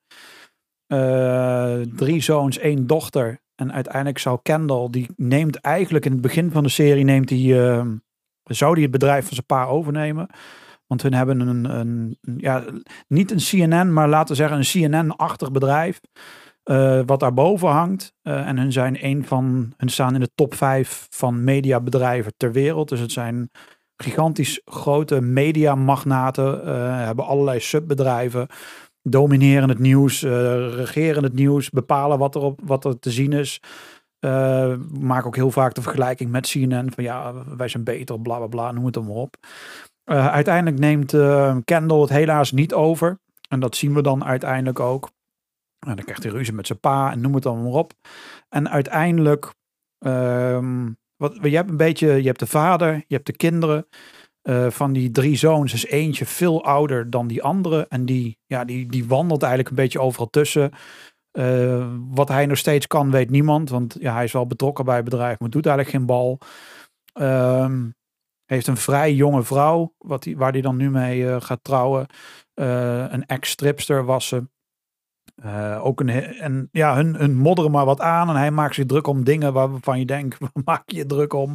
S6: Uh, drie zoons, één dochter. En uiteindelijk zou Kendall, die neemt eigenlijk in het begin van de serie, neemt hij, uh, zou die het bedrijf van zijn pa overnemen. Want hun hebben een, een, een ja, niet een C N N, maar laten we zeggen een C N N-achtig bedrijf. Uh, wat daarboven hangt. Uh, en hun zijn een van, hun staan in de top vijf van mediabedrijven ter wereld. Dus het zijn gigantisch grote mediamagnaten. Uh, hebben allerlei subbedrijven. Domineren het nieuws, uh, regeren het nieuws, bepalen wat er, op, wat er te zien is. Uh, maak ook heel vaak de vergelijking met C N N. Van ja, wij zijn beter, bla bla bla, noem het dan maar op. Uh, uiteindelijk neemt uh, Kendall het helaas niet over. En dat zien we dan uiteindelijk ook. En dan krijgt hij ruzie met zijn pa en noem het dan maar op. En uiteindelijk, um, wat, je hebt een beetje, je hebt de vader, je hebt de kinderen. Uh, van die drie zoons is eentje veel ouder dan die andere. En die, ja, die, die wandelt eigenlijk een beetje overal tussen. Uh, wat hij nog steeds kan, weet niemand. Want ja, hij is wel betrokken bij het bedrijf, maar doet eigenlijk geen bal. Um, heeft een vrij jonge vrouw, wat die, waar hij dan nu mee uh, gaat trouwen. Uh, een ex-stripster was ze. Uh, ook een, en ja, hun, hun modderen maar wat aan. En hij maakt zich druk om dingen waarvan je denkt, waar maak je je druk om?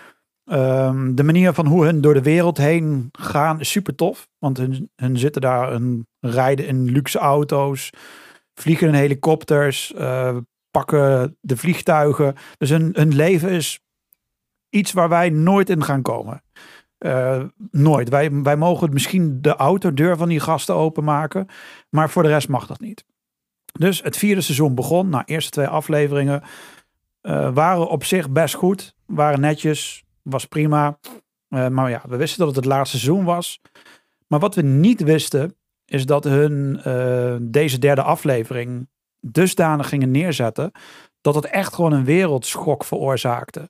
S6: Um, de manier van hoe hun door de wereld heen gaan is super tof. Want hun, hun zitten daar, hun rijden in luxe auto's, vliegen in helikopters, uh, pakken de vliegtuigen. Dus hun, hun leven is iets waar wij nooit in gaan komen. Uh, nooit. Wij, wij mogen misschien de autodeur van die gasten openmaken, maar voor de rest mag dat niet. Dus het vierde seizoen begon. Nou, eerste twee afleveringen uh, waren op zich best goed. Waren netjes. Was prima. Uh, maar ja, we wisten dat het het laatste seizoen was. Maar wat we niet wisten, is dat hun uh, deze derde aflevering dusdanig gingen neerzetten, dat het echt gewoon een wereldschok veroorzaakte.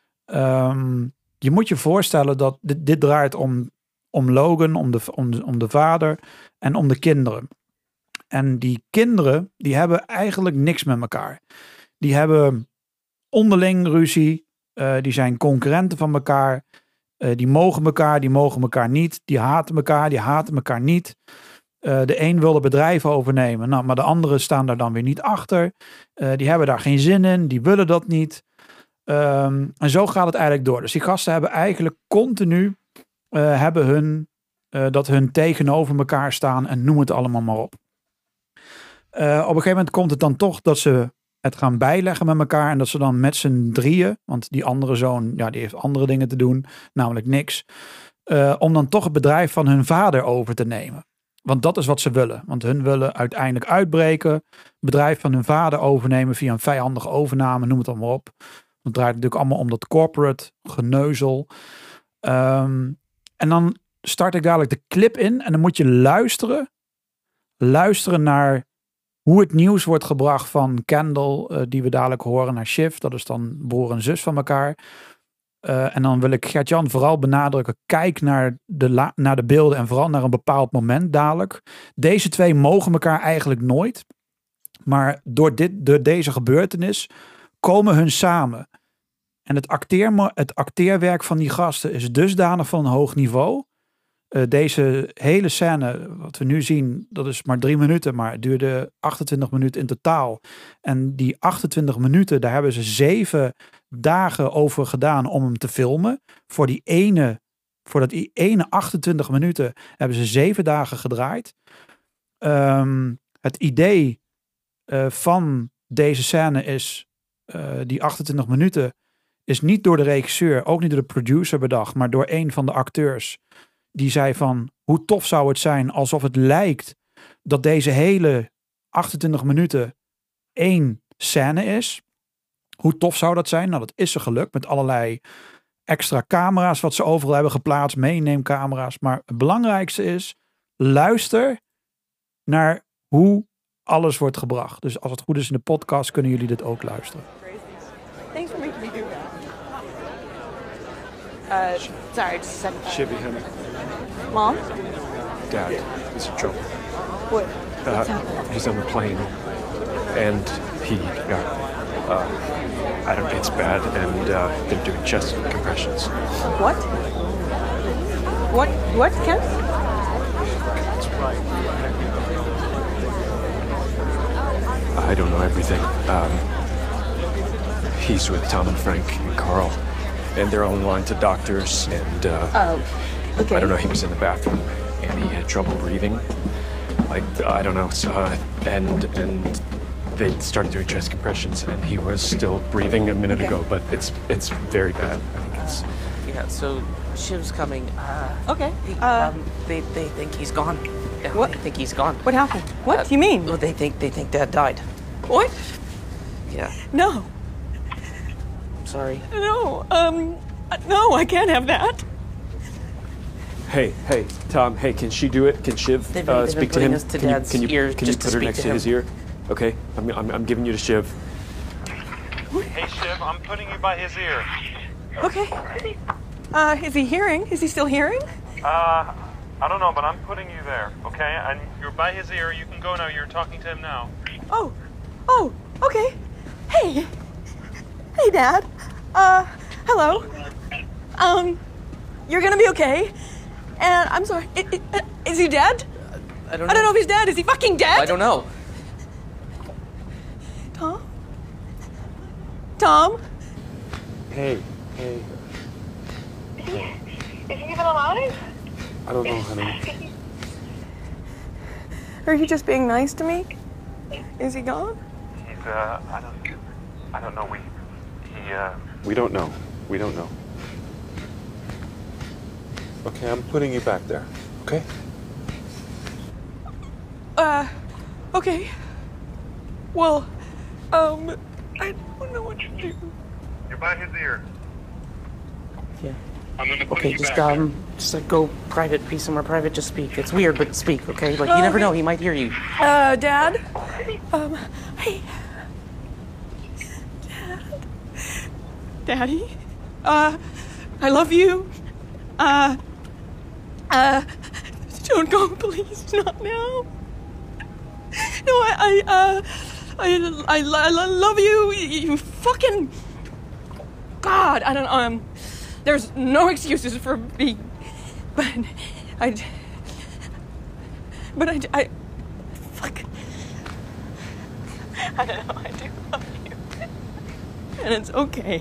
S6: Um, je moet je voorstellen dat dit, dit draait om, om Logan, om de, om, de, om de vader en om de kinderen. En die kinderen, die hebben eigenlijk niks met elkaar. Die hebben onderling ruzie. Uh, die zijn concurrenten van elkaar. Uh, die mogen elkaar, die mogen elkaar niet. Die haten elkaar, die haten elkaar niet. Uh, de een wil de bedrijven overnemen. Nou, maar de anderen staan daar dan weer niet achter. Uh, die hebben daar geen zin in. Die willen dat niet. Um, en zo gaat het eigenlijk door. Dus die gasten hebben eigenlijk continu uh, hebben hun, uh, dat hun tegenover elkaar staan en noem het allemaal maar op. Uh, op een gegeven moment komt het dan toch dat ze het gaan bijleggen met elkaar en dat ze dan met z'n drieën, want die andere zoon, ja, die heeft andere dingen te doen, namelijk niks, uh, om dan toch het bedrijf van hun vader over te nemen. Want dat is wat ze willen. Want hun willen uiteindelijk uitbreken, het bedrijf van hun vader overnemen via een vijandige overname, noem het allemaal op. Het draait natuurlijk allemaal om dat corporate geneuzel. Um, en dan start ik dadelijk de clip in en dan moet je luisteren. Luisteren naar hoe het nieuws wordt gebracht van Kendall, uh, die we dadelijk horen, naar Shiv. Dat is dan broer en zus van elkaar. Uh, en dan wil ik Gert-Jan vooral benadrukken. Kijk naar de, la- naar de beelden en vooral naar een bepaald moment dadelijk. Deze twee mogen elkaar eigenlijk nooit. Maar door, dit, door deze gebeurtenis komen hun samen. En het, acteer, het acteerwerk van die gasten is dusdanig van een hoog niveau. Uh, deze hele scène, wat we nu zien, dat is maar drie minuten, maar het duurde achtentwintig minuten in totaal. En die achtentwintig minuten, daar hebben ze zeven dagen over gedaan om hem te filmen. Voor die ene, voor dat die ene achtentwintig minuten hebben ze zeven dagen gedraaid. Um, het idee uh, van deze scène is, uh, die achtentwintig minuten is niet door de regisseur, ook niet door de producer bedacht, maar door een van de acteurs. Die zei van, hoe tof zou het zijn alsof het lijkt dat deze hele achtentwintig minuten één scène is. Hoe tof zou dat zijn? Nou, dat is ze gelukt met allerlei extra camera's wat ze overal hebben geplaatst, meeneemcamera's. Maar het belangrijkste is, luister naar hoe alles wordt gebracht. Dus als het goed is in de podcast, kunnen jullie dit ook luisteren.
S7: Thanks for making me do that. Uh, sorry, just a second.
S8: Chevy, honey.
S7: Mom?
S8: Dad, it's a joke.
S7: What?
S8: Uh, he's on the plane, and he got, uh, I don't know, it's bad, and uh, they're doing chest compressions.
S7: What? What? What, Ken?
S8: I don't know everything. Um, he's with Tom and Frank and Carl, and they're on the line to doctors, and uh,
S7: Oh, okay.
S8: I don't know, he was in the bathroom, and he had trouble breathing. Like, I don't know, so, uh, and and they started doing chest compressions, and he was still breathing a minute
S7: Okay.
S8: ago, but it's it's very bad. I think it's...
S9: Yeah, so Shiv's coming. Uh,
S7: Okay.
S9: he-
S7: Uh,
S9: um, they they think he's gone. Yeah,
S7: What?
S9: They think he's gone.
S7: what happened? What
S9: Uh,
S7: do you mean?
S9: Well, they think they think Dad died.
S7: What?
S9: Yeah,
S7: No.
S9: sorry.
S7: No. Um, no, I can't have that.
S8: Hey, hey, Tom, hey, can she do it? Can Shiv
S9: They've been-
S8: uh,
S9: they've
S8: speak
S9: been
S8: to him?
S9: putting us to
S8: can you,
S9: Dad's
S8: can you,
S9: ear
S8: can you
S9: just to
S8: put her
S9: speak
S8: next
S9: to
S8: to his
S9: him.
S8: ear? Okay, I'm, I'm, I'm giving you to Shiv.
S5: Hey, Shiv, I'm putting you by his ear.
S7: Okay. Uh, is he hearing? Is he still hearing?
S5: Uh, I don't know, but I'm putting you there, okay? And you're by his ear. You can go now. You're talking to him now.
S7: Oh. Oh, okay. Hey. Hey, Dad. Uh, hello. Um, you're gonna be okay. And I'm sorry. I- I- uh, is he dead?
S9: I don't know.
S7: I don't know if he's dead. Is he fucking dead?
S9: I don't know.
S7: Tom? Tom?
S8: Hey, hey,
S3: Is he even alive?
S8: I don't know, honey.
S7: Are you just being nice to me? Is he gone?
S5: He's, uh, I don't, I don't know. We, he, uh,
S8: We don't know. We don't know. Okay, I'm putting you back there. Okay?
S7: Uh, okay. Well, um, I don't know what to do.
S5: you're by his ear.
S9: Yeah.
S5: I'm gonna put
S9: Okay,
S5: you
S9: just
S5: back.
S9: um, just like go private, be somewhere private. Just speak. It's weird, but speak. Okay, like you never know. He might hear you.
S7: Uh, Dad? Um, hey. Dad? Daddy? Uh, I love you. Uh, uh, don't go, please. Not now. No, I, I, uh, I, I, I, I love you. You fucking... God, I don't, um... There's no excuses for me, but I, but I, I, fuck. I don't know, I do love you. And it's okay.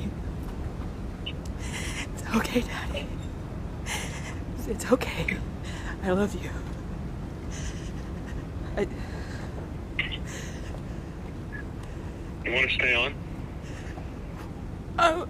S7: It's okay, Daddy. It's okay. I love you. I...
S5: You want to stay on?
S7: Oh...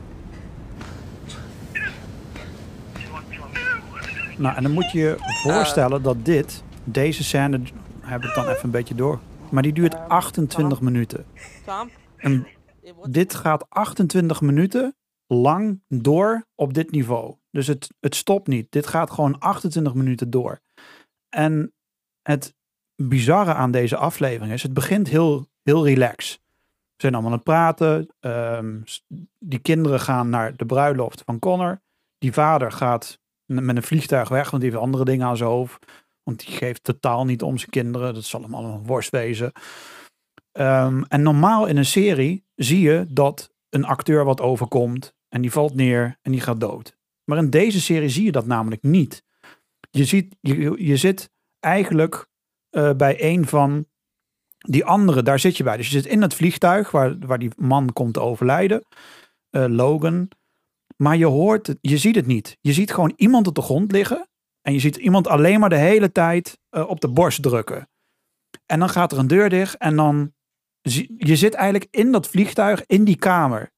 S6: Nou, en dan moet je je voorstellen dat dit, deze scène, heb ik dan even een beetje door. Maar die duurt achtentwintig minuten.
S9: Tom.
S6: En dit gaat achtentwintig minuten lang door op dit niveau. Dus het, het stopt niet. Dit gaat gewoon achtentwintig minuten door. En het bizarre aan deze aflevering is, het begint heel, heel relaxed. We zijn allemaal aan het praten. Um, die kinderen gaan naar de bruiloft van Connor. Die vader gaat met een vliegtuig weg, want die heeft andere dingen aan zijn hoofd. Want die geeft totaal niet om zijn kinderen. Dat zal hem allemaal een worst wezen. Um, en normaal in een serie zie je dat een acteur wat overkomt en die valt neer en die gaat dood. Maar in deze serie zie je dat namelijk niet. Je, ziet, je, je zit eigenlijk uh, bij een van die anderen, daar zit je bij. Dus je zit in het vliegtuig waar, waar die man komt te overlijden. Uh, Logan. Maar je hoort het, je ziet het niet. Je ziet gewoon iemand op de grond liggen. En je ziet iemand alleen maar de hele tijd uh, op de borst drukken. En dan gaat er een deur dicht. En dan, je zit eigenlijk in dat vliegtuig, in die kamer.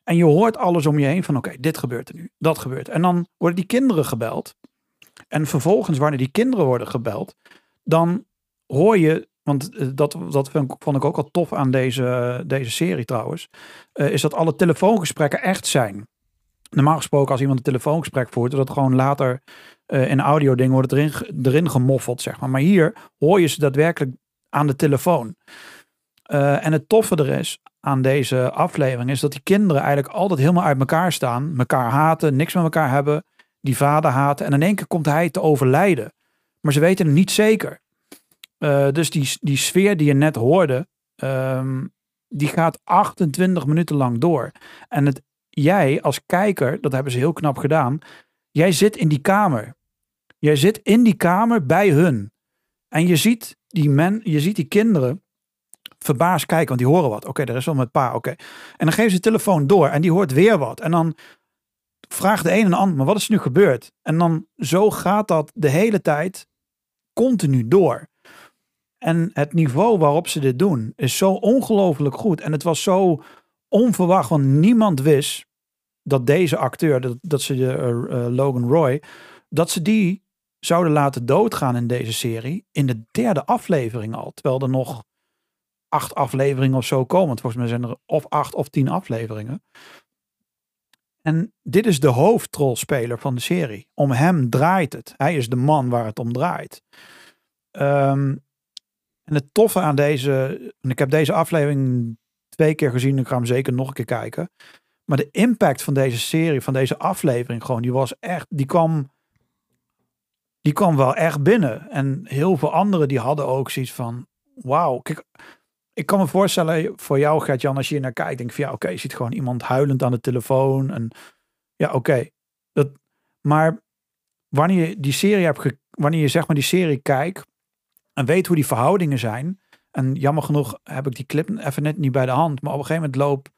S6: En je hoort alles om je heen van oké, okay, dit gebeurt er nu, dat gebeurt. En dan worden die kinderen gebeld. En vervolgens, wanneer die kinderen worden gebeld, dan hoor je, want dat, dat vond ik ook al tof aan deze, deze serie trouwens, uh, is dat alle telefoongesprekken echt zijn. Normaal gesproken als iemand een telefoongesprek voert, dat gewoon later uh, in audio dingen wordt erin, erin gemoffeld, zeg maar. Maar hier hoor je ze daadwerkelijk aan de telefoon. Uh, en het toffe er is aan deze aflevering is dat die kinderen eigenlijk altijd helemaal uit elkaar staan, elkaar haten, niks met elkaar hebben, die vader haten en in één keer komt hij te overlijden. Maar ze weten het niet zeker. Uh, dus die, die sfeer die je net hoorde, um, die gaat achtentwintig minuten lang door. En het, jij als kijker, dat hebben ze heel knap gedaan, jij zit in die kamer. Jij zit in die kamer bij hun. En je ziet die, men, je ziet die kinderen verbaasd kijken, want die horen wat. Oké, okay, er is wel met pa, oké. Okay. En dan geven ze de telefoon door en die hoort weer wat. En dan vraagt de een en de ander, maar wat is er nu gebeurd? En dan zo gaat dat de hele tijd continu door. En het niveau waarop ze dit doen is zo ongelooflijk goed. En het was zo onverwacht, want niemand wist dat deze acteur, dat, dat ze de uh, uh, Logan Roy, dat ze die zouden laten doodgaan in deze serie in de derde aflevering al. Terwijl er nog acht afleveringen of zo komen. Want volgens mij zijn er of acht of tien afleveringen. En dit is de hoofdrolspeler van de serie. Om hem draait het. Hij is de man waar het om draait. Um, en het toffe aan deze, en ik heb deze aflevering twee keer gezien, ik ga hem zeker nog een keer kijken. Maar de impact van deze serie, van deze aflevering gewoon, die was echt, die kwam, die kwam wel echt binnen. En heel veel anderen die hadden ook zoiets van, wauw. Kijk, ik kan me voorstellen voor jou, Gert-Jan, als je hier naar kijkt, denk ik van ja, oké, okay, je ziet gewoon iemand huilend aan de telefoon. En ja, oké. Okay, dat. Maar wanneer je die serie hebt, ge, wanneer je zeg maar die serie kijkt en weet hoe die verhoudingen zijn. En jammer genoeg heb ik die clip even net niet bij de hand. Maar op een gegeven moment loopt,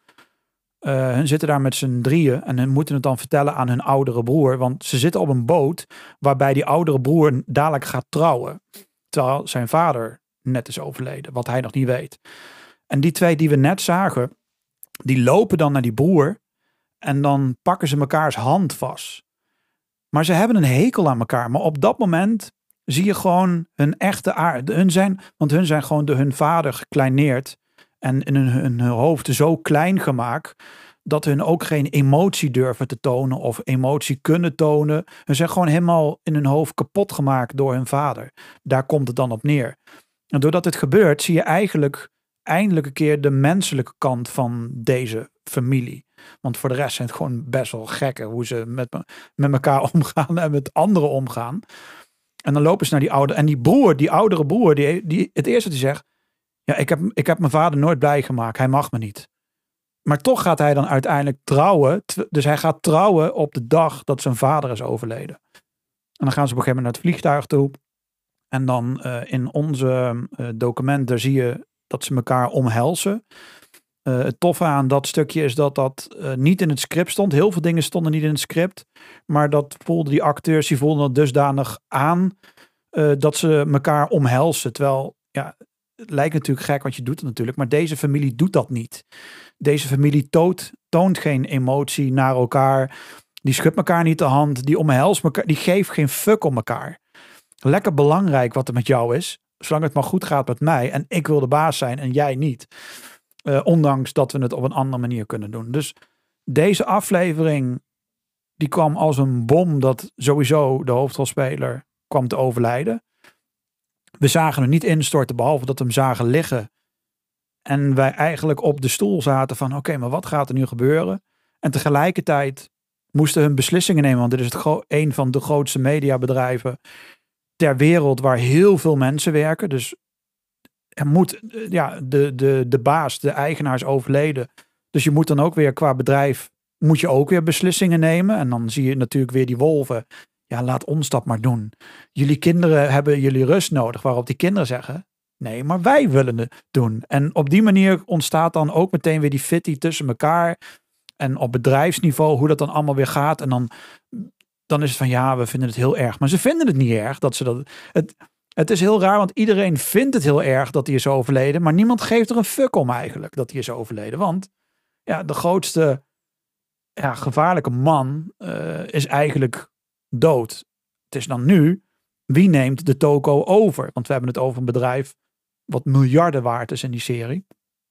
S6: uh, hun zitten daar met z'n drieën en hun moeten het dan vertellen aan hun oudere broer. Want ze zitten op een boot waarbij die oudere broer dadelijk gaat trouwen. Terwijl zijn vader net is overleden, wat hij nog niet weet. En die twee die we net zagen, die lopen dan naar die broer en dan pakken ze mekaars hand vast. Maar ze hebben een hekel aan elkaar. Maar op dat moment zie je gewoon hun echte aard. Hun zijn, want hun zijn gewoon door hun vader gekleineerd en in hun, hun hoofd zo klein gemaakt dat hun ook geen emotie durven te tonen of emotie kunnen tonen. Hun zijn gewoon helemaal in hun hoofd kapot gemaakt door hun vader. Daar komt het dan op neer. En doordat dit gebeurt, zie je eigenlijk eindelijk een keer de menselijke kant van deze familie. Want voor de rest zijn het gewoon best wel gekken hoe ze met, met elkaar omgaan en met anderen omgaan. En dan lopen ze naar die oude. En die broer, die oudere broer, die, die, het eerste die zegt, ja, ik heb, ik heb mijn vader nooit blij gemaakt. Hij mag me niet. Maar toch gaat hij dan uiteindelijk trouwen. Dus hij gaat trouwen op de dag dat zijn vader is overleden. En dan gaan ze op een gegeven moment naar het vliegtuig toe. En dan uh, in onze uh, document, daar zie je dat ze elkaar omhelzen. Uh, het toffe aan dat stukje is dat dat uh, niet in het script stond. Heel veel dingen stonden niet in het script. Maar dat voelden die acteurs, die voelden dat dusdanig aan uh, dat ze elkaar omhelzen. Terwijl, ja, het lijkt natuurlijk gek, want je doet het natuurlijk. Maar deze familie doet dat niet. Deze familie toont, toont geen emotie naar elkaar. Die schudt elkaar niet de hand. Die omhelst elkaar. Die geeft geen fuck om elkaar. Lekker belangrijk wat er met jou is. Zolang het maar goed gaat met mij. En ik wil de baas zijn en jij niet. Uh, ondanks dat we het op een andere manier kunnen doen. Dus deze aflevering, die kwam als een bom dat sowieso de hoofdrolspeler kwam te overlijden. We zagen hem niet instorten, behalve dat we hem zagen liggen. En wij eigenlijk op de stoel zaten van, oké, okay, maar wat gaat er nu gebeuren? En tegelijkertijd moesten hun beslissingen nemen, want dit is het gro- een van de grootste mediabedrijven ter wereld waar heel veel mensen werken. Dus er moet, ja, de, de, de baas, de eigenaar is overleden. Dus je moet dan ook weer qua bedrijf, moet je ook weer beslissingen nemen. En dan zie je natuurlijk weer die wolven. Ja, laat ons dat maar doen. Jullie kinderen hebben jullie rust nodig. Waarop die kinderen zeggen, nee, maar wij willen het doen. En op die manier ontstaat dan ook meteen weer die fitty tussen elkaar. En op bedrijfsniveau, hoe dat dan allemaal weer gaat. En dan, dan is het van, ja, we vinden het heel erg. Maar ze vinden het niet erg dat ze dat... Het, Het is heel raar, want iedereen vindt het heel erg dat hij is overleden. Maar niemand geeft er een fuck om eigenlijk dat hij is overleden. Want ja, de grootste ja, gevaarlijke man uh, is eigenlijk dood. Het is dan nu, wie neemt de toko over? Want we hebben het over een bedrijf wat miljarden waard is in die serie.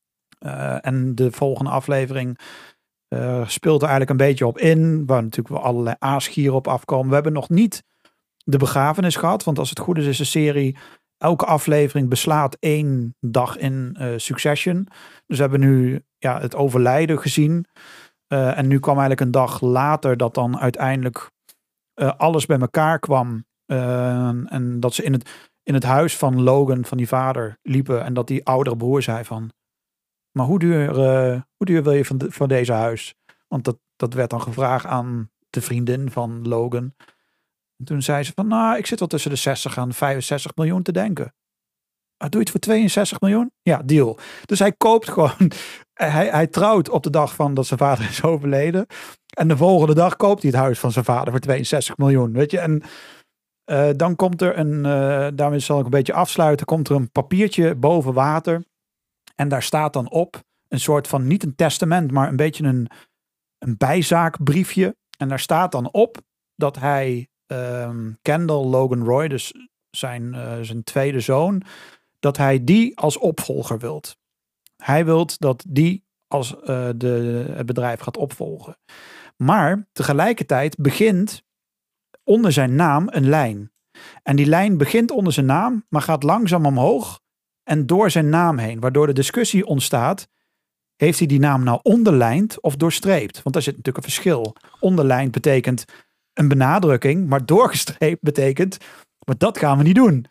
S6: Uh, en de volgende aflevering uh, speelt er eigenlijk een beetje op in. Waar natuurlijk wel allerlei aasgieren op afkomen. We hebben nog niet de begrafenis gehad. Want als het goed is, is de serie... Elke aflevering beslaat één dag in uh, Succession. Dus we hebben nu ja, het overlijden gezien. Uh, en nu kwam eigenlijk een dag later dat dan uiteindelijk uh, alles bij elkaar kwam. Uh, en dat ze in het, in het huis van Logan, van die vader, liepen. En dat die oudere broer zei van... Maar hoe duur, uh, hoe duur wil je van, de, van deze huis? Want dat, dat werd dan gevraagd aan de vriendin van Logan. En toen zei ze van, nou, ik zit wel tussen de zestig en vijfenzestig miljoen te denken. Ah, doe je het voor tweeënzestig miljoen? Ja, deal. Dus hij koopt gewoon, hij, hij trouwt op de dag van dat zijn vader is overleden. En de volgende dag koopt hij het huis van zijn vader voor tweeënzestig miljoen. Weet je, en uh, dan komt er een, uh, daarmee zal ik een beetje afsluiten, komt er een papiertje boven water. En daar staat dan op een soort van, niet een testament, maar een beetje een, een bijzaakbriefje. En daar staat dan op dat hij um, Kendall Logan Roy, dus zijn, uh, zijn tweede zoon, dat hij die als opvolger wilt. Hij wilt dat die als uh, de, het bedrijf gaat opvolgen. Maar tegelijkertijd begint onder zijn naam een lijn. En die lijn begint onder zijn naam, maar gaat langzaam omhoog en door zijn naam heen. Waardoor de discussie ontstaat, heeft hij die naam nou onderlijnd of doorstreept? Want daar zit natuurlijk een verschil. Onderlijnd betekent een benadrukking, maar doorgestreept betekent, maar dat gaan we niet doen.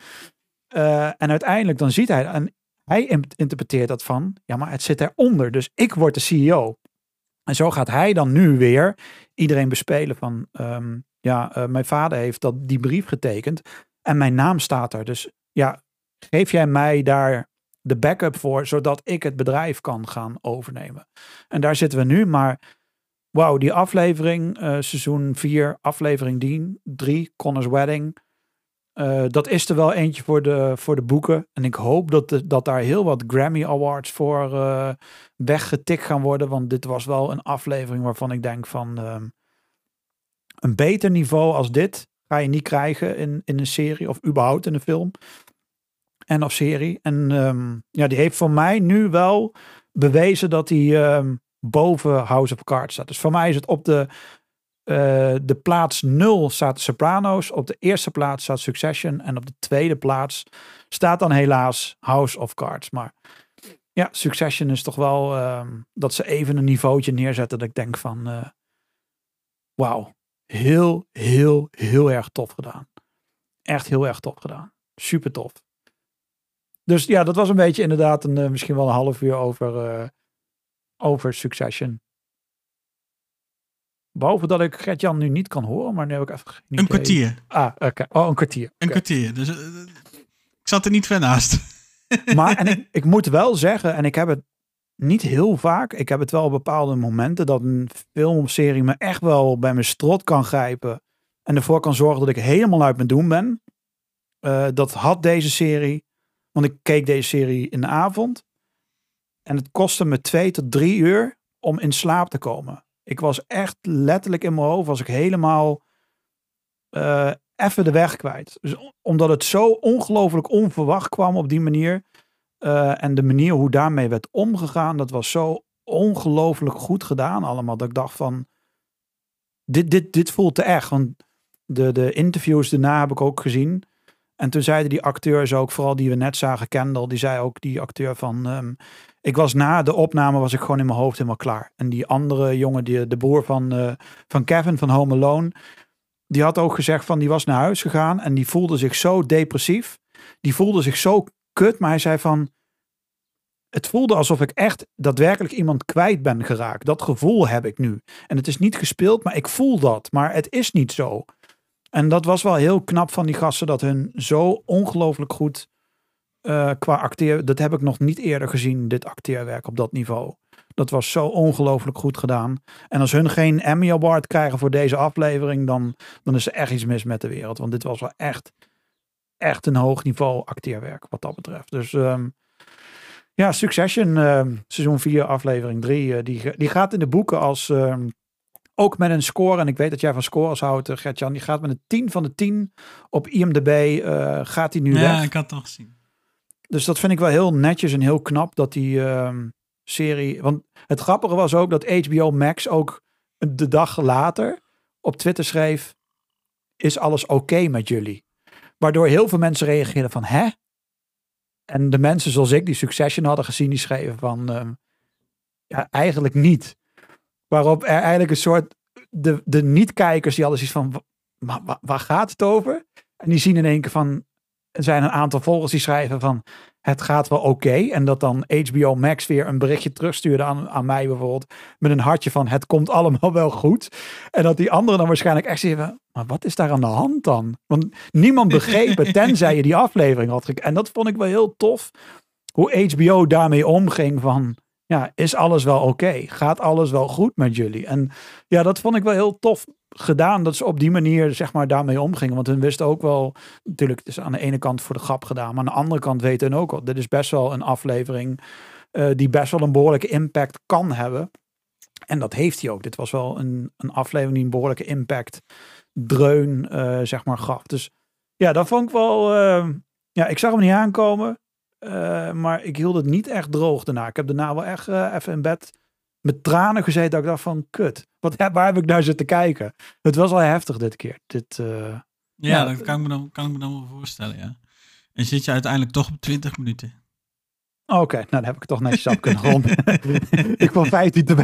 S6: Uh, en uiteindelijk dan ziet hij, en hij interpreteert dat van, ja, maar het zit eronder, dus ik word de C E O. En zo gaat hij dan nu weer iedereen bespelen van, um, ja, uh, mijn vader heeft dat, die brief getekend en mijn naam staat er. Dus ja, geef jij mij daar de backup voor, zodat ik het bedrijf kan gaan overnemen. En daar zitten we nu, maar wauw, die aflevering, uh, seizoen vier, aflevering drie, Connor's Wedding, uh, dat is er wel eentje voor de, voor de boeken. En ik hoop dat, de, dat daar heel wat Grammy Awards voor uh, weggetikt gaan worden, want dit was wel een aflevering waarvan ik denk van, um, een beter niveau als dit ga je niet krijgen in, in een serie of überhaupt in een film en of serie. En um, ja, die heeft voor mij nu wel bewezen dat hij um, boven House of Cards staat. Dus voor mij is het op de, uh, de plaats nul staat de Sopranos, op de eerste plaats staat Succession en op de tweede plaats staat dan helaas House of Cards. Maar ja, Succession is toch wel um, dat ze even een niveautje neerzetten dat ik denk van uh, wauw, heel, heel, heel erg tof gedaan. Echt heel erg tof gedaan. Super tof. Dus ja, dat was een beetje inderdaad een, uh, misschien wel een half uur over, uh, over Succession. Behalve dat ik Gert-Jan nu niet kan horen, maar nu heb ik even geen idee.
S1: Een kwartier.
S6: Ah, oké. Okay. Oh, een kwartier. Okay.
S1: Een kwartier. Dus uh, ik zat er niet ver naast.
S6: Maar en ik, ik moet wel zeggen, en ik heb het niet heel vaak, ik heb het wel op bepaalde momenten, dat een film of serie me echt wel bij mijn strot kan grijpen en ervoor kan zorgen dat ik helemaal uit mijn doen ben. Uh, dat had deze serie. Want ik keek deze serie in de avond. En het kostte me twee tot drie uur om in slaap te komen. Ik was echt letterlijk in mijn hoofd. Was ik helemaal uh, even de weg kwijt. Dus omdat het zo ongelooflijk onverwacht kwam op die manier. Uh, en de manier hoe daarmee werd omgegaan. Dat was zo ongelooflijk goed gedaan allemaal. Dat ik dacht van. Dit, dit, dit voelt te echt. Want de, de interviews daarna heb ik ook gezien. En toen zeiden die acteurs ook, vooral die we net zagen, Kendall, die zei ook, die acteur van, um, ik was na de opname, was ik gewoon in mijn hoofd helemaal klaar. En die andere jongen, die, de broer van, uh, van Kevin van Home Alone, die had ook gezegd van, die was naar huis gegaan en die voelde zich zo depressief. Die voelde zich zo kut, maar hij zei van, het voelde alsof ik echt daadwerkelijk iemand kwijt ben geraakt. Dat gevoel heb ik nu. En het is niet gespeeld, maar ik voel dat. Maar het is niet zo. En dat was wel heel knap van die gasten, dat hun zo ongelooflijk goed uh, qua acteer, dat heb ik nog niet eerder gezien, dit acteerwerk op dat niveau. Dat was zo ongelooflijk goed gedaan. En als hun geen Emmy Award krijgen voor deze aflevering, dan, dan is er echt iets mis met de wereld. Want dit was wel echt, echt een hoog niveau acteerwerk wat dat betreft. Dus um, ja, Succession, uh, seizoen vier, aflevering drie, uh, die, die gaat in de boeken als um, ook met een score, en ik weet dat jij van scores houdt, uh, Gert-Jan, die gaat met een tien van de tien op I M D B, uh, gaat hij nu
S1: ja,
S6: weg.
S1: Ja, ik had het al gezien.
S6: Dus dat vind ik wel heel netjes en heel knap dat die uh, serie... Want het grappige was ook dat H B O Max ook de dag later op Twitter schreef, is alles oké okay met jullie? Waardoor heel veel mensen reageerden van, hè? En de mensen zoals ik die Succession hadden gezien, die schreven van, uh, ja, eigenlijk niet. Waarop er eigenlijk een soort, de, de niet-kijkers die hadden zoiets van, waar, waar, waar gaat het over? En die zien in één keer van, er zijn een aantal volgers die schrijven van, het gaat wel oké. Okay. En dat dan H B O Max weer een berichtje terugstuurde aan, aan mij bijvoorbeeld, met een hartje van, het komt allemaal wel goed. En dat die anderen dan waarschijnlijk echt zeggen, maar wat is daar aan de hand dan? Want niemand begreep het, tenzij je die aflevering had gekeken. En dat vond ik wel heel tof, hoe H B O daarmee omging van, ja, is alles wel oké? Okay? Gaat alles wel goed met jullie? En ja, dat vond ik wel heel tof gedaan, dat ze op die manier, zeg maar, daarmee omgingen. Want hun wisten ook wel, natuurlijk, het is aan de ene kant voor de grap gedaan, maar aan de andere kant weten hun ook al, dit is best wel een aflevering uh, die best wel een behoorlijke impact kan hebben. En dat heeft hij ook. Dit was wel een, een aflevering die een behoorlijke impact dreun, uh, zeg maar, gaf. Dus ja, dat vond ik wel, uh, ja, ik zag hem niet aankomen, uh, maar ik hield het niet echt droog daarna. Ik heb daarna wel echt uh, even in bed met tranen gezeten, dat ik dacht van, kut, wat, waar heb ik naar zitten kijken? Het was al heftig dit keer. Dit, uh,
S1: ja,
S6: ja,
S1: dat kan ik, me dan, kan ik me dan wel voorstellen, ja. En zit je uiteindelijk toch op twintig minuten?
S6: Oké, okay, nou dan heb ik het toch netjes af kunnen ronden. Ik kwam vijftien te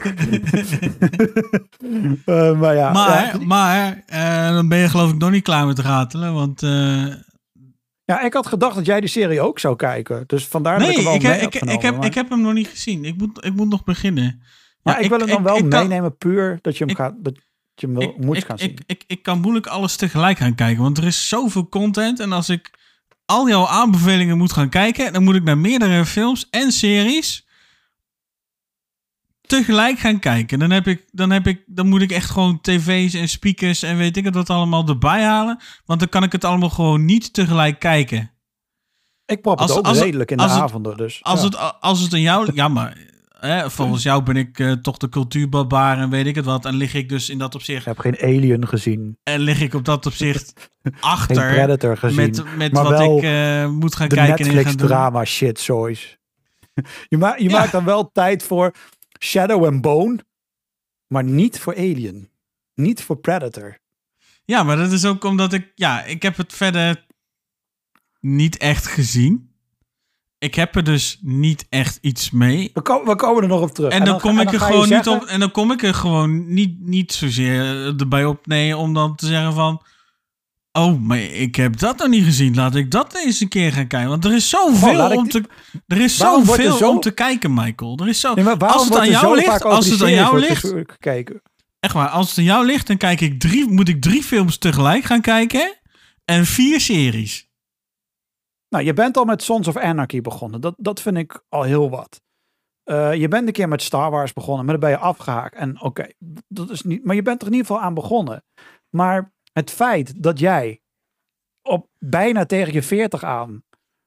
S6: uh, maar ja.
S1: Maar,
S6: ja.
S1: maar uh, dan ben je geloof ik nog niet klaar met ratelen, want... Uh,
S6: ja, ik had gedacht dat jij die serie ook zou kijken. Dus vandaar
S1: nee,
S6: dat ik hem wel
S1: ik,
S6: mee
S1: ik,
S6: heb
S1: ik, heb,
S6: maar...
S1: ik heb hem nog niet gezien. Ik moet, ik moet nog beginnen.
S6: Maar
S1: ja,
S6: ik, ik wil hem dan
S1: ik,
S6: wel
S1: ik,
S6: meenemen,
S1: kan,
S6: puur dat je hem,
S1: ik,
S6: gaat, dat je hem wil,
S1: ik,
S6: moet
S1: ik,
S6: gaan zien.
S1: Ik, ik, ik kan moeilijk alles tegelijk gaan kijken, want er is zoveel content. En als ik al jouw aanbevelingen moet gaan kijken, dan moet ik naar meerdere films en series tegelijk gaan kijken. Dan, heb ik, dan, heb ik, dan moet ik echt gewoon tv's en speakers en weet ik het wat allemaal erbij halen. Want dan kan ik het allemaal gewoon niet tegelijk kijken.
S6: Ik prop het
S1: als,
S6: ook
S1: als,
S6: redelijk in de
S1: het,
S6: avonden. Dus,
S1: als,
S6: ja.
S1: het, als het aan jou... Ja, maar hè, volgens jou ben ik uh, toch de cultuurbarbaar en weet ik het wat. En lig ik dus in dat opzicht...
S6: Ik heb geen Alien gezien.
S1: En lig ik op dat opzicht achter...
S6: Geen Predator gezien.
S1: Met, met
S6: maar
S1: wat
S6: wel
S1: ik uh, moet gaan
S6: de
S1: kijken.
S6: Netflix
S1: en gaan
S6: drama shit, zoiets. je ma- je ja. maakt dan wel tijd voor Shadow and Bone, maar niet voor Alien. Niet voor Predator.
S1: Ja, maar dat is ook omdat ik... Ja, ik heb het verder niet echt gezien. Ik heb er dus niet echt iets mee.
S6: We, ko- we komen er nog op terug.
S1: En dan, en dan kom ik er gewoon
S6: zeggen...
S1: niet op. En dan kom ik er gewoon niet, niet zozeer erbij op. Nee, om dan te zeggen van... Oh, maar ik heb dat nog niet gezien. Laat ik dat eens een keer gaan kijken. Want er is zoveel oh, om te... Er is zoveel er zo... om te kijken, Michael. Er is zo...
S6: Nee,
S1: als het aan jou ligt... Als het aan jou ligt...
S6: Kijken.
S1: Echt waar, als het aan jou ligt, dan kijk ik drie... Moet ik drie films tegelijk gaan kijken. En vier series.
S6: Nou, je bent al met Sons of Anarchy begonnen. Dat, dat vind ik al heel wat. Uh, je bent een keer met Star Wars begonnen, maar dan ben je afgehaakt. En oké, okay, dat is niet. Maar je bent er in ieder geval aan begonnen. Maar het feit dat jij op bijna tegen je veertig aan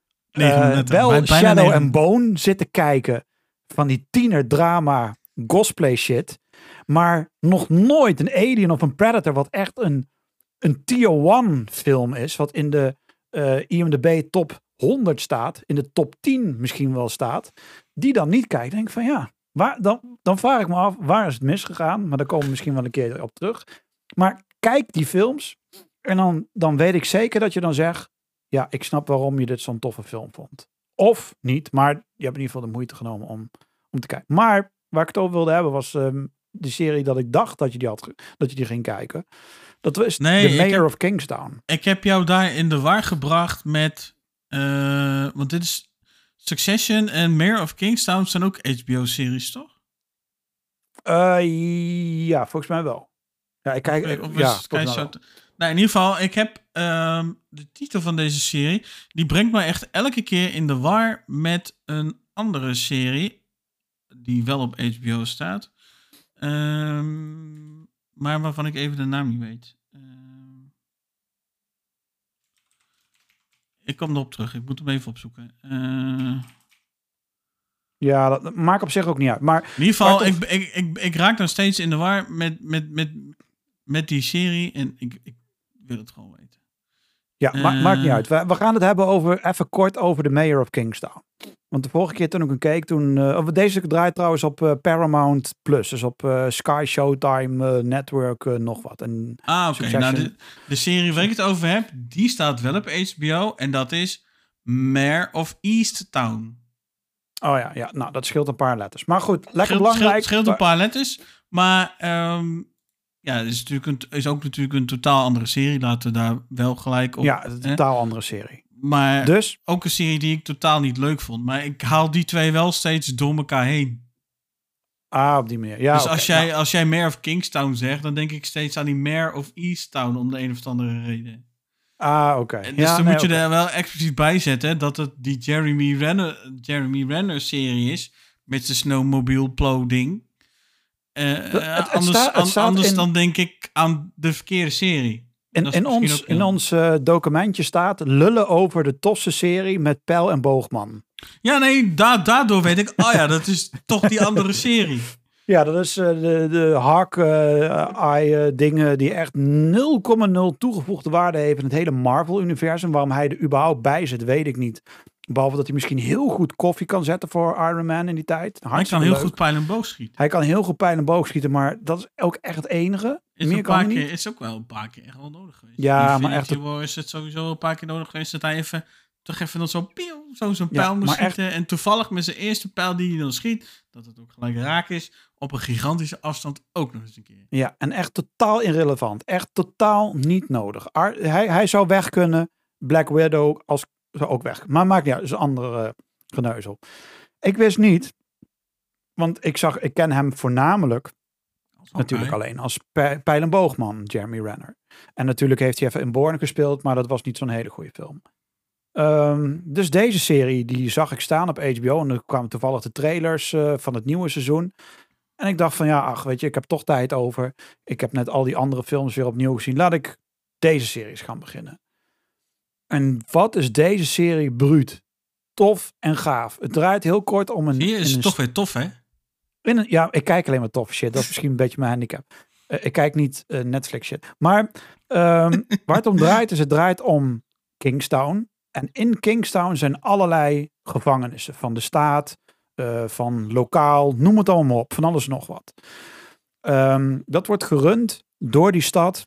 S6: uh, wel bij, Shadow negen. and Bone zit te kijken van die tienerdrama cosplay shit, maar nog nooit een Alien of een Predator, wat echt een, een tier one film is, wat in de Uh, I M D B top honderd staat, in de top tien misschien wel staat, die dan niet kijkt, denk ik van ja, waar, dan, dan vraag ik me af, waar is het misgegaan? Maar daar komen we misschien wel een keer op terug. Maar kijk die films en dan, dan weet ik zeker dat je dan zegt, ja, ik snap waarom je dit zo'n toffe film vond. Of niet, maar je hebt in ieder geval de moeite genomen om, om te kijken. Maar waar ik het over wilde hebben was um, de serie dat ik dacht dat je die, had, dat je die ging kijken. Dat was
S1: nee,
S6: The Mayor
S1: heb,
S6: of Kingstown.
S1: Ik heb jou daar in de war gebracht met... Uh, want dit is Succession en Mayor of Kingstown zijn ook H B O-series, toch?
S6: Uh, ja, volgens mij wel. Ja, ik kijk... Ik, ja,
S1: kijk zo t- nou, in ieder geval, ik heb uh, de titel van deze serie... Die brengt me echt elke keer in de war met een andere serie... Die wel op H B O staat. Um, maar waarvan ik even de naam niet weet. Uh, ik kom erop terug. Ik moet hem even opzoeken. Uh,
S6: Ja, dat maakt op zich ook niet uit. Maar,
S1: in ieder geval,
S6: maar
S1: ik,
S6: toch-
S1: ik, ik, ik raak nog steeds in de war met, met, met, met die serie. En ik, ik wil het gewoon weten.
S6: Ja, ma-
S1: Eh.
S6: maakt niet uit. We, we gaan het hebben over, even kort over de Mayor of Kingstown. Want de vorige keer toen ik hem keek, toen... Uh, of deze draait trouwens op uh, Paramount Plus. Dus op uh, Sky, Showtime, uh, Network, uh, nog wat. En
S1: Ah, oké.
S6: Succession-
S1: Nou, de, de serie waar ik het over heb, die staat wel op H B O. En dat is Mayor of Easttown.
S6: Oh ja, ja, nou dat scheelt een paar letters. Maar goed, lekker
S1: Scheelt,
S6: belangrijk.
S1: scheelt, scheelt een paar letters. Maar um, ja, het is, natuurlijk een, is ook natuurlijk een totaal andere serie. Laten we daar wel gelijk op.
S6: Ja, het is een
S1: hè?
S6: totaal andere serie.
S1: Maar
S6: Dus,
S1: ook een serie die ik totaal niet leuk vond. Maar ik haal die twee wel steeds door elkaar heen.
S6: ah, op die manier. Ja,
S1: dus
S6: oké,
S1: als, jij,
S6: nou,
S1: als jij Mayor of Kingstown zegt, dan denk ik steeds aan die Mayor of Easttown om de een of andere reden.
S6: ah, oké.
S1: En Dus
S6: Ja,
S1: dan
S6: nee,
S1: moet je
S6: oké.
S1: er wel expliciet bij zetten dat het die Jeremy Renner, Jeremy Renner serie is. Met zijn snowmobile plow ding. Uh,
S6: het- het
S1: anders
S6: staat- het
S1: an-
S6: staat
S1: anders
S6: in-
S1: dan denk ik aan de verkeerde serie.
S6: In,
S1: Dat is
S6: in
S1: misschien
S6: ons,
S1: ook
S6: in
S1: heel-
S6: ons uh, documentje staat lullen over de tofste serie met pijl en boogman.
S1: Ja, nee, da daardoor weet ik, oh ja, dat is toch die andere serie.
S6: Ja, dat is uh, de, de Hawk-Eye uh, dingen die echt nul komma nul toegevoegde waarde heeft in het hele Marvel-universum. Waarom hij er überhaupt bij zit, weet ik niet. Behalve dat hij misschien heel goed koffie kan zetten voor Iron Man in die tijd.
S1: Hij kan
S6: Hartstikke
S1: heel
S6: leuk.
S1: goed pijl en boog schieten.
S6: Hij kan heel goed pijl en boog schieten, maar dat is ook echt het enige.
S1: Is,
S6: Meer
S1: een
S6: kan
S1: paar
S6: hij
S1: keer,
S6: niet.
S1: is ook wel een paar keer echt wel nodig geweest.
S6: Ja,
S1: In
S6: maar
S1: Infinity
S6: echt-
S1: War is het sowieso een paar keer nodig geweest dat hij even, toch even nog zo pieuw, zo zo'n
S6: Ja,
S1: pijl moest
S6: maar echt-
S1: schieten. En toevallig met zijn eerste pijl die hij dan schiet, dat het ook gelijk raak is, op een gigantische afstand ook nog eens een keer.
S6: Ja, en echt totaal irrelevant. Echt totaal niet nodig. Ar- hij, hij zou weg kunnen. Black Widow als, zou ook weg. Maar maakt niet uit. Dat is een andere uh, geneuzel. Ik wist niet. Want ik zag, ik ken hem voornamelijk. Natuurlijk alleen als pij- pijl- en boogman, Jeremy Renner. En natuurlijk heeft hij even in Bourne gespeeld. Maar dat was niet zo'n hele goede film. Um, dus deze serie, die zag ik staan op H B O. En er kwamen toevallig de trailers uh, van het nieuwe seizoen. En ik dacht van ja, ach, weet je, ik heb toch tijd over. Ik heb net al die andere films weer opnieuw gezien. Laat ik deze series gaan beginnen. En wat is deze serie bruut? Tof en gaaf. Het draait heel kort om een...
S1: Hier is
S6: in
S1: het
S6: een
S1: toch weer tof, hè?
S6: in een, ja, ik kijk alleen maar toffe shit. Dat is misschien een beetje mijn handicap. Uh, ik kijk niet uh, Netflix shit. Maar um, waar het om draait is, het draait om Kingstown. En in Kingstown zijn allerlei gevangenissen. Van de staat, uh, van lokaal, noem het allemaal op. Van alles nog wat. Um, dat wordt gerund door die stad.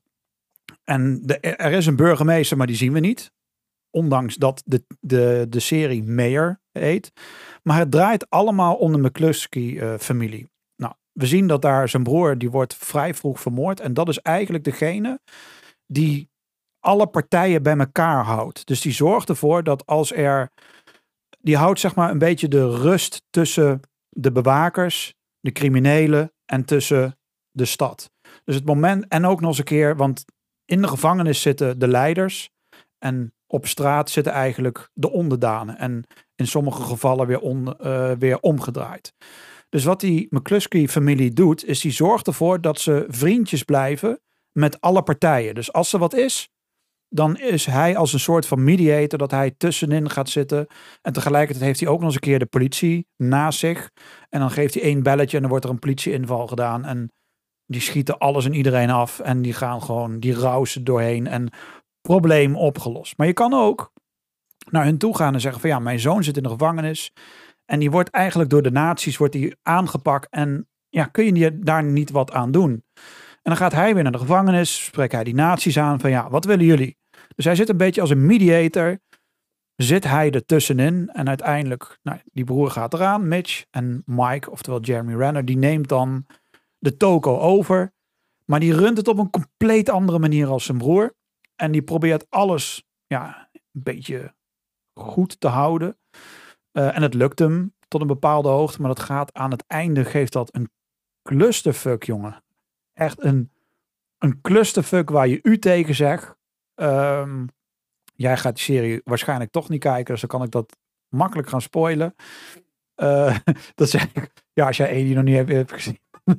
S6: En de, er is een burgemeester, maar die zien we niet. Ondanks dat de, de, de serie Mayor heet. Maar het draait allemaal om de McCluskey-familie. Uh, nou, we zien dat daar zijn broer, die wordt vrij vroeg vermoord. En dat is eigenlijk degene die alle partijen bij elkaar houdt. Dus die zorgt ervoor dat als er... Die houdt zeg maar een beetje de rust tussen de bewakers, de criminelen en tussen de stad. Dus het moment, en ook nog eens een keer, want in de gevangenis zitten de leiders en op straat zitten eigenlijk de onderdanen. En in sommige gevallen weer, on, uh, weer omgedraaid. Dus wat die McCluskey-familie doet, is die zorgt ervoor dat ze vriendjes blijven met alle partijen. Dus als er wat is, dan is hij als een soort van mediator dat hij tussenin gaat zitten. En tegelijkertijd heeft hij ook nog eens een keer de politie naast zich. En dan geeft hij één belletje en dan wordt er een politieinval gedaan. En die schieten alles en iedereen af. En die gaan gewoon, die rausen doorheen. En probleem opgelost. Maar je kan ook naar hun toe gaan en zeggen van ja, mijn zoon zit in de gevangenis. En die wordt eigenlijk door de nazi's wordt die aangepakt. En ja, kun je daar niet wat aan doen? En dan gaat hij weer naar de gevangenis. Spreekt hij die nazi's aan van ja, wat willen jullie? Dus hij zit een beetje als een mediator. Zit hij er tussenin. En uiteindelijk, nou, die broer gaat eraan, Mitch. En Mike, oftewel Jeremy Renner, die neemt dan de toko over. Maar die runt het op een compleet andere manier als zijn broer. En die probeert alles ja, een beetje goed te houden. Uh, en het lukt hem tot een bepaalde hoogte. Maar dat gaat aan het einde, geeft dat een clusterfuck, jongen. Echt een, een clusterfuck waar je u tegen zegt. Um, jij gaat die serie waarschijnlijk toch niet kijken. Dus dan kan ik dat makkelijk gaan spoilen. Uh, dat zeg ik. Ja, als jij één die nog niet hebt, hebt gezien.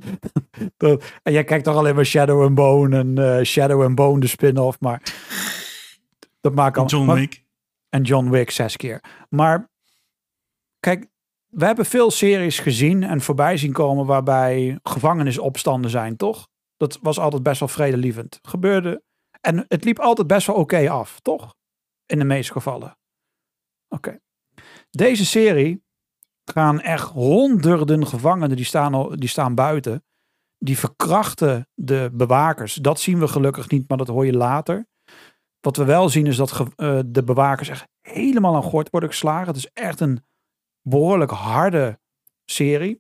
S6: dat, en jij kijkt toch alleen maar Shadow and Bone. En uh, Shadow and Bone, de spin-off. Maar dat maakt al.
S1: John
S6: maar,
S1: Wick.
S6: En John Wick zes keer. Maar kijk, we hebben veel series gezien en voorbij zien komen waarbij gevangenisopstanden zijn, toch? Dat was altijd best wel vredelievend. Gebeurde. En het liep altijd best wel oké af, toch? In de meeste gevallen. Oké. Okay. Deze serie gaan echt honderden gevangenen, die staan, al, die staan buiten. Die verkrachten de bewakers. Dat zien we gelukkig niet, maar dat hoor je later. Wat we wel zien is dat ge, uh, de bewakers echt helemaal aan gort worden geslagen. Het is echt een behoorlijk harde serie.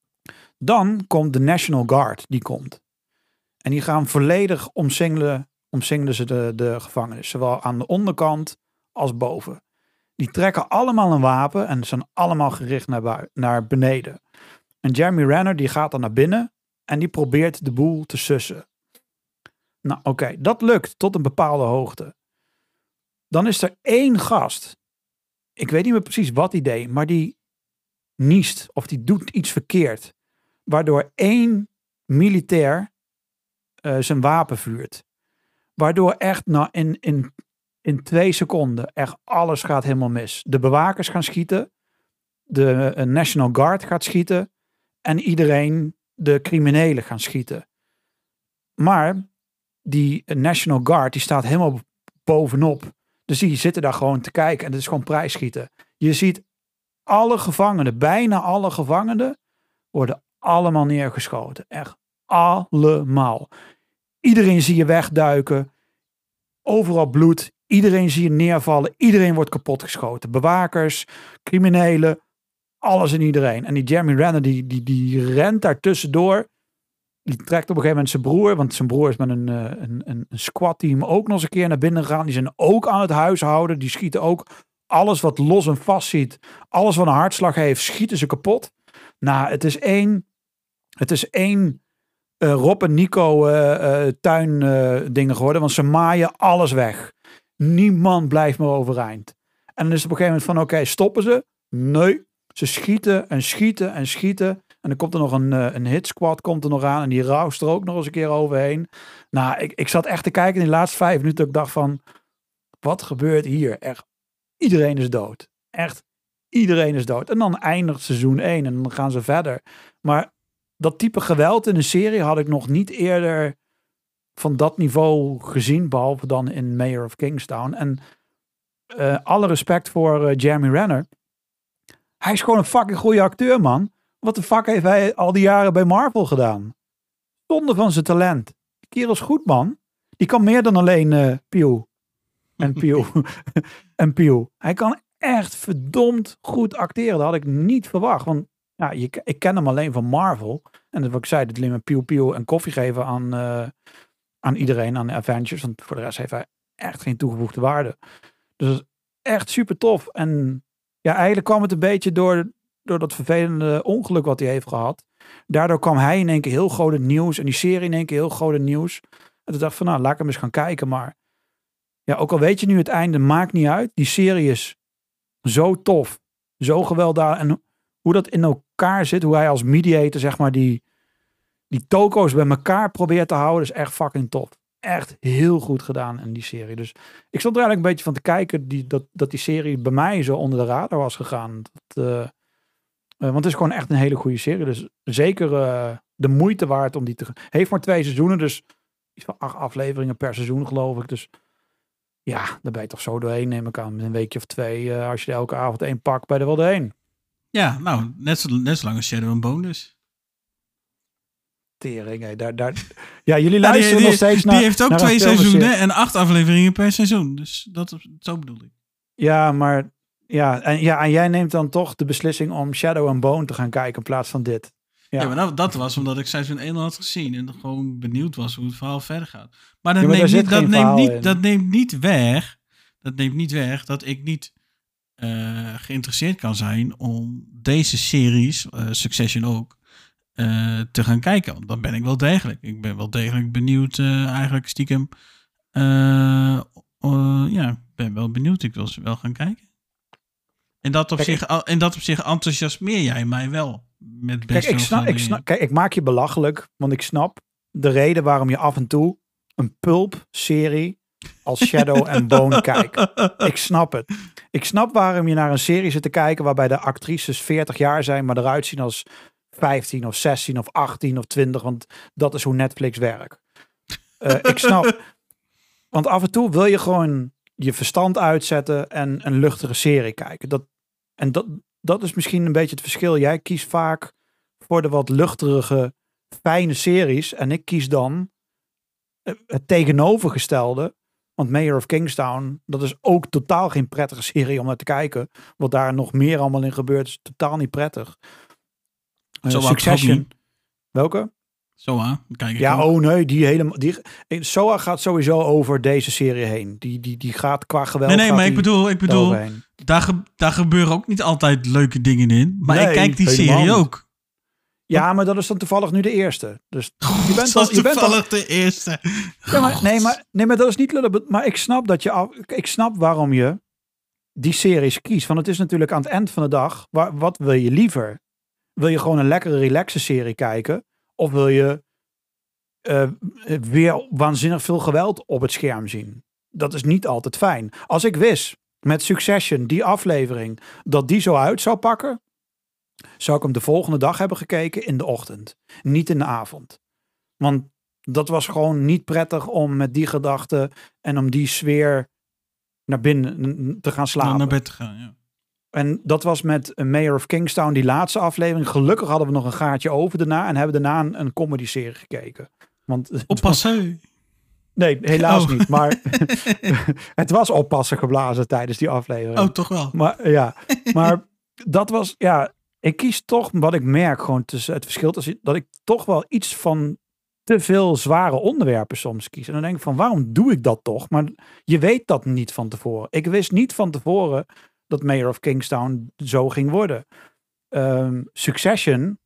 S6: Dan komt de National Guard, die komt. En die gaan volledig omsingelen, omsingelen ze de, de gevangenis. Zowel aan de onderkant als boven. Die trekken allemaal een wapen en zijn allemaal gericht naar, bui- naar beneden. En Jeremy Renner die gaat dan naar binnen en die probeert de boel te sussen. Nou oké, okay, dat lukt tot een bepaalde hoogte. Dan is er één gast. Ik weet niet meer precies wat hij deed, maar die niest of die doet iets verkeerd. Waardoor één militair uh, zijn wapen vuurt. Waardoor echt nou, in, in, in twee seconden echt alles gaat helemaal mis. De bewakers gaan schieten. De uh, National Guard gaat schieten. En iedereen, de criminelen gaan schieten. Maar die uh, National Guard die staat helemaal bovenop. Dus die zitten daar gewoon te kijken. En het is gewoon prijsschieten. Je ziet alle gevangenen, bijna alle gevangenen, worden allemaal neergeschoten. Echt allemaal. Iedereen zie je wegduiken. Overal bloed. Iedereen zie je neervallen. Iedereen wordt kapotgeschoten. Bewakers, criminelen, alles en iedereen. En die Jeremy Renner, die, die, die rent daar tussendoor. Die trekt op een gegeven moment zijn broer. Want zijn broer is met een, een, een, een squad team ook nog eens een keer naar binnen gegaan. Die zijn ook aan het huishouden. Die schieten ook alles wat los en vast ziet. Alles wat een hartslag heeft, schieten ze kapot. Nou, het is één... Het is één uh, Rob en Nico uh, uh, tuin uh, dingen geworden. Want ze maaien alles weg. Niemand blijft meer overeind. En dan is het op een gegeven moment van oké, okay, stoppen ze? Nee. Ze schieten en schieten en schieten. En dan komt er nog een, uh, een hit squad komt er nog aan. En die raust er ook nog eens een keer overheen. Nou, ik, ik zat echt te kijken in die laatste vijf minuten. Ik dacht van, wat gebeurt hier? Echt, iedereen is dood. Echt, iedereen is dood. En dan eindigt seizoen één en dan gaan ze verder. Maar dat type geweld in een serie had ik nog niet eerder van dat niveau gezien, behalve dan in Mayor of Kingstown. En uh, alle respect voor uh, Jeremy Renner. Hij is gewoon een fucking goede acteur, man. Wat de fuck heeft hij al die jaren bij Marvel gedaan? Zonde van zijn talent. Die kerel is goed, man. Die kan meer dan alleen uh, Pew. En Pew. en Pew. Hij kan echt verdomd goed acteren. Dat had ik niet verwacht. Want ja, je, ik ken hem alleen van Marvel. En dat wat ik zei, dat alleen maar Pew Pew en koffie geven aan, uh, aan iedereen, aan de Avengers. Want voor de rest heeft hij echt geen toegevoegde waarde. Dus dat is echt super tof. En ja, eigenlijk kwam het een beetje door, door dat vervelende ongeluk wat hij heeft gehad. Daardoor kwam hij in één keer heel groot in het nieuws. En die serie in één keer heel groot in het nieuws. En toen dacht ik van, nou, laat ik hem eens gaan kijken. Maar ja, ook al weet je nu het einde, maakt niet uit. Die serie is zo tof. Zo gewelddadig. En hoe dat in elkaar zit. Hoe hij als mediator, zeg maar, die, die toko's bij elkaar probeert te houden. Is echt fucking tof. Echt heel goed gedaan in die serie. Dus ik stond er eigenlijk een beetje van te kijken. Die, dat, dat die serie bij mij zo onder de radar was gegaan. Dat, uh, uh, want het is gewoon echt een hele goede serie. Dus zeker uh, de moeite waard om die te... Heeft maar twee seizoenen. Dus iets van acht afleveringen per seizoen, geloof ik. Dus ja, daar ben je toch zo doorheen, neem ik aan. Met een weekje of twee. Uh, als je er elke avond één pakt, ben je er wel doorheen.
S1: Ja, nou, net zo, net zo lang als Shadow and Bone dus.
S6: Tering, hè. Daar, daar... Ja, jullie luisteren ja, die, die, nog steeds naar...
S1: Die heeft ook twee seizoenen en acht afleveringen per seizoen. Dus dat, zo bedoel ik.
S6: Ja, maar... Ja en, ja, en jij neemt dan toch de beslissing om Shadow and Bone te gaan kijken in plaats van dit.
S1: Ja, ja maar dat, dat was omdat ik seizoen één al had gezien en gewoon benieuwd was hoe het verhaal verder gaat. Maar dat, ja, maar neemt, niet, dat, neemt, niet, dat neemt niet weg... Dat neemt niet weg dat ik niet uh, geïnteresseerd kan zijn om deze series, uh, Succession ook, Uh, te gaan kijken. Want dan ben ik wel degelijk. Ik ben wel degelijk benieuwd uh, eigenlijk stiekem. Uh, uh, ja, ik ben wel benieuwd. Ik wil ze wel gaan kijken. In dat opzicht, kijk, in dat opzicht enthousiasmeer jij mij wel. Met best
S6: kijk, ik snap, ik snap, kijk, ik maak je belachelijk, want ik snap de reden waarom je af en toe een pulp serie als Shadow and Bone kijkt. Ik snap het. ik snap waarom je naar een serie zit te kijken waarbij de actrices veertig jaar zijn, maar eruit zien als vijftien of zestien of achttien of twintig, want dat is hoe Netflix werkt. Uh, ik snap, want af en toe wil je gewoon je verstand uitzetten en een luchtige serie kijken. Dat, en dat, dat is misschien een beetje het verschil. Jij kiest vaak voor de wat luchtige, fijne series en ik kies dan het tegenovergestelde. Want Mayor of Kingstown, dat is ook totaal geen prettige serie om naar te kijken. Wat daar nog meer allemaal in gebeurt, is totaal niet prettig. Uh,
S1: Zo
S6: Succession. Welke?
S1: Soa, kijk ik
S6: Ja,
S1: ook.
S6: oh nee, die helemaal. Die, Soa gaat sowieso over deze serie heen. Die, die, die gaat qua geweld.
S1: Nee, nee,
S6: gaat
S1: maar ik
S6: die
S1: bedoel, ik bedoel
S6: daaroverheen.
S1: daar, ge, daar gebeuren ook niet altijd leuke dingen in. Maar
S6: Nee,
S1: ik kijk die
S6: helemaal
S1: serie
S6: niet.
S1: ook.
S6: Ja, maar dat is dan toevallig nu de eerste. Dus je bent
S1: Dat
S6: al,
S1: is
S6: je bent al,
S1: toevallig de eerste.
S6: ja, maar, nee, maar, nee, maar dat is niet lullen. Maar ik snap dat je af, ik snap waarom je die series kiest. Want het is natuurlijk aan het eind van de dag. Waar, wat wil je liever? Wil je gewoon een lekkere, relaxe serie kijken? Of wil je uh, weer waanzinnig veel geweld op het scherm zien? Dat is niet altijd fijn. Als ik wist met Succession, die aflevering, dat die zo uit zou pakken, zou ik hem de volgende dag hebben gekeken in de ochtend. Niet in de avond. Want dat was gewoon niet prettig om met die gedachten en om die sfeer naar binnen te gaan slapen.
S1: Naar bed te gaan, ja.
S6: En dat was met Mayor of Kingstown, die laatste aflevering. Gelukkig hadden we nog een gaatje over daarna en hebben daarna een, een comedy-serie gekeken. Want
S1: Oppassen.
S6: Nee, helaas
S1: Oh.
S6: niet. Maar het was oppassen geblazen tijdens die aflevering.
S1: Oh, toch wel.
S6: Maar ja, maar dat was, ja, ik kies toch wat ik merk gewoon tussen het verschil tussen dat ik toch wel iets van te veel zware onderwerpen soms kies. En dan denk ik van, waarom doe ik dat toch? Maar je weet dat niet van tevoren. Ik wist niet van tevoren dat Mayor of Kingstown zo ging worden. Um, Succession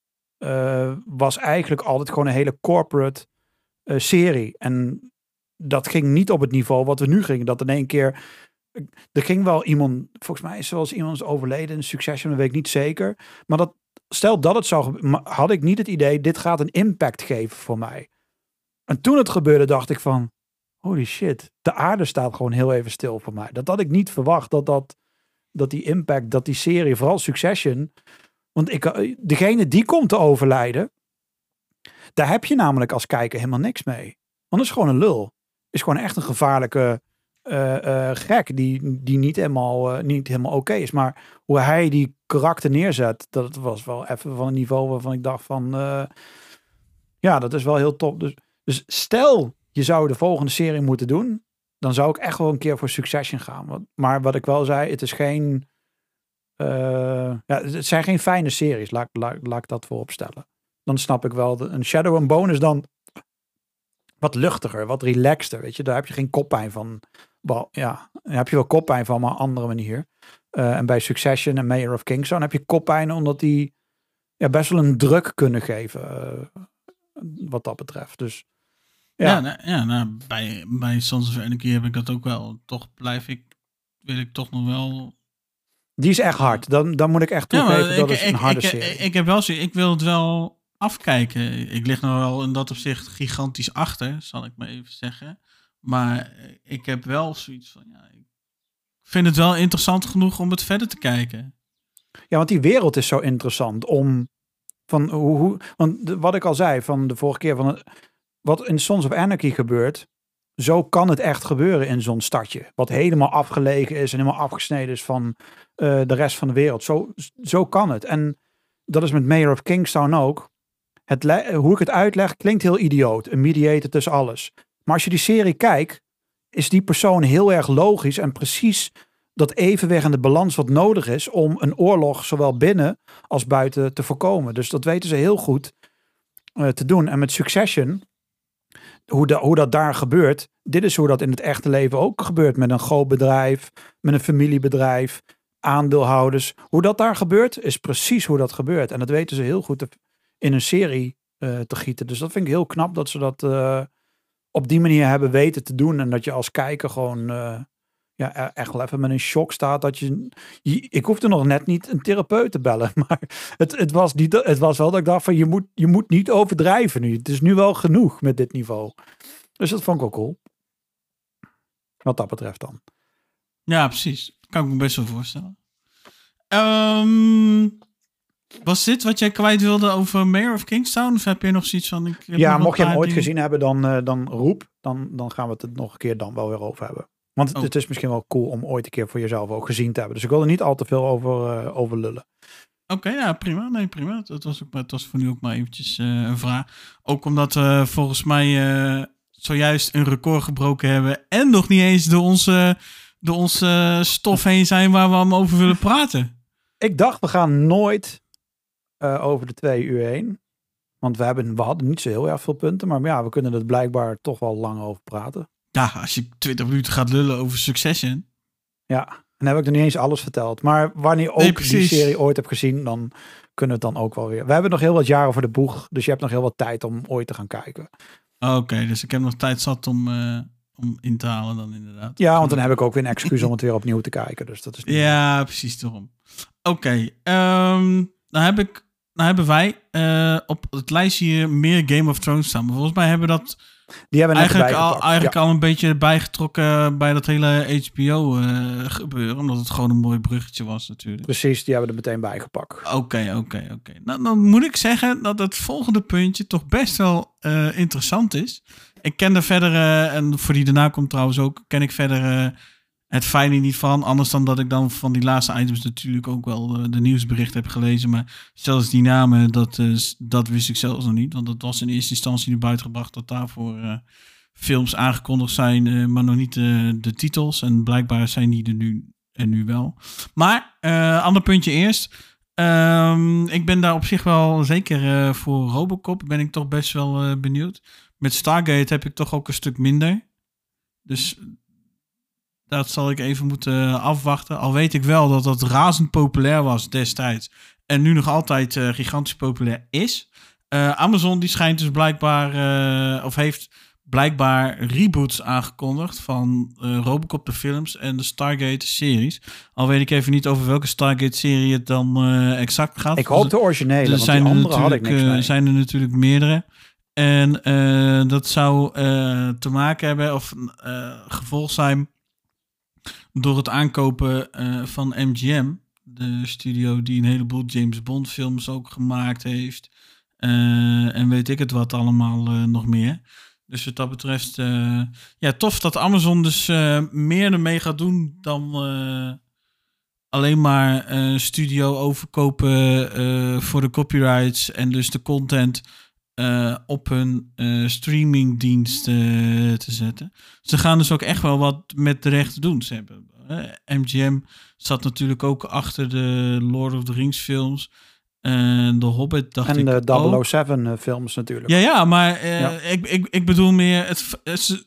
S6: uh, was eigenlijk altijd gewoon een hele corporate uh, serie. En dat ging niet op het niveau wat we nu gingen. Dat in één keer, er ging wel iemand, volgens mij is zoals iemand is overleden in Succession, dat weet ik niet zeker. Maar dat, stel dat het zou gebeuren, had ik niet het idee, dit gaat een impact geven voor mij. En toen het gebeurde, dacht ik van, holy shit, de aarde staat gewoon heel even stil voor mij. Dat had ik niet verwacht, dat, dat, dat die impact, dat die serie, vooral Succession, want ik, degene die komt te overlijden, daar heb je namelijk als kijker helemaal niks mee. Want dat is gewoon een lul. Is gewoon echt een gevaarlijke uh, uh, gek die, die niet helemaal, uh, niet helemaal oké is. Maar hoe hij die karakter neerzet, dat was wel even van een niveau waarvan ik dacht van, uh, ja, dat is wel heel top. Dus, dus stel, je zou de volgende serie moeten doen, dan zou ik echt wel een keer voor Succession gaan. Maar wat ik wel zei, het is geen, uh, ja, het zijn geen fijne series. Laat, laat, laat ik dat voorop stellen. Dan snap ik wel, de, een Shadow and Bone is dan wat luchtiger, wat relaxter, weet je. Daar heb je geen koppijn van. Well, ja, daar heb je wel koppijn van, maar op een andere manier. Uh, en bij Succession en Mayor of Kingstown heb je koppijn omdat die ja, best wel een druk kunnen geven. Uh, wat dat betreft. Dus ja,
S1: ja, nou, ja nou, bij, bij Sons of Anarchy heb ik dat ook wel. Toch blijf ik, wil ik toch nog wel.
S6: Die is echt hard. Dan, dan moet ik echt toegeven,
S1: ja,
S6: dat
S1: ik,
S6: is een
S1: ik,
S6: harde
S1: ik,
S6: serie.
S1: Ik, ik heb wel zin, ik wil het wel afkijken. Ik lig nog wel in dat opzicht gigantisch achter, zal ik maar even zeggen. Maar ik heb wel zoiets van, ja, ik vind het wel interessant genoeg om het verder te kijken.
S6: Ja, want die wereld is zo interessant om van hoe, hoe want de, wat ik al zei van de vorige keer, van wat in Sons of Anarchy gebeurt, zo kan het echt gebeuren in zo'n stadje, wat helemaal afgelegen is en helemaal afgesneden is van uh, de rest van de wereld. Zo, zo kan het. En dat is met Mayor of Kingstown ook. Het, hoe ik het uitleg klinkt heel idioot. Een mediator tussen alles. Maar als je die serie kijkt, is die persoon heel erg logisch en precies dat evenwicht en de balans wat nodig is om een oorlog zowel binnen als buiten te voorkomen. Dus dat weten ze heel goed uh, te doen. En met Succession, hoe, de, hoe dat daar gebeurt, dit is hoe dat in het echte leven ook gebeurt. Met een groot bedrijf, met een familiebedrijf, aandeelhouders. Hoe dat daar gebeurt, is precies hoe dat gebeurt. En dat weten ze heel goed te, in een serie uh, te gieten. Dus dat vind ik heel knap dat ze dat uh, op die manier hebben weten te doen. En dat je als kijker gewoon uh, ja, echt wel even met een shock staat. Dat je, je, ik hoefde nog net niet een therapeut te bellen. Maar het, het, was niet, het was wel dat ik dacht van je moet, je moet niet overdrijven nu. Het is nu wel genoeg met dit niveau. Dus dat vond ik ook cool. Wat dat betreft dan.
S1: Ja, precies. Kan ik me best wel voorstellen. Um, was dit wat jij kwijt wilde over Mayor of Kingstown? Of heb je nog zoiets van... Ik heb
S6: ja, mocht je hem ooit
S1: dingen...
S6: gezien hebben, dan, uh, dan roep. Dan, dan gaan we het er nog een keer dan wel weer over hebben. Want
S1: oh.
S6: het is misschien wel cool om ooit een keer voor jezelf ook gezien te hebben. Dus ik wil er niet al te veel over, uh, over lullen.
S1: Oké, okay, ja, prima. Nee, prima. Dat was, ook maar, het was voor nu ook maar eventjes uh, een vraag. Ook omdat we volgens mij uh, zojuist een record gebroken hebben. En nog niet eens door onze, door onze stof heen zijn waar we allemaal over willen praten.
S6: Ik dacht, we gaan nooit uh, over de twee uur heen. Want we, hebben, we hadden niet zo heel erg veel punten. Maar ja, we kunnen er blijkbaar toch wel lang over praten.
S1: Ja, als je twintig minuten gaat lullen over Succession.
S6: Ja, en dan heb ik nog niet eens alles verteld. Maar wanneer ook nee, die serie ooit heb gezien, dan kunnen we het dan ook wel weer. We hebben nog heel wat jaren voor de boeg. Dus je hebt nog heel wat tijd om ooit te gaan kijken.
S1: Oké, okay, dus ik heb nog tijd zat om, uh, om in te halen dan inderdaad.
S6: Ja, want dan heb ik ook weer een excuus om het weer opnieuw te kijken. Dus dat is niet
S1: ja, meer. Precies daarom. Oké, okay, um, dan heb ik, dan hebben wij uh, op het lijstje hier meer Game of Thrones staan. Maar volgens mij hebben we dat
S6: Die hebben
S1: eigenlijk, al, eigenlijk ja. al een beetje bijgetrokken bij dat hele H B O uh, gebeuren. Omdat het gewoon een mooi bruggetje was natuurlijk.
S6: Precies, die hebben er meteen bijgepakt.
S1: Oké, okay, oké, okay, oké. Okay. Nou, dan moet ik zeggen dat het volgende puntje toch best wel uh, interessant is. Ik ken er verder, uh, en voor die daarna komt trouwens ook, ken ik verder uh, het fijne niet van. Anders dan dat ik dan van die laatste items natuurlijk ook wel uh, de nieuwsbericht heb gelezen. Maar zelfs die namen, dat, uh, dat wist ik zelfs nog niet. Want dat was in eerste instantie naar buiten gebracht dat daarvoor uh, films aangekondigd zijn. Uh, maar nog niet uh, de titels. En blijkbaar zijn die er nu en nu wel. Maar, uh, ander puntje eerst. Um, ik ben daar op zich wel zeker uh, voor Robocop. Ben ik toch best wel uh, benieuwd. Met Stargate heb ik toch ook een stuk minder. Dus dat zal ik even moeten afwachten. Al weet ik wel dat dat razend populair was destijds. En nu nog altijd uh, gigantisch populair is. Uh, Amazon die schijnt dus blijkbaar... Uh, of heeft blijkbaar reboots aangekondigd van uh, Robocop de films en de Stargate series. Al weet ik even niet over welke Stargate-serie het dan uh, exact gaat.
S6: Ik hoop de originele,
S1: er
S6: want
S1: zijn
S6: die
S1: er
S6: andere had ik niks mee.
S1: Er zijn er natuurlijk meerdere. En uh, dat zou uh, te maken hebben of uh, gevolg zijn door het aankopen uh, van M G M. De studio die een heleboel James Bond films ook gemaakt heeft. Uh, en weet ik het wat allemaal uh, nog meer. Dus wat dat betreft, uh, ja, tof dat Amazon dus uh, meer ermee gaat doen dan uh, alleen maar uh, studio overkopen uh, voor de copyrights en dus de content uh, op hun uh, streamingdienst uh, te zetten. Ze gaan dus ook echt wel wat met de rechten doen. Ze hebben uh, M G M zat natuurlijk ook achter de Lord of the Rings films. En de Hobbit dacht
S6: en
S1: ik
S6: de double oh zeven
S1: ook.
S6: films natuurlijk.
S1: Ja, ja, maar uh,
S6: ja.
S1: Ik, ik, ik bedoel meer... Het, ze,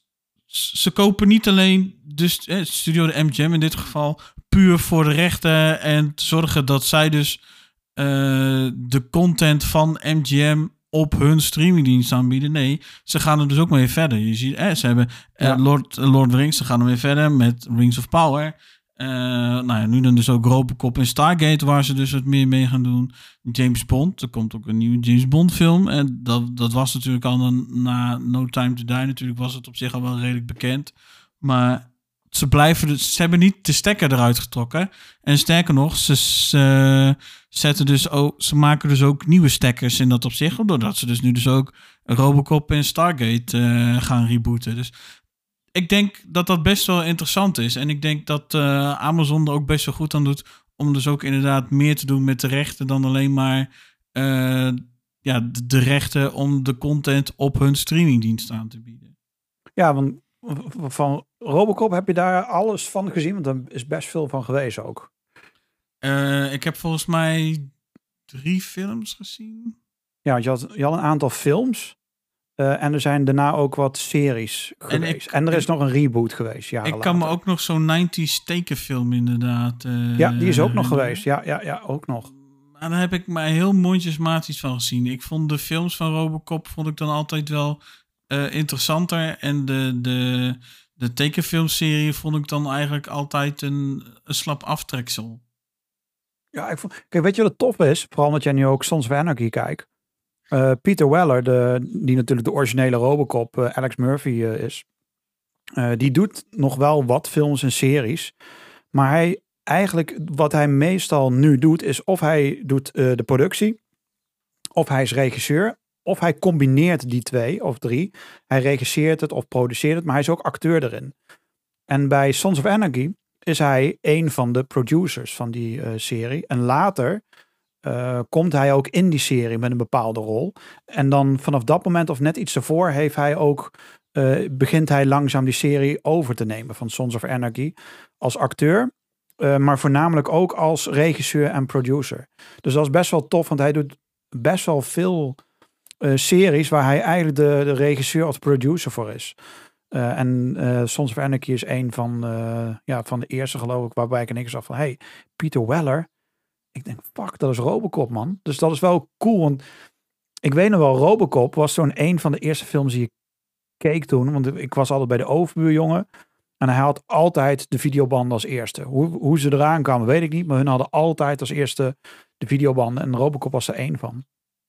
S1: ze kopen niet alleen dus, eh, studio de M G M in dit geval puur voor de rechten en te zorgen dat zij dus uh, de content van M G M op hun streamingdienst aanbieden. Nee, ze gaan er dus ook mee verder. Je ziet, eh, ze hebben uh, ja. Lord, Lord of the Rings, ze gaan ermee verder met Rings of Power. Uh, nou ja, nu dan dus ook Robocop en Stargate, waar ze dus wat meer mee gaan doen. James Bond, er komt ook een nieuwe James Bond film. En dat, dat was natuurlijk al na, na No Time to Die. Natuurlijk was het op zich al wel redelijk bekend. Maar ze blijven dus, ze hebben niet de stekker eruit getrokken. En sterker nog, ze, ze zetten dus ook, ze maken dus ook nieuwe stekkers in dat opzicht. Doordat ze dus nu dus ook Robocop en Stargate uh, gaan rebooten. Dus ik denk dat dat best wel interessant is. En ik denk dat uh, Amazon er ook best wel goed aan doet om dus ook inderdaad meer te doen met de rechten dan alleen maar uh, ja, de, de rechten om de content op hun streamingdienst aan te bieden.
S6: Ja, want van Robocop heb je daar alles van gezien? Want er is best veel van geweest ook.
S1: Uh, ik heb volgens mij drie films gezien.
S6: Ja, want je had, je had een aantal films. Uh, en er zijn daarna ook wat series geweest. En, ik, en er is ik, nog een reboot geweest.
S1: Ik
S6: later.
S1: kan me ook nog zo'n negentig tekenfilm inderdaad. Uh,
S6: ja, die is ook nog geweest. Ja, ja, ja, ook nog.
S1: Maar daar heb ik maar heel mondjesmaat iets van gezien. Ik vond de films van Robocop vond ik dan altijd wel uh, interessanter. En de, de, de tekenfilmserie vond ik dan eigenlijk altijd een, een slap aftreksel.
S6: Ja, ik vond, kijk, weet je wat het tof is? Vooral omdat jij nu ook Sons of Anarchy kijkt. Uh, Peter Weller, de, die natuurlijk de originele Robocop, uh, Alex Murphy uh, is. Uh, die doet nog wel wat films en series. Maar hij eigenlijk, wat hij meestal nu doet, is of hij doet uh, de productie, of hij is regisseur, of hij combineert die twee of drie. Hij regisseert het of produceert het, maar hij is ook acteur erin. En bij Sons of Anarchy is hij een van de producers van die uh, serie. En later uh, komt hij ook in die serie met een bepaalde rol. En dan vanaf dat moment of net iets ervoor heeft hij ook, uh, begint hij langzaam die serie over te nemen van Sons of Anarchy als acteur. Uh, maar voornamelijk ook als regisseur en producer. Dus dat is best wel tof, want hij doet best wel veel uh, series waar hij eigenlijk de, de regisseur als producer voor is. Uh, en uh, Sons of Anarchy is een van, uh, ja, van de eerste, geloof ik, waarbij ik in één keer zag van, hey, Peter Weller. Ik denk, fuck, dat is Robocop, man. Dus dat is wel cool, want ik weet nog wel, Robocop was zo'n een van de eerste films die ik keek toen, want ik was altijd bij de overbuurjongen. En hij had altijd de videobanden als eerste. Hoe, hoe ze eraan kwamen, weet ik niet, maar hun hadden altijd als eerste de videobanden en Robocop was er één van.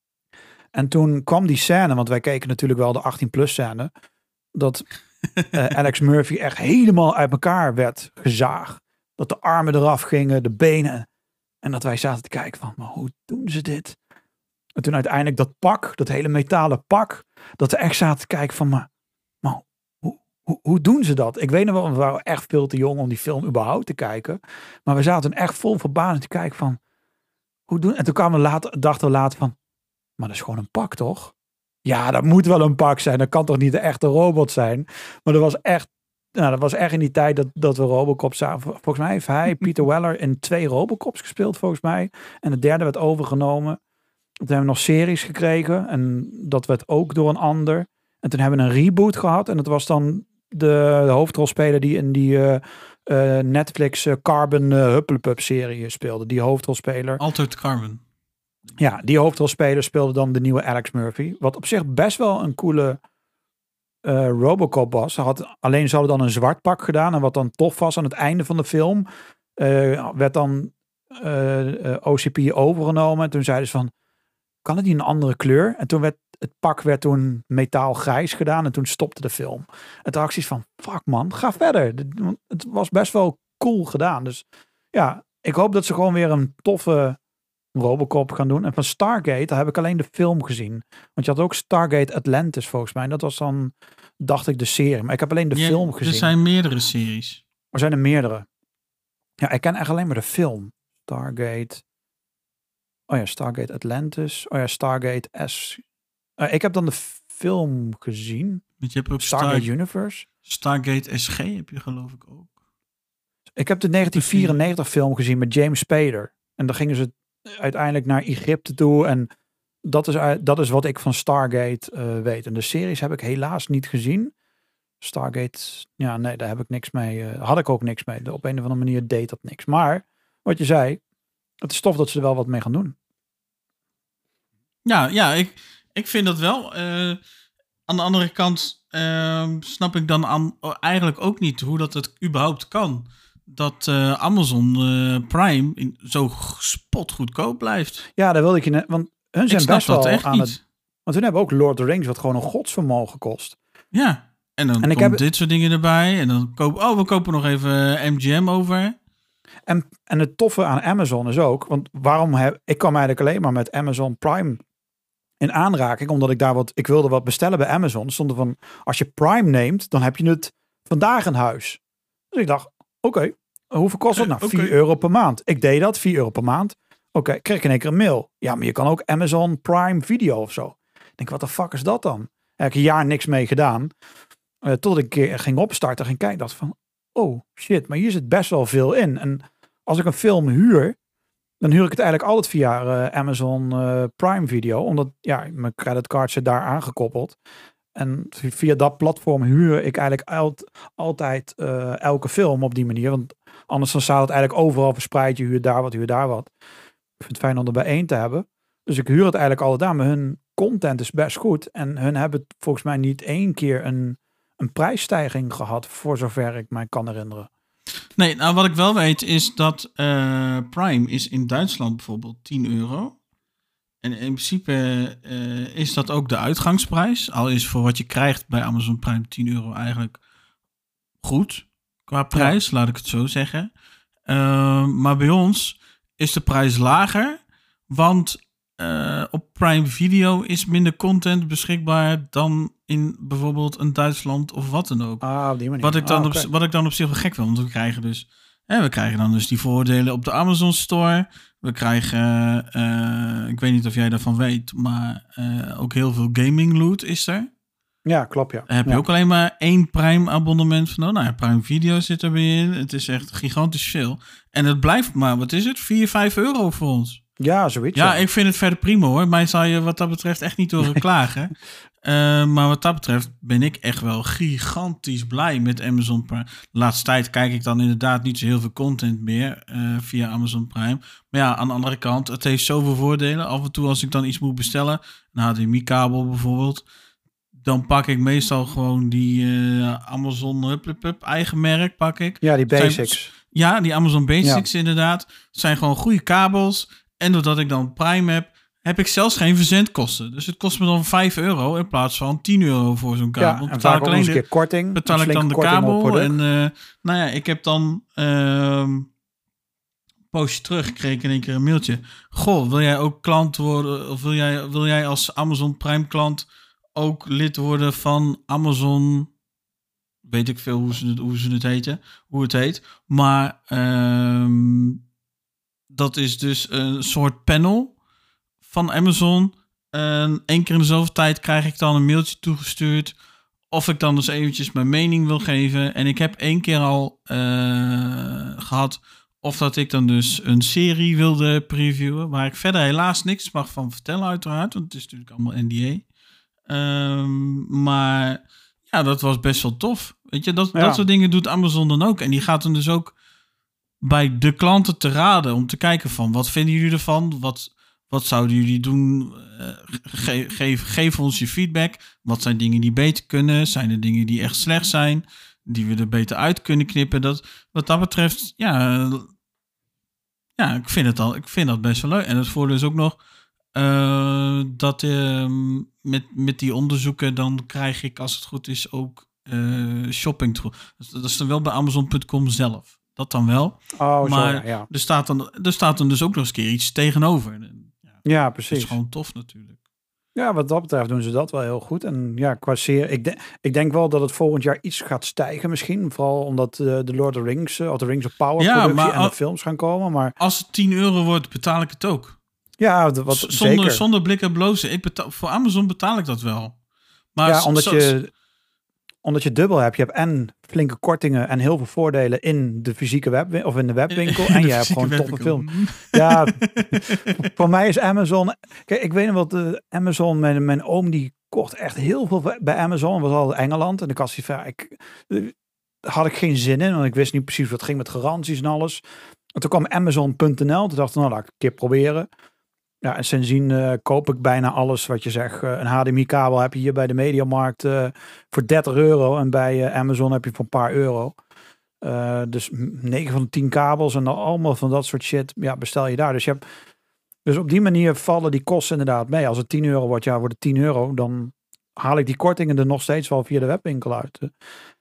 S6: En toen kwam die scène, want wij keken natuurlijk wel de achttien plus scène, dat uh, Alex Murphy echt helemaal uit elkaar werd gezaagd. Dat de armen eraf gingen, de benen. En dat wij zaten te kijken van, maar hoe doen ze dit? En toen uiteindelijk dat pak, dat hele metalen pak, dat we echt zaten te kijken van, maar, maar hoe, hoe, hoe doen ze dat? Ik weet nog wel, we waren echt veel te jong om die film überhaupt te kijken. Maar we zaten echt vol verbazing te kijken van, hoe doen? En toen kwamen we later, dachten we later van, maar dat is gewoon een pak, toch? Ja, dat moet wel een pak zijn. Dat kan toch niet de echte robot zijn? Maar dat was echt, nou, dat was echt in die tijd dat, dat we Robocop zagen. Volgens mij heeft hij, Peter Weller, in twee Robocops gespeeld, volgens mij. En de derde werd overgenomen. Toen hebben we nog series gekregen. En dat werd ook door een ander. En toen hebben we een reboot gehad. En dat was dan de, de hoofdrolspeler die in die uh, uh, Netflix uh, Carbon uh, Hupplepup serie speelde. Die hoofdrolspeler.
S1: Altered Carbon.
S6: Ja, die hoofdrolspeler speelde dan de nieuwe Alex Murphy. Wat op zich best wel een coole uh, Robocop was. Ze had, alleen ze hadden dan een zwart pak gedaan. En wat dan tof was aan het einde van de film, uh, werd dan uh, uh, O C P overgenomen. En toen zeiden ze van, kan het niet een andere kleur? En toen werd het pak werd toen metaalgrijs gedaan. En toen stopte de film. En toen had ik zoiets van, fuck man, ga verder. Het was best wel cool gedaan. Dus ja, ik hoop dat ze gewoon weer een toffe Robocop gaan doen. En van Stargate, daar heb ik alleen de film gezien. Want je had ook Stargate Atlantis volgens mij. Dat was dan, dacht ik, de serie. Maar ik heb alleen de
S1: ja,
S6: film gezien.
S1: Er zijn meerdere series.
S6: Er zijn er meerdere. Ja, ik ken echt alleen maar de film. Stargate. Oh ja, Stargate Atlantis. Oh ja, Stargate S. Uh, ik heb dan de film gezien.
S1: Want je hebt ook
S6: Stargate
S1: Star-
S6: Universe.
S1: Stargate S G heb je geloof ik ook.
S6: Ik heb de negentien vierennegentig film gezien met James Spader. En dan gingen ze uiteindelijk naar Egypte toe. En dat is, dat is wat ik van Stargate uh, weet. En de series heb ik helaas niet gezien. Stargate, ja nee, daar heb ik niks mee. Uh, had ik ook niks mee. Op een of andere manier deed dat niks. Maar, wat je zei, het is tof dat ze er wel wat mee gaan doen.
S1: Ja, ja ik, ik vind dat wel. Uh, aan de andere kant uh, snap ik dan aan, eigenlijk ook niet hoe dat het überhaupt kan. Dat uh, Amazon uh, Prime in, zo spotgoedkoop blijft.
S6: Ja, daar wilde ik je net, want hun zijn
S1: ik snap
S6: best wel
S1: dat echt
S6: aan
S1: niet.
S6: het. Want hun hebben ook Lord of the Rings, wat gewoon een godsvermogen kost.
S1: Ja, en dan
S6: en ik
S1: komt
S6: heb...
S1: dit soort dingen erbij. En dan koop, oh, we kopen nog even M G M over.
S6: En, en het toffe aan Amazon is ook, want waarom heb ik kwam eigenlijk alleen maar met Amazon Prime in aanraking, omdat ik daar wat, ik wilde wat bestellen bij Amazon. Stond er van, als je Prime neemt, dan heb je het vandaag in huis. Dus ik dacht, oké, okay, hoeveel kost dat nou?
S1: Okay.
S6: vier euro per maand. Ik deed dat, vier euro per maand. Oké, okay, kreeg ik in één keer een mail. Ja, maar je kan ook Amazon Prime Video of zo. Ik denk, wat de fuck is dat dan? Heb ik een jaar niks mee gedaan. Uh, tot ik een keer ging opstarten, ging kijken, dacht van, oh shit, maar hier zit best wel veel in. En als ik een film huur, dan huur ik het eigenlijk altijd via uh, Amazon uh, Prime Video. Omdat, ja, mijn creditcard zit daar aangekoppeld. En via dat platform huur ik eigenlijk alt, altijd uh, elke film op die manier. Want anders dan staat het eigenlijk overal verspreid. Je huurt daar wat, huur daar wat. Ik vind het fijn om er bij één te hebben. Dus ik huur het eigenlijk altijd aan. Maar hun content is best goed. En hun hebben volgens mij niet één keer een, een prijsstijging gehad. Voor zover ik mij kan herinneren.
S1: Nee, nou wat ik wel weet is dat uh, Prime is in Duitsland bijvoorbeeld tien euro. En in principe uh, is dat ook de uitgangsprijs. Al is voor wat je krijgt bij Amazon Prime tien euro eigenlijk goed qua prijs, ja. laat ik het zo zeggen. Uh, maar bij ons is de prijs lager, want uh, op Prime Video is minder content beschikbaar dan in bijvoorbeeld een Duitsland of wat dan ook.
S6: Ah, op die manier.
S1: Wat ik dan,
S6: ah,
S1: op,
S6: okay.
S1: wat ik dan op zich wel gek vind, want we krijgen dus, hè, we krijgen dan dus die voordelen op de Amazon Store. We krijgen, uh, ik weet niet of jij daarvan weet, maar uh, ook heel veel gaming loot is er.
S6: Ja, klopt, ja.
S1: Daar heb je
S6: ja.
S1: ook alleen maar één Prime abonnement van. Nou ja, Prime Video zit er weer in. Het is echt gigantisch veel. En het blijft maar, wat is het? vier, vijf euro voor ons.
S6: Ja, zoiets.
S1: Ja,
S6: ja.
S1: ik vind het verder prima hoor. Mij zou je wat dat betreft echt niet horen klagen. Uh, maar wat dat betreft ben ik echt wel gigantisch blij met Amazon Prime. De laatste tijd kijk ik dan inderdaad niet zo heel veel content meer uh, via Amazon Prime. Maar ja, aan de andere kant, het heeft zoveel voordelen. Af en toe als ik dan iets moet bestellen, een H D M I-kabel bijvoorbeeld, dan pak ik meestal gewoon die uh, Amazon hup, hup, hup, eigen merk pak ik.
S6: Ja, die Basics.
S1: Zijn, ja, die Amazon Basics ja. inderdaad. Het zijn gewoon goede kabels. En doordat ik dan Prime heb, heb ik zelfs geen verzendkosten. Dus het kost me dan vijf euro in plaats van tien euro voor zo'n kabel.
S6: Ja, en vaak ook nog eens een keer korting.
S1: Betaal ik dan de kabel. En uh, nou ja, ik heb dan uh, een poosje terug, kreeg ik in één keer een mailtje. Goh, wil jij ook klant worden? Of wil jij, wil jij als Amazon Prime klant ook lid worden van Amazon? Weet ik veel hoe ze het, hoe ze het heten, hoe het heet. Maar um, dat is dus een soort panel van Amazon. En één keer in de zoveel tijd krijg ik dan een mailtje toegestuurd of ik dan dus eventjes mijn mening wil geven. En ik heb één keer al uh, gehad of dat ik dan dus een serie wilde previewen, waar ik verder helaas niks mag van vertellen uiteraard, want het is natuurlijk allemaal N D A. Um, maar ja, dat was best wel tof. Weet je, dat, ja. dat soort dingen doet Amazon dan ook. En die gaat dan dus ook bij de klanten te raden om te kijken van, wat vinden jullie ervan? Wat, wat zouden jullie doen? Uh, ge, geef, geef ons je feedback. Wat zijn dingen die beter kunnen? Zijn er dingen die echt slecht zijn? Die we er beter uit kunnen knippen? Dat, wat dat betreft, ja, ja ik, vind het al, ik vind dat best wel leuk. En het voordeel is ook nog uh, dat uh, met, met die onderzoeken dan krijg ik, als het goed is, ook uh, shopping terug. Dat is dan wel bij Amazon punt com zelf. Dat dan wel.
S6: Oh,
S1: maar
S6: zo, ja.
S1: er, staat dan, er staat dan dus ook nog eens een keer iets tegenover. Ja,
S6: ja, precies.
S1: Dat is gewoon tof natuurlijk.
S6: Ja, wat dat betreft doen ze dat wel heel goed. En ja, qua serie, ik, de, ik denk wel dat het volgend jaar iets gaat stijgen misschien. Vooral omdat uh, de Lord of the Rings, uh, of de Rings of Power
S1: ja,
S6: productie
S1: maar
S6: en de films gaan komen. Maar
S1: als het tien euro wordt, betaal ik het ook.
S6: Ja, wat,
S1: zonder,
S6: zeker.
S1: Zonder blik en blozen. Ik betaal, voor Amazon betaal ik dat wel. Maar
S6: ja, omdat
S1: zo,
S6: je... Omdat je dubbel hebt. Je hebt en flinke kortingen en heel veel voordelen in de fysieke web of in de webwinkel. En je hebt gewoon toffe film. Ja, voor mij is Amazon. Kijk, ik weet nog wat uh, Amazon. Mijn, mijn oom die kocht echt heel veel bij Amazon. Was al Engeland. En ik had van, ik uh, had ik geen zin in. Want ik wist niet precies wat ging met garanties en alles. En toen kwam Amazon punt n l. Toen dacht ik, nou, laat ik een keer proberen. Ja, en sindsdien uh, koop ik bijna alles wat je zegt. Uh, een H D M I-kabel heb je hier bij de Mediamarkt uh, voor dertig euro. En bij uh, Amazon heb je voor een paar euro. Uh, dus negen van de tien kabels en dan allemaal van dat soort shit. Ja, bestel je daar. Dus, je hebt, dus op die manier vallen die kosten inderdaad mee. Als het tien euro wordt, ja, wordt het tien euro. Dan haal ik die kortingen er nog steeds wel via de webwinkel uit. Uh.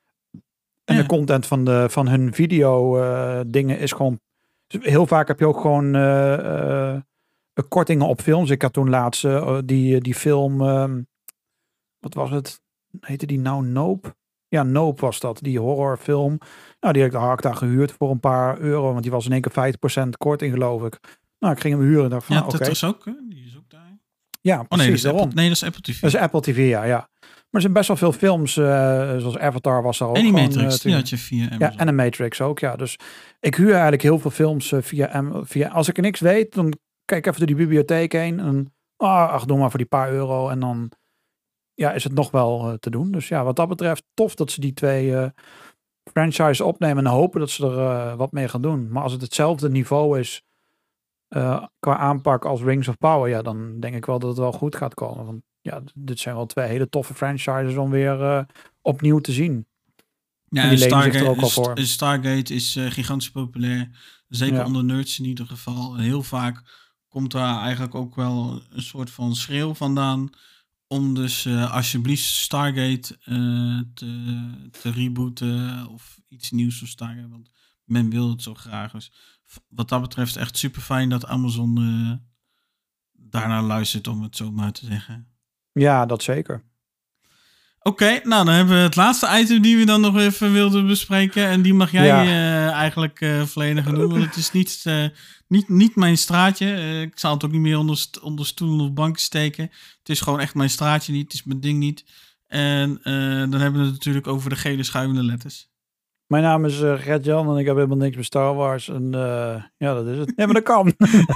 S6: En ja. de content van, de, van hun video uh, dingen is gewoon... Dus heel vaak heb je ook gewoon... Uh, uh, kortingen op films. Ik had toen laatst uh, die, die film, um, wat was het? Heette die nou Nope? Ja, Nope was dat. Die horrorfilm. Nou, die heb ik, had ik daar gehuurd voor een paar euro, want die was in één keer vijftig procent korting, geloof ik. Nou, ik ging hem huren en dacht van,
S1: ja,
S6: nou, oké.
S1: dat is ook, die is ook daar.
S6: Ja, precies.
S1: Oh, nee, dat is
S6: daarom.
S1: Apple, nee, dat is Apple T V.
S6: Dat is Apple T V, ja, ja. Maar er zijn best wel veel films, uh, zoals Avatar was er ook.
S1: Animatrix,
S6: gewoon, uh,
S1: die had je via Amazon.
S6: Ja, Animatrix ook, ja. Dus ik huur eigenlijk heel veel films uh, via, via... Als ik niks weet, dan kijk even door die bibliotheek heen. En ah, ach, doe maar voor die paar euro. En dan ja, is het nog wel uh, te doen. Dus ja, wat dat betreft tof dat ze die twee uh, franchises opnemen. En hopen dat ze er uh, wat mee gaan doen. Maar als het hetzelfde niveau is uh, qua aanpak als Rings of Power. Ja, dan denk ik wel dat het wel goed gaat komen. Want ja, dit zijn wel twee hele toffe franchises om weer uh, opnieuw te zien.
S1: Ja,
S6: en die
S1: Stargate,
S6: zich er ook al voor.
S1: Stargate is uh, gigantisch populair. Zeker ja. onder nerds in ieder geval. En heel vaak komt daar eigenlijk ook wel een soort van schreeuw vandaan om dus uh, alsjeblieft Stargate uh, te, te rebooten of iets nieuws voor Stargate. Want men wil het zo graag. Dus wat dat betreft echt super fijn dat Amazon uh, daarnaar luistert, om het zo maar te zeggen.
S6: Ja, dat zeker.
S1: Oké, okay, nou dan hebben we het laatste item die we dan nog even wilden bespreken. En die mag jij ja. uh, eigenlijk uh, volledig doen. Want het is niet, uh, niet, niet mijn straatje. Uh, ik zal het ook niet meer onder, st- onder stoelen of banken steken. Het is gewoon echt mijn straatje niet. Het is mijn ding niet. En uh, dan hebben we het natuurlijk over de gele schuimende letters.
S6: Mijn naam is uh, Gert-Jan en ik heb helemaal niks met Star Wars. En uh, ja, dat is het. Ja, maar dat kan.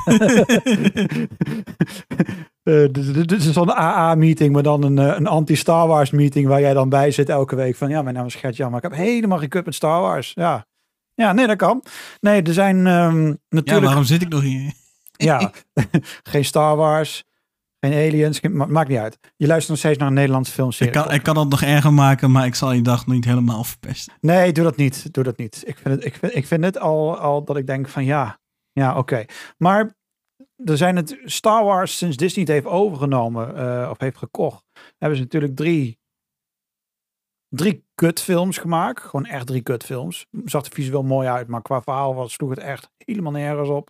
S6: uh, dit, dit is zo'n A A-meeting, maar dan een, een anti-Star Wars-meeting waar jij dan bij zit elke week. Van ja, mijn naam is Gert-Jan, maar ik heb helemaal geen kut met Star Wars. Ja, ja nee, dat kan. Nee, er zijn um, natuurlijk...
S1: Ja, waarom zit ik nog hier?
S6: ja, geen Star Wars... Geen aliens, geen, ma- maakt niet uit. Je luistert nog steeds naar een Nederlandse filmserie.
S1: Ik kan, ik kan het nog erger maken, maar ik zal je dag niet helemaal verpesten.
S6: Nee, doe dat niet. Doe dat niet. Ik vind het, ik vind, ik vind het al, al dat ik denk van ja, ja oké. Okay. Maar er zijn het Star Wars, sinds Disney het heeft overgenomen uh, of heeft gekocht, hebben ze natuurlijk drie, drie kutfilms gemaakt. Gewoon echt drie kutfilms. Zag er visueel mooi uit, maar qua verhaal was, sloeg het echt helemaal nergens op.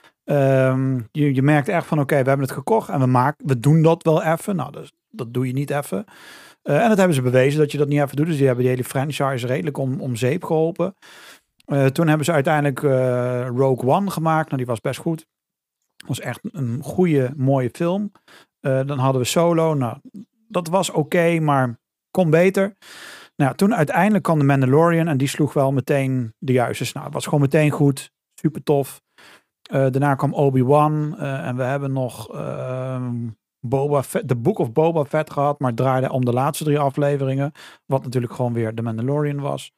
S6: Um, je, je merkt echt van oké, okay, we hebben het gekocht en we, maken, we doen dat wel even. Nou, dat, dat doe je niet even. Uh, en dat hebben ze bewezen dat je dat niet even doet. Dus die hebben die hele franchise redelijk om, om zeep geholpen. Uh, toen hebben ze uiteindelijk uh, Rogue One gemaakt. Nou, die was best goed. Was echt een goede, mooie film. Uh, dan hadden we Solo. Nou, dat was oké, okay, maar kon beter. Nou, toen uiteindelijk kwam de Mandalorian en die sloeg wel meteen de juiste snaar. Het was gewoon meteen goed. Super tof. Uh, daarna kwam Obi-Wan uh, en we hebben nog uh, Boba Fett, The Book of Boba Fett gehad, maar het draaide om de laatste drie afleveringen, wat natuurlijk gewoon weer The Mandalorian was.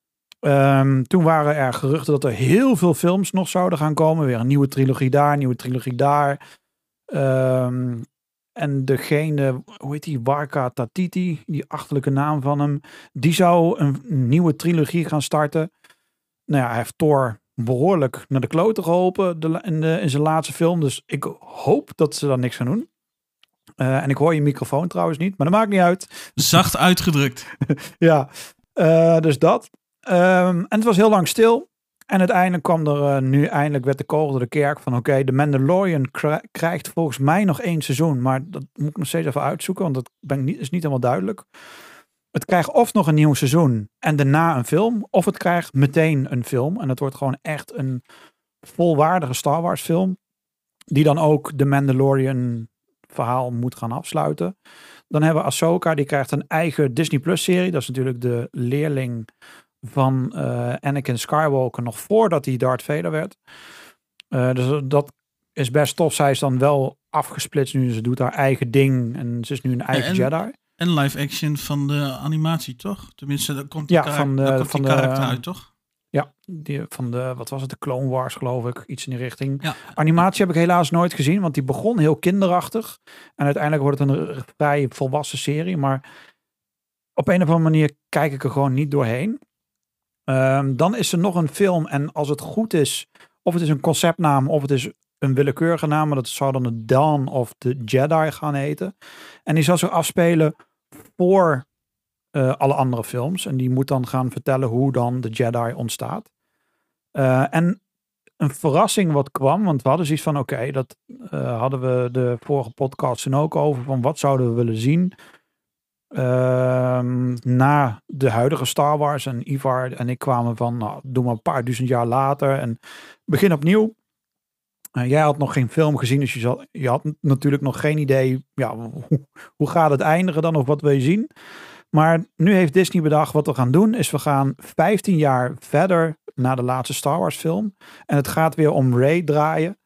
S6: Um, toen waren er geruchten dat er heel veel films nog zouden gaan komen, weer een nieuwe trilogie daar, een nieuwe trilogie daar. Um, en degene, hoe heet die, Warka Tatiti, die achterlijke naam van hem, die zou een nieuwe trilogie gaan starten. Nou ja, hij heeft Thor behoorlijk naar de kloten geholpen de, in, de, in zijn laatste film. Dus ik hoop dat ze daar niks gaan doen. Uh, en ik hoor je microfoon trouwens niet, maar dat maakt niet uit.
S1: Zacht uitgedrukt.
S6: ja, uh, dus dat. Um, en het was heel lang stil. En uiteindelijk kwam er uh, nu eindelijk werd de kogel door de kerk van oké, okay, de Mandalorian kri- krijgt volgens mij nog één seizoen. Maar dat moet ik nog steeds even uitzoeken, want dat ben ik niet, is niet helemaal duidelijk. Het krijgt of nog een nieuw seizoen en daarna een film, of het krijgt meteen een film. En het wordt gewoon echt een volwaardige Star Wars film, die dan ook de Mandalorian verhaal moet gaan afsluiten. Dan hebben we Ahsoka, die krijgt een eigen Disney Plus serie. Dat is natuurlijk de leerling van uh, Anakin Skywalker nog voordat hij Darth Vader werd. Uh, dus dat is best tof. Zij is dan wel afgesplitst nu. Ze doet haar eigen ding en ze is nu een eigen
S1: en,
S6: Jedi.
S1: En live action van de animatie, toch? Tenminste, daar komt die,
S6: ja,
S1: karak-
S6: van de,
S1: daar komt
S6: van
S1: die
S6: de,
S1: karakter uit, toch?
S6: Ja, die van de, wat was het, de Clone Wars geloof ik, iets in die richting.
S1: Ja.
S6: Animatie heb ik helaas nooit gezien, want die begon heel kinderachtig. En uiteindelijk wordt het een vrij volwassen serie, maar op een of andere manier kijk ik er gewoon niet doorheen. Um, dan is er nog een film en als het goed is, of het is een conceptnaam of het is een willekeurige naam, maar dat zou dan de Dawn of the Jedi gaan heten. En die zal zich afspelen voor uh, alle andere films. En die moet dan gaan vertellen hoe dan de Jedi ontstaat. Uh, en een verrassing wat kwam, want we hadden zoiets van oké, okay, dat uh, hadden we de vorige podcasten ook over, van wat zouden we willen zien uh, na de huidige Star Wars. En Ivar en ik kwamen van, nou, doe maar een paar duizend jaar later en begin opnieuw. Uh, jij had nog geen film gezien, dus je, zal, je had natuurlijk nog geen idee, ja, hoe, hoe gaat het eindigen dan, of wat wil je zien? Maar nu heeft Disney bedacht, wat we gaan doen, is we gaan vijftien jaar verder naar de laatste Star Wars film. En het gaat weer om Rey draaien.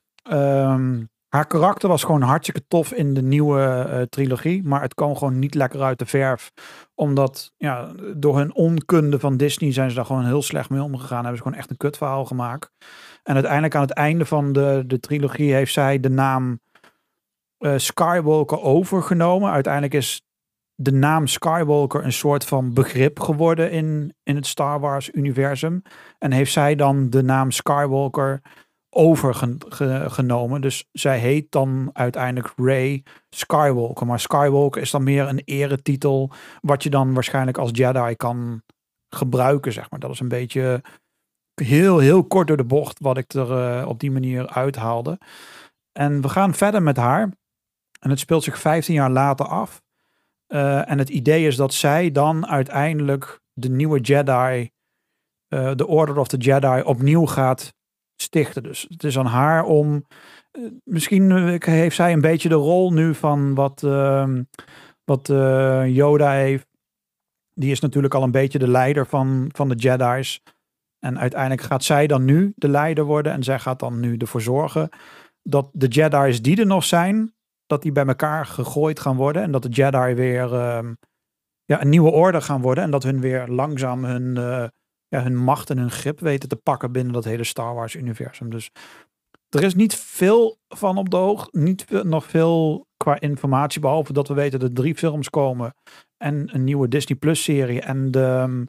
S6: Um, haar karakter was gewoon hartstikke tof in de nieuwe uh, trilogie, maar het kwam gewoon niet lekker uit de verf. Omdat, ja, door hun onkunde van Disney zijn ze daar gewoon heel slecht mee omgegaan. Hebben ze gewoon echt een kutverhaal gemaakt. En uiteindelijk aan het einde van de, de trilogie heeft zij de naam uh, Skywalker overgenomen. Uiteindelijk is de naam Skywalker een soort van begrip geworden in, in het Star Wars universum. En heeft zij dan de naam Skywalker overgenomen. Dus zij heet dan uiteindelijk Rey Skywalker. Maar Skywalker is dan meer een eretitel wat je dan waarschijnlijk als Jedi kan gebruiken, zeg maar. Dat is een beetje heel, heel kort door de bocht wat ik er uh, op die manier uithaalde. En we gaan verder met haar. En het speelt zich vijftien jaar later af. Uh, en het idee is dat zij dan uiteindelijk de nieuwe Jedi, uh, de Order of the Jedi, opnieuw gaat stichten. Dus het is aan haar om, uh, misschien heeft zij een beetje de rol nu van wat, uh, wat uh, Yoda heeft. Die is natuurlijk al een beetje de leider van, van de Jedi's. En uiteindelijk gaat zij dan nu de leider worden. En zij gaat dan nu ervoor zorgen dat de Jedi's die er nog zijn, dat die bij elkaar gegooid gaan worden. En dat de Jedi weer uh, ja, een nieuwe orde gaan worden. En dat hun weer langzaam hun, uh, ja, hun macht en hun grip weten te pakken binnen dat hele Star Wars universum. Dus er is niet veel van op de hoog. Niet veel, nog veel qua informatie. Behalve dat we weten dat er drie films komen. En een nieuwe Disney Plus serie. En de um,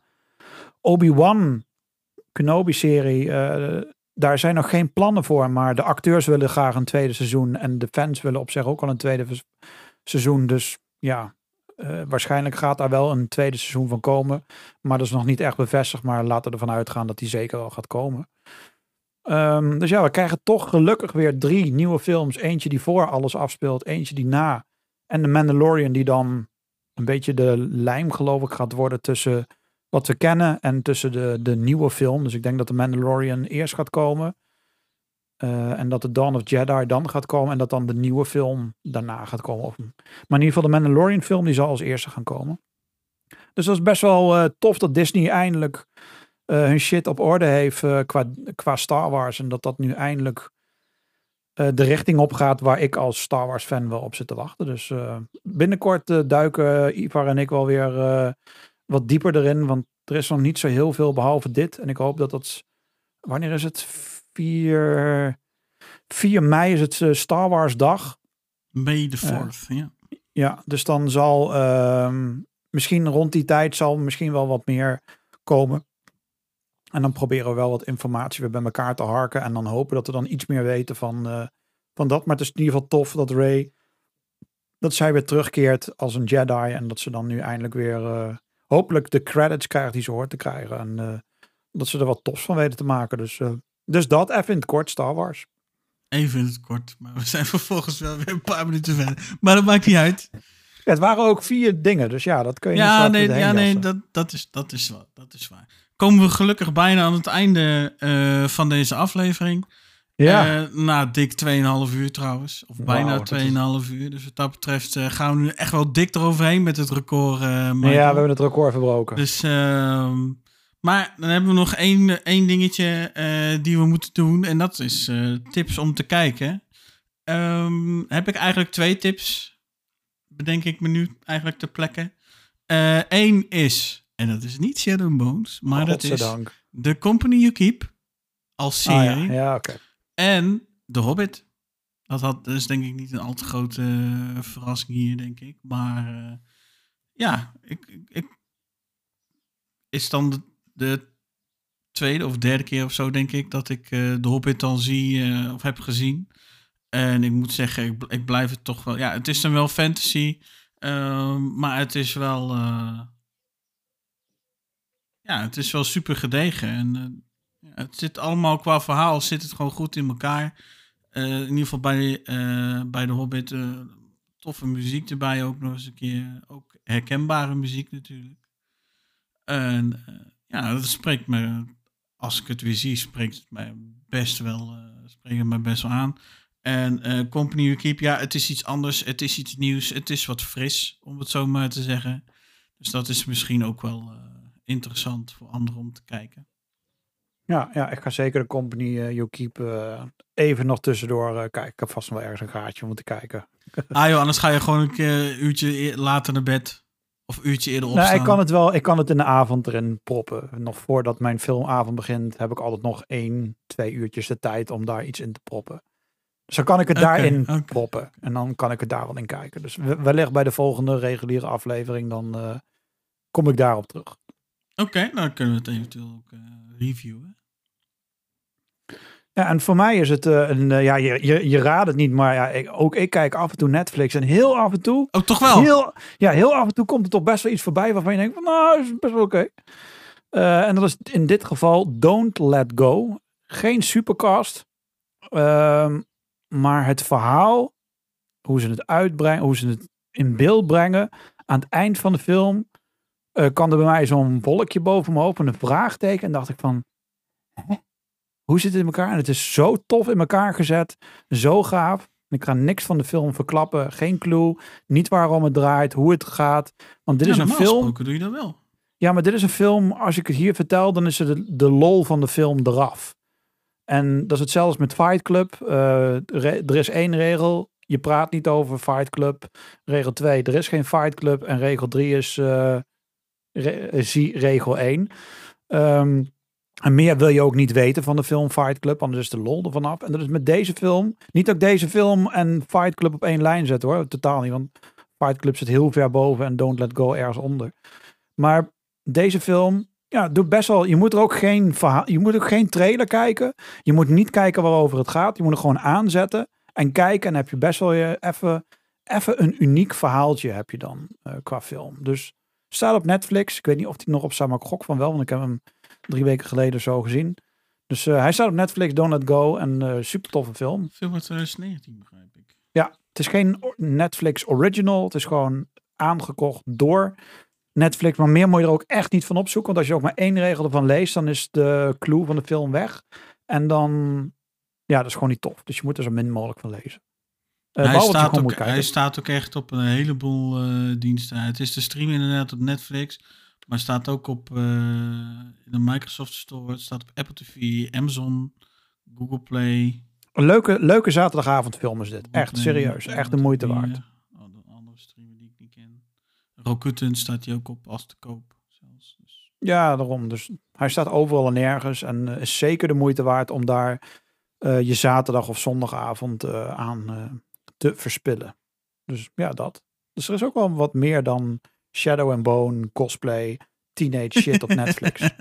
S6: Obi-Wan Kenobi serie. Uh, daar zijn nog geen plannen voor. Maar de acteurs willen graag een tweede seizoen. En de fans willen op zich ook al een tweede seizoen. Dus ja, uh, waarschijnlijk gaat daar wel een tweede seizoen van komen. Maar dat is nog niet echt bevestigd. Maar laten we ervan uitgaan dat die zeker wel gaat komen. Um, dus ja, we krijgen toch gelukkig weer drie nieuwe films. Eentje die voor alles afspeelt. Eentje die na. En de Mandalorian die dan een beetje de lijm geloof ik gaat worden tussen wat we kennen en tussen de, de nieuwe film. Dus ik denk dat de Mandalorian eerst gaat komen. Uh, en dat de Dawn of Jedi dan gaat komen. En dat dan de nieuwe film daarna gaat komen. Of, maar in ieder geval de Mandalorian film die zal als eerste gaan komen. Dus dat is best wel uh, tof dat Disney eindelijk uh, hun shit op orde heeft uh, qua, qua Star Wars. En dat dat nu eindelijk uh, de richting op gaat waar ik als Star Wars fan wel op zit te wachten. Dus uh, binnenkort uh, duiken uh, Ivar en ik wel weer uh, wat dieper erin. Want er is nog niet zo heel veel behalve dit. En ik hoop dat dat... Wanneer is het? vier mei is het uh, Star Wars dag.
S1: May the fourth, uh, ja.
S6: Ja, dus dan zal uh, misschien rond die tijd zal misschien wel wat meer komen. En dan proberen we wel wat informatie weer bij elkaar te harken. En dan hopen dat we dan iets meer weten van, uh, van dat. Maar het is in ieder geval tof dat Rey, dat zij weer terugkeert als een Jedi. En dat ze dan nu eindelijk weer uh, hopelijk de credits krijgt die ze hoort te krijgen. En uh, dat ze er wat tofs van weten te maken. Dus, uh, dus dat even in het kort Star Wars.
S1: Even in het kort. Maar we zijn vervolgens wel weer een paar minuten verder. Maar dat maakt niet uit.
S6: Ja, het waren ook vier dingen. Dus ja, dat kun je
S1: ja,
S6: niet
S1: nee, ja, nee, dat, dat, is, dat, is waar, dat is waar. Komen we gelukkig bijna aan het einde uh, van deze aflevering.
S6: Ja.
S1: Uh, na dik twee komma vijf uur trouwens. Of bijna
S6: wow,
S1: twee komma vijf uur. Dus wat dat betreft uh, gaan we nu echt wel dik eroverheen met het record. Uh,
S6: ja, we hebben het record verbroken.
S1: Dus, uh, maar dan hebben we nog één, één dingetje uh, die we moeten doen. En dat is uh, tips om te kijken. Um, heb ik eigenlijk twee tips. Bedenk ik me nu eigenlijk ter plekke. Eén uh, is... En dat is niet Shadow and Bones, maar dat is The Company You Keep als serie.
S6: Ah, ja, ja oké. Okay.
S1: En The Hobbit. Dat had dus denk ik niet een al te grote uh, verrassing hier, denk ik. Maar uh, ja, ik, ik, ik is dan de, de tweede of derde keer of zo, denk ik, dat ik uh, The Hobbit dan zie uh, of heb gezien. En ik moet zeggen, ik, ik blijf het toch wel... Ja, het is dan wel fantasy, uh, maar het is wel... Uh, Ja, het is wel super gedegen. En uh, ja, het zit allemaal qua verhaal, zit het gewoon goed in elkaar. Uh, in ieder geval bij, uh, bij de Hobbit uh, toffe muziek erbij ook nog eens een keer. Ook herkenbare muziek natuurlijk. En uh, ja, dat spreekt me, als ik het weer zie, spreekt het mij best wel, uh, spreekt het mij best wel aan. En uh, Company You Keep, ja, het is iets anders. Het is iets nieuws. Het is wat fris, om het zo maar te zeggen. Dus dat is misschien ook wel... Uh, interessant voor anderen om te kijken.
S6: Ja, ja, ik ga zeker de Company uh, You Keep uh, even nog tussendoor uh, kijken. Ik heb vast wel ergens een gaatje om te kijken.
S1: Ah joh, anders ga je gewoon een keer een uurtje later naar bed. Of een uurtje eerder opstaan.
S6: Nou, ik kan het wel, ik kan het in de avond erin proppen. Nog voordat mijn filmavond begint, heb ik altijd nog één, twee uurtjes de tijd om daar iets in te proppen. Dus dan kan ik het okay, daarin okay. proppen. En dan kan ik het daar wel in kijken. Dus wellicht bij de volgende reguliere aflevering, dan uh, kom ik daarop terug.
S1: Oké, okay, nou dan kunnen we het eventueel ook uh, reviewen.
S6: Ja, en voor mij is het uh, een, uh, ja, je, je, je raadt het niet, maar ja, ik, ook ik kijk af en toe Netflix en heel af en toe.
S1: Oh, toch wel?
S6: Heel, ja, heel af en toe komt er toch best wel iets voorbij waarvan je denkt van, nou, is best wel oké. Okay. Uh, en dat is in dit geval Don't Let Go. Geen supercast, uh, maar het verhaal, hoe ze het uitbrengen, hoe ze het in beeld brengen. Aan het eind van de film uh, kwam er bij mij zo'n wolkje boven me op en een vraagteken en dacht ik van, hè? Hoe zit het in elkaar? En het is zo tof in elkaar gezet. Zo gaaf. Ik ga niks van de film verklappen. Geen clue. Niet waarom het draait. Hoe het gaat. Want dit
S1: ja,
S6: is een film.
S1: doe je dat wel.
S6: Ja, maar dit is een film. Als ik het hier vertel, dan is het de, de lol van de film eraf. En dat is hetzelfde als met Fight Club. Uh, re, er is één regel. Je praat niet over Fight Club. Regel twee. Er is geen Fight Club. En regel drie is uh, re, zie regel één. Um, En meer wil je ook niet weten van de film Fight Club, anders is de lol er vanaf. En dat is met deze film, niet dat ik deze film en Fight Club op één lijn zet hoor, totaal niet, want Fight Club zit heel ver boven en Don't Let Go ergens onder. Maar deze film, ja, doet best wel, je moet er ook geen verhaal, je moet ook geen trailer kijken. Je moet niet kijken waarover het gaat, je moet er gewoon aanzetten en kijken en heb je best wel je even, even een uniek verhaaltje heb je dan uh, qua film. Dus staat op Netflix, ik weet niet of die nog op staat, maar ik gok van wel, want ik heb hem drie weken geleden zo gezien. Dus uh, hij staat op Netflix, Don't Let Go. En uh, super toffe film.
S1: Film uit twintig negentien begrijp ik.
S6: Ja, het is geen Netflix original. Het is gewoon aangekocht door Netflix. Maar meer moet je er ook echt niet van opzoeken. Want als je ook maar één regel ervan leest, dan is de clue van de film weg. En dan, ja, dat is gewoon niet tof. Dus je moet er zo min mogelijk van lezen. Uh,
S1: hij, staat ook,
S6: moet
S1: hij staat ook echt op een heleboel uh, diensten. Het is te streamen inderdaad op Netflix. Maar staat ook op uh, in de Microsoft Store. Het staat op Apple T V, Amazon, Google Play.
S6: Een leuke, leuke zaterdagavondfilm is dit. Echt, serieus. Echt de moeite waard.
S1: Oh, de andere streamer die ik niet ken. Rakuten staat hij ook op als te koop. Zelfs, dus.
S6: Ja, daarom. Dus hij staat overal en nergens. En uh, is zeker de moeite waard om daar uh, je zaterdag of zondagavond uh, aan uh, te verspillen. Dus ja, dat. Dus er is ook wel wat meer dan Shadow and Bone, cosplay, teenage shit op Netflix.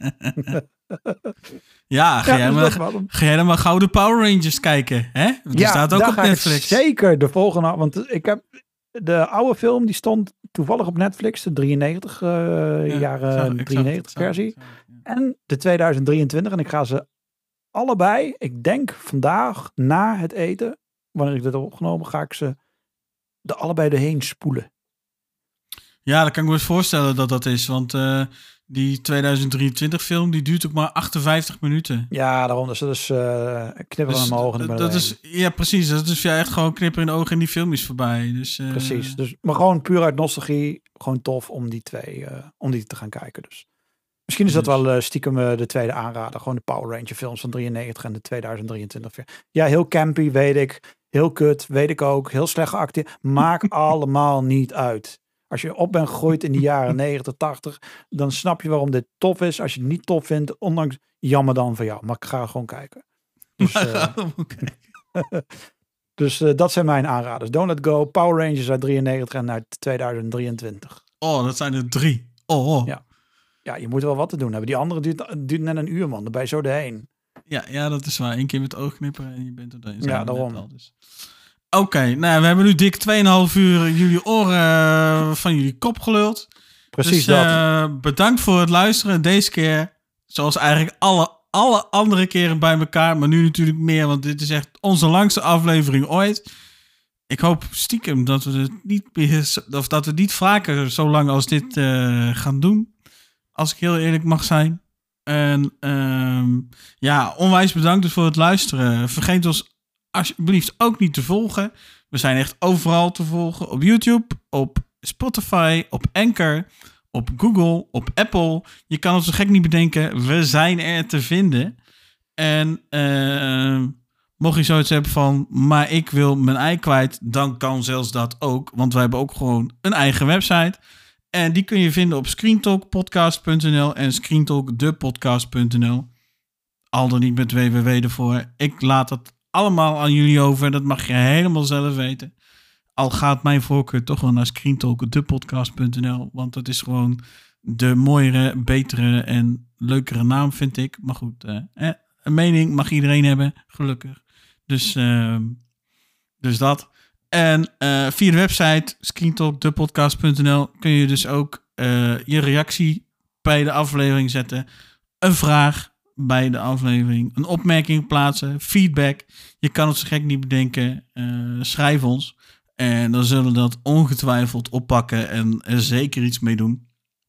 S1: Ja, ga, ja, jij dus maar, ga jij dan maar Gouden Power Rangers kijken, hè? Die
S6: ja,
S1: staat ook op Netflix.
S6: Zeker, de volgende. Want ik heb de oude film, die stond toevallig op Netflix, de drieënnegentig uh, ja, jaren zag, drieënnegentig zag, versie. Zag, ja. En de tweeduizend drieëntwintig. En ik ga ze allebei, ik denk vandaag na het eten, wanneer ik dit heb opgenomen, ga ik ze er allebei doorheen spoelen.
S1: Ja, dat kan ik me voorstellen dat dat is. Want uh, die tweeduizend drieëntwintig film, die duurt ook maar achtenvijftig minuten.
S6: Ja, daarom. Dus dat is uh, knipperen dus, in mijn ogen.
S1: Dat, dat is, ja, precies. Dat is ja, echt gewoon knipperen in de ogen en die film is voorbij. Dus, uh,
S6: precies. Dus, maar gewoon puur uit nostalgie. Gewoon tof om die twee uh, om die te gaan kijken. Dus misschien is dat dus wel uh, stiekem uh, de tweede aanrader. Gewoon de Power Ranger films van drieënnegentig en de tweeduizend drieëntwintig. Ja, heel campy, weet ik. Heel kut, weet ik ook. Heel slecht geacteerd. Maakt allemaal niet uit. Als je op bent gegroeid in de jaren negentig, tachtig, dan snap je waarom dit tof is. Als je het niet tof vindt, ondanks jammer dan van jou. Maar ik ga gewoon kijken. Dus, uh, dus uh, dat zijn mijn aanraders. Don't Let Go, Power Rangers uit drieënnegentig en uit tweeduizend drieëntwintig.
S1: Oh, dat zijn er drie. Oh, oh.
S6: Ja. Ja, je moet wel wat te doen hebben. Die andere duurt, duurt net een uur, man. Daar ben je zo doorheen.
S1: Ja, ja, dat is waar. Eén keer met oog knipperen en je bent er doorheen.
S6: Ja, daarom.
S1: Al, dus. Oké, okay, nou, we hebben nu dik tweeënhalf uur jullie oren uh, van jullie kop geluld.
S6: Precies
S1: dus,
S6: dat.
S1: Uh, bedankt voor het luisteren. Deze keer, zoals eigenlijk alle, alle andere keren bij elkaar, maar nu natuurlijk meer, want dit is echt onze langste aflevering ooit. Ik hoop stiekem dat we het niet, of dat we niet vaker zo lang als dit uh, gaan doen. Als ik heel eerlijk mag zijn. En uh, ja, onwijs bedankt dus voor het luisteren. Vergeet ons alsjeblieft ook niet te volgen. We zijn echt overal te volgen. Op YouTube, op Spotify, op Anchor, op Google, op Apple. Je kan het zo gek niet bedenken. We zijn er te vinden. En uh, mocht je zoiets hebben van, maar ik wil mijn ei kwijt, dan kan zelfs dat ook. Want wij hebben ook gewoon een eigen website. En die kun je vinden op screentalkpodcast punt n l en screentalkdepodcast punt n l. Al dan niet met w w w ervoor. Ik laat het allemaal aan jullie over. Dat mag je helemaal zelf weten. Al gaat mijn voorkeur toch wel naar screentalkdepodcast punt n l. Want dat is gewoon de mooiere, betere en leukere naam, vind ik. Maar goed, uh, eh, een mening mag iedereen hebben, gelukkig. Dus, uh, dus dat. En uh, via de website screentalk de podcast punt n l kun je dus ook uh, je reactie bij de aflevering zetten. Een vraag bij de aflevering. Een opmerking plaatsen. Feedback. Je kan het zo gek niet bedenken. Uh, schrijf ons. En dan zullen we dat ongetwijfeld oppakken en er zeker iets mee doen.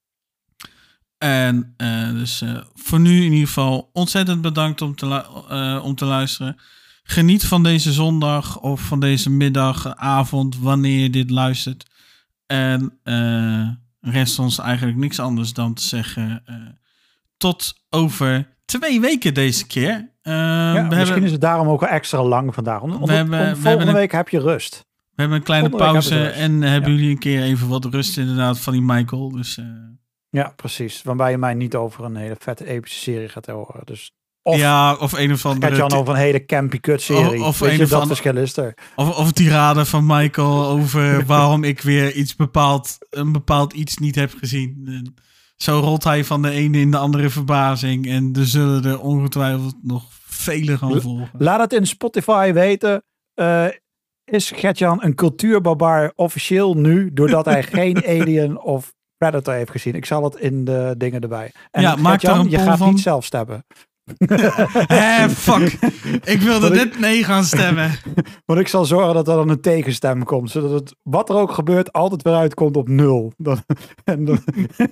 S1: En uh, dus uh, voor nu in ieder geval ontzettend bedankt om te, lu- uh, om te luisteren. Geniet van deze zondag of van deze middag, avond, wanneer je dit luistert. En uh, rest ons eigenlijk niks anders dan te zeggen uh, tot over twee weken deze keer. Uh,
S6: ja,
S1: we
S6: misschien
S1: hebben,
S6: is het daarom ook extra lang vandaag. Om, om,
S1: we hebben,
S6: om
S1: we
S6: volgende
S1: hebben een,
S6: week heb je rust.
S1: We hebben een kleine
S6: volgende
S1: pauze
S6: hebben
S1: en hebben
S6: ja.
S1: jullie een keer even wat rust inderdaad van die Michael. Dus, uh,
S6: ja, precies. Waarbij je mij niet over een hele vette epische serie gaat horen. Dus Of,
S1: ja, of een of andere...
S6: Gaat je over een hele campy kutserie.
S1: Of, of
S6: Weet
S1: een
S6: je,
S1: of
S6: dat
S1: ander,
S6: verschil is er.
S1: Of, of tirade van Michael over waarom ik weer iets bepaald, een bepaald iets niet heb gezien. En zo rolt hij van de ene in de andere verbazing. En er zullen er ongetwijfeld nog vele gaan volgen.
S6: Laat het in Spotify weten. Uh, is Gertjan een cultuurbarbaar officieel nu, doordat hij geen Alien of Predator heeft gezien? Ik zal het in de dingen erbij. En
S1: ja,
S6: Gertjan,
S1: maak daar een
S6: je
S1: poll
S6: gaat
S1: van.
S6: niet zelf stemmen.
S1: Hé, fuck. Ik wilde want net ik, nee gaan stemmen.
S6: Want ik zal zorgen dat er dan een tegenstem komt. Zodat het, wat er ook gebeurt, altijd weer uitkomt op nul. Dan, en dan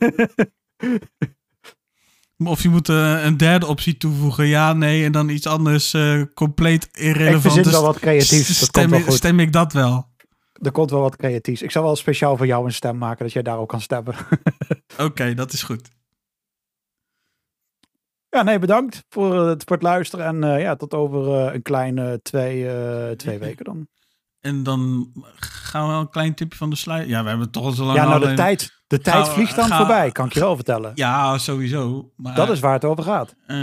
S1: of je moet uh, een derde optie toevoegen. Ja, nee. En dan iets anders uh, compleet irrelevant.
S6: Ik verzin wel wat creatiefs. Dat
S1: stem,
S6: komt wel
S1: stem ik dat wel.
S6: Er komt wel wat creatiefs. Ik zal wel speciaal voor jou een stem maken. Dat jij daar ook kan stemmen.
S1: Oké, okay, dat is goed.
S6: Ja, nee, bedankt voor het, voor het luisteren. En uh, ja, tot over uh, een kleine twee, uh, twee weken dan.
S1: En dan gaan we een klein tipje van de sluier. Ja, we hebben toch al zo lang...
S6: Ja, nou, de
S1: alleen...
S6: tijd, de tijd
S1: gaan,
S6: vliegt dan
S1: gaan...
S6: voorbij, kan ik je wel vertellen.
S1: Ja, sowieso. Maar,
S6: dat is waar het over gaat.
S1: Uh,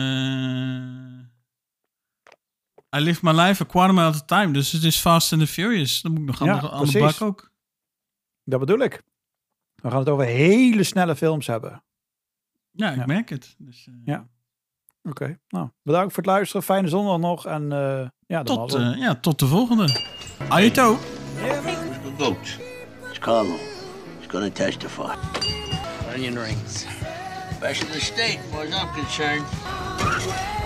S1: I live my life a quarter mile at a time. Dus het is Fast and the Furious. Dan moet ik nog aan,
S6: ja,
S1: de, aan de bak ook.
S6: Dat bedoel ik. We gaan het over hele snelle films hebben.
S1: Ja, ik
S6: ja.
S1: merk het. Dus, uh...
S6: Ja. Oké. Okay. Nou, bedankt voor het luisteren. Fijne zondag nog. En uh, ja,
S1: tot, uh, ja, tot de volgende. Aito.
S10: Where's the goat? It's Carlo. He's gonna testify.
S11: Onion rings.
S10: Best in the state, as far as I'm concerned.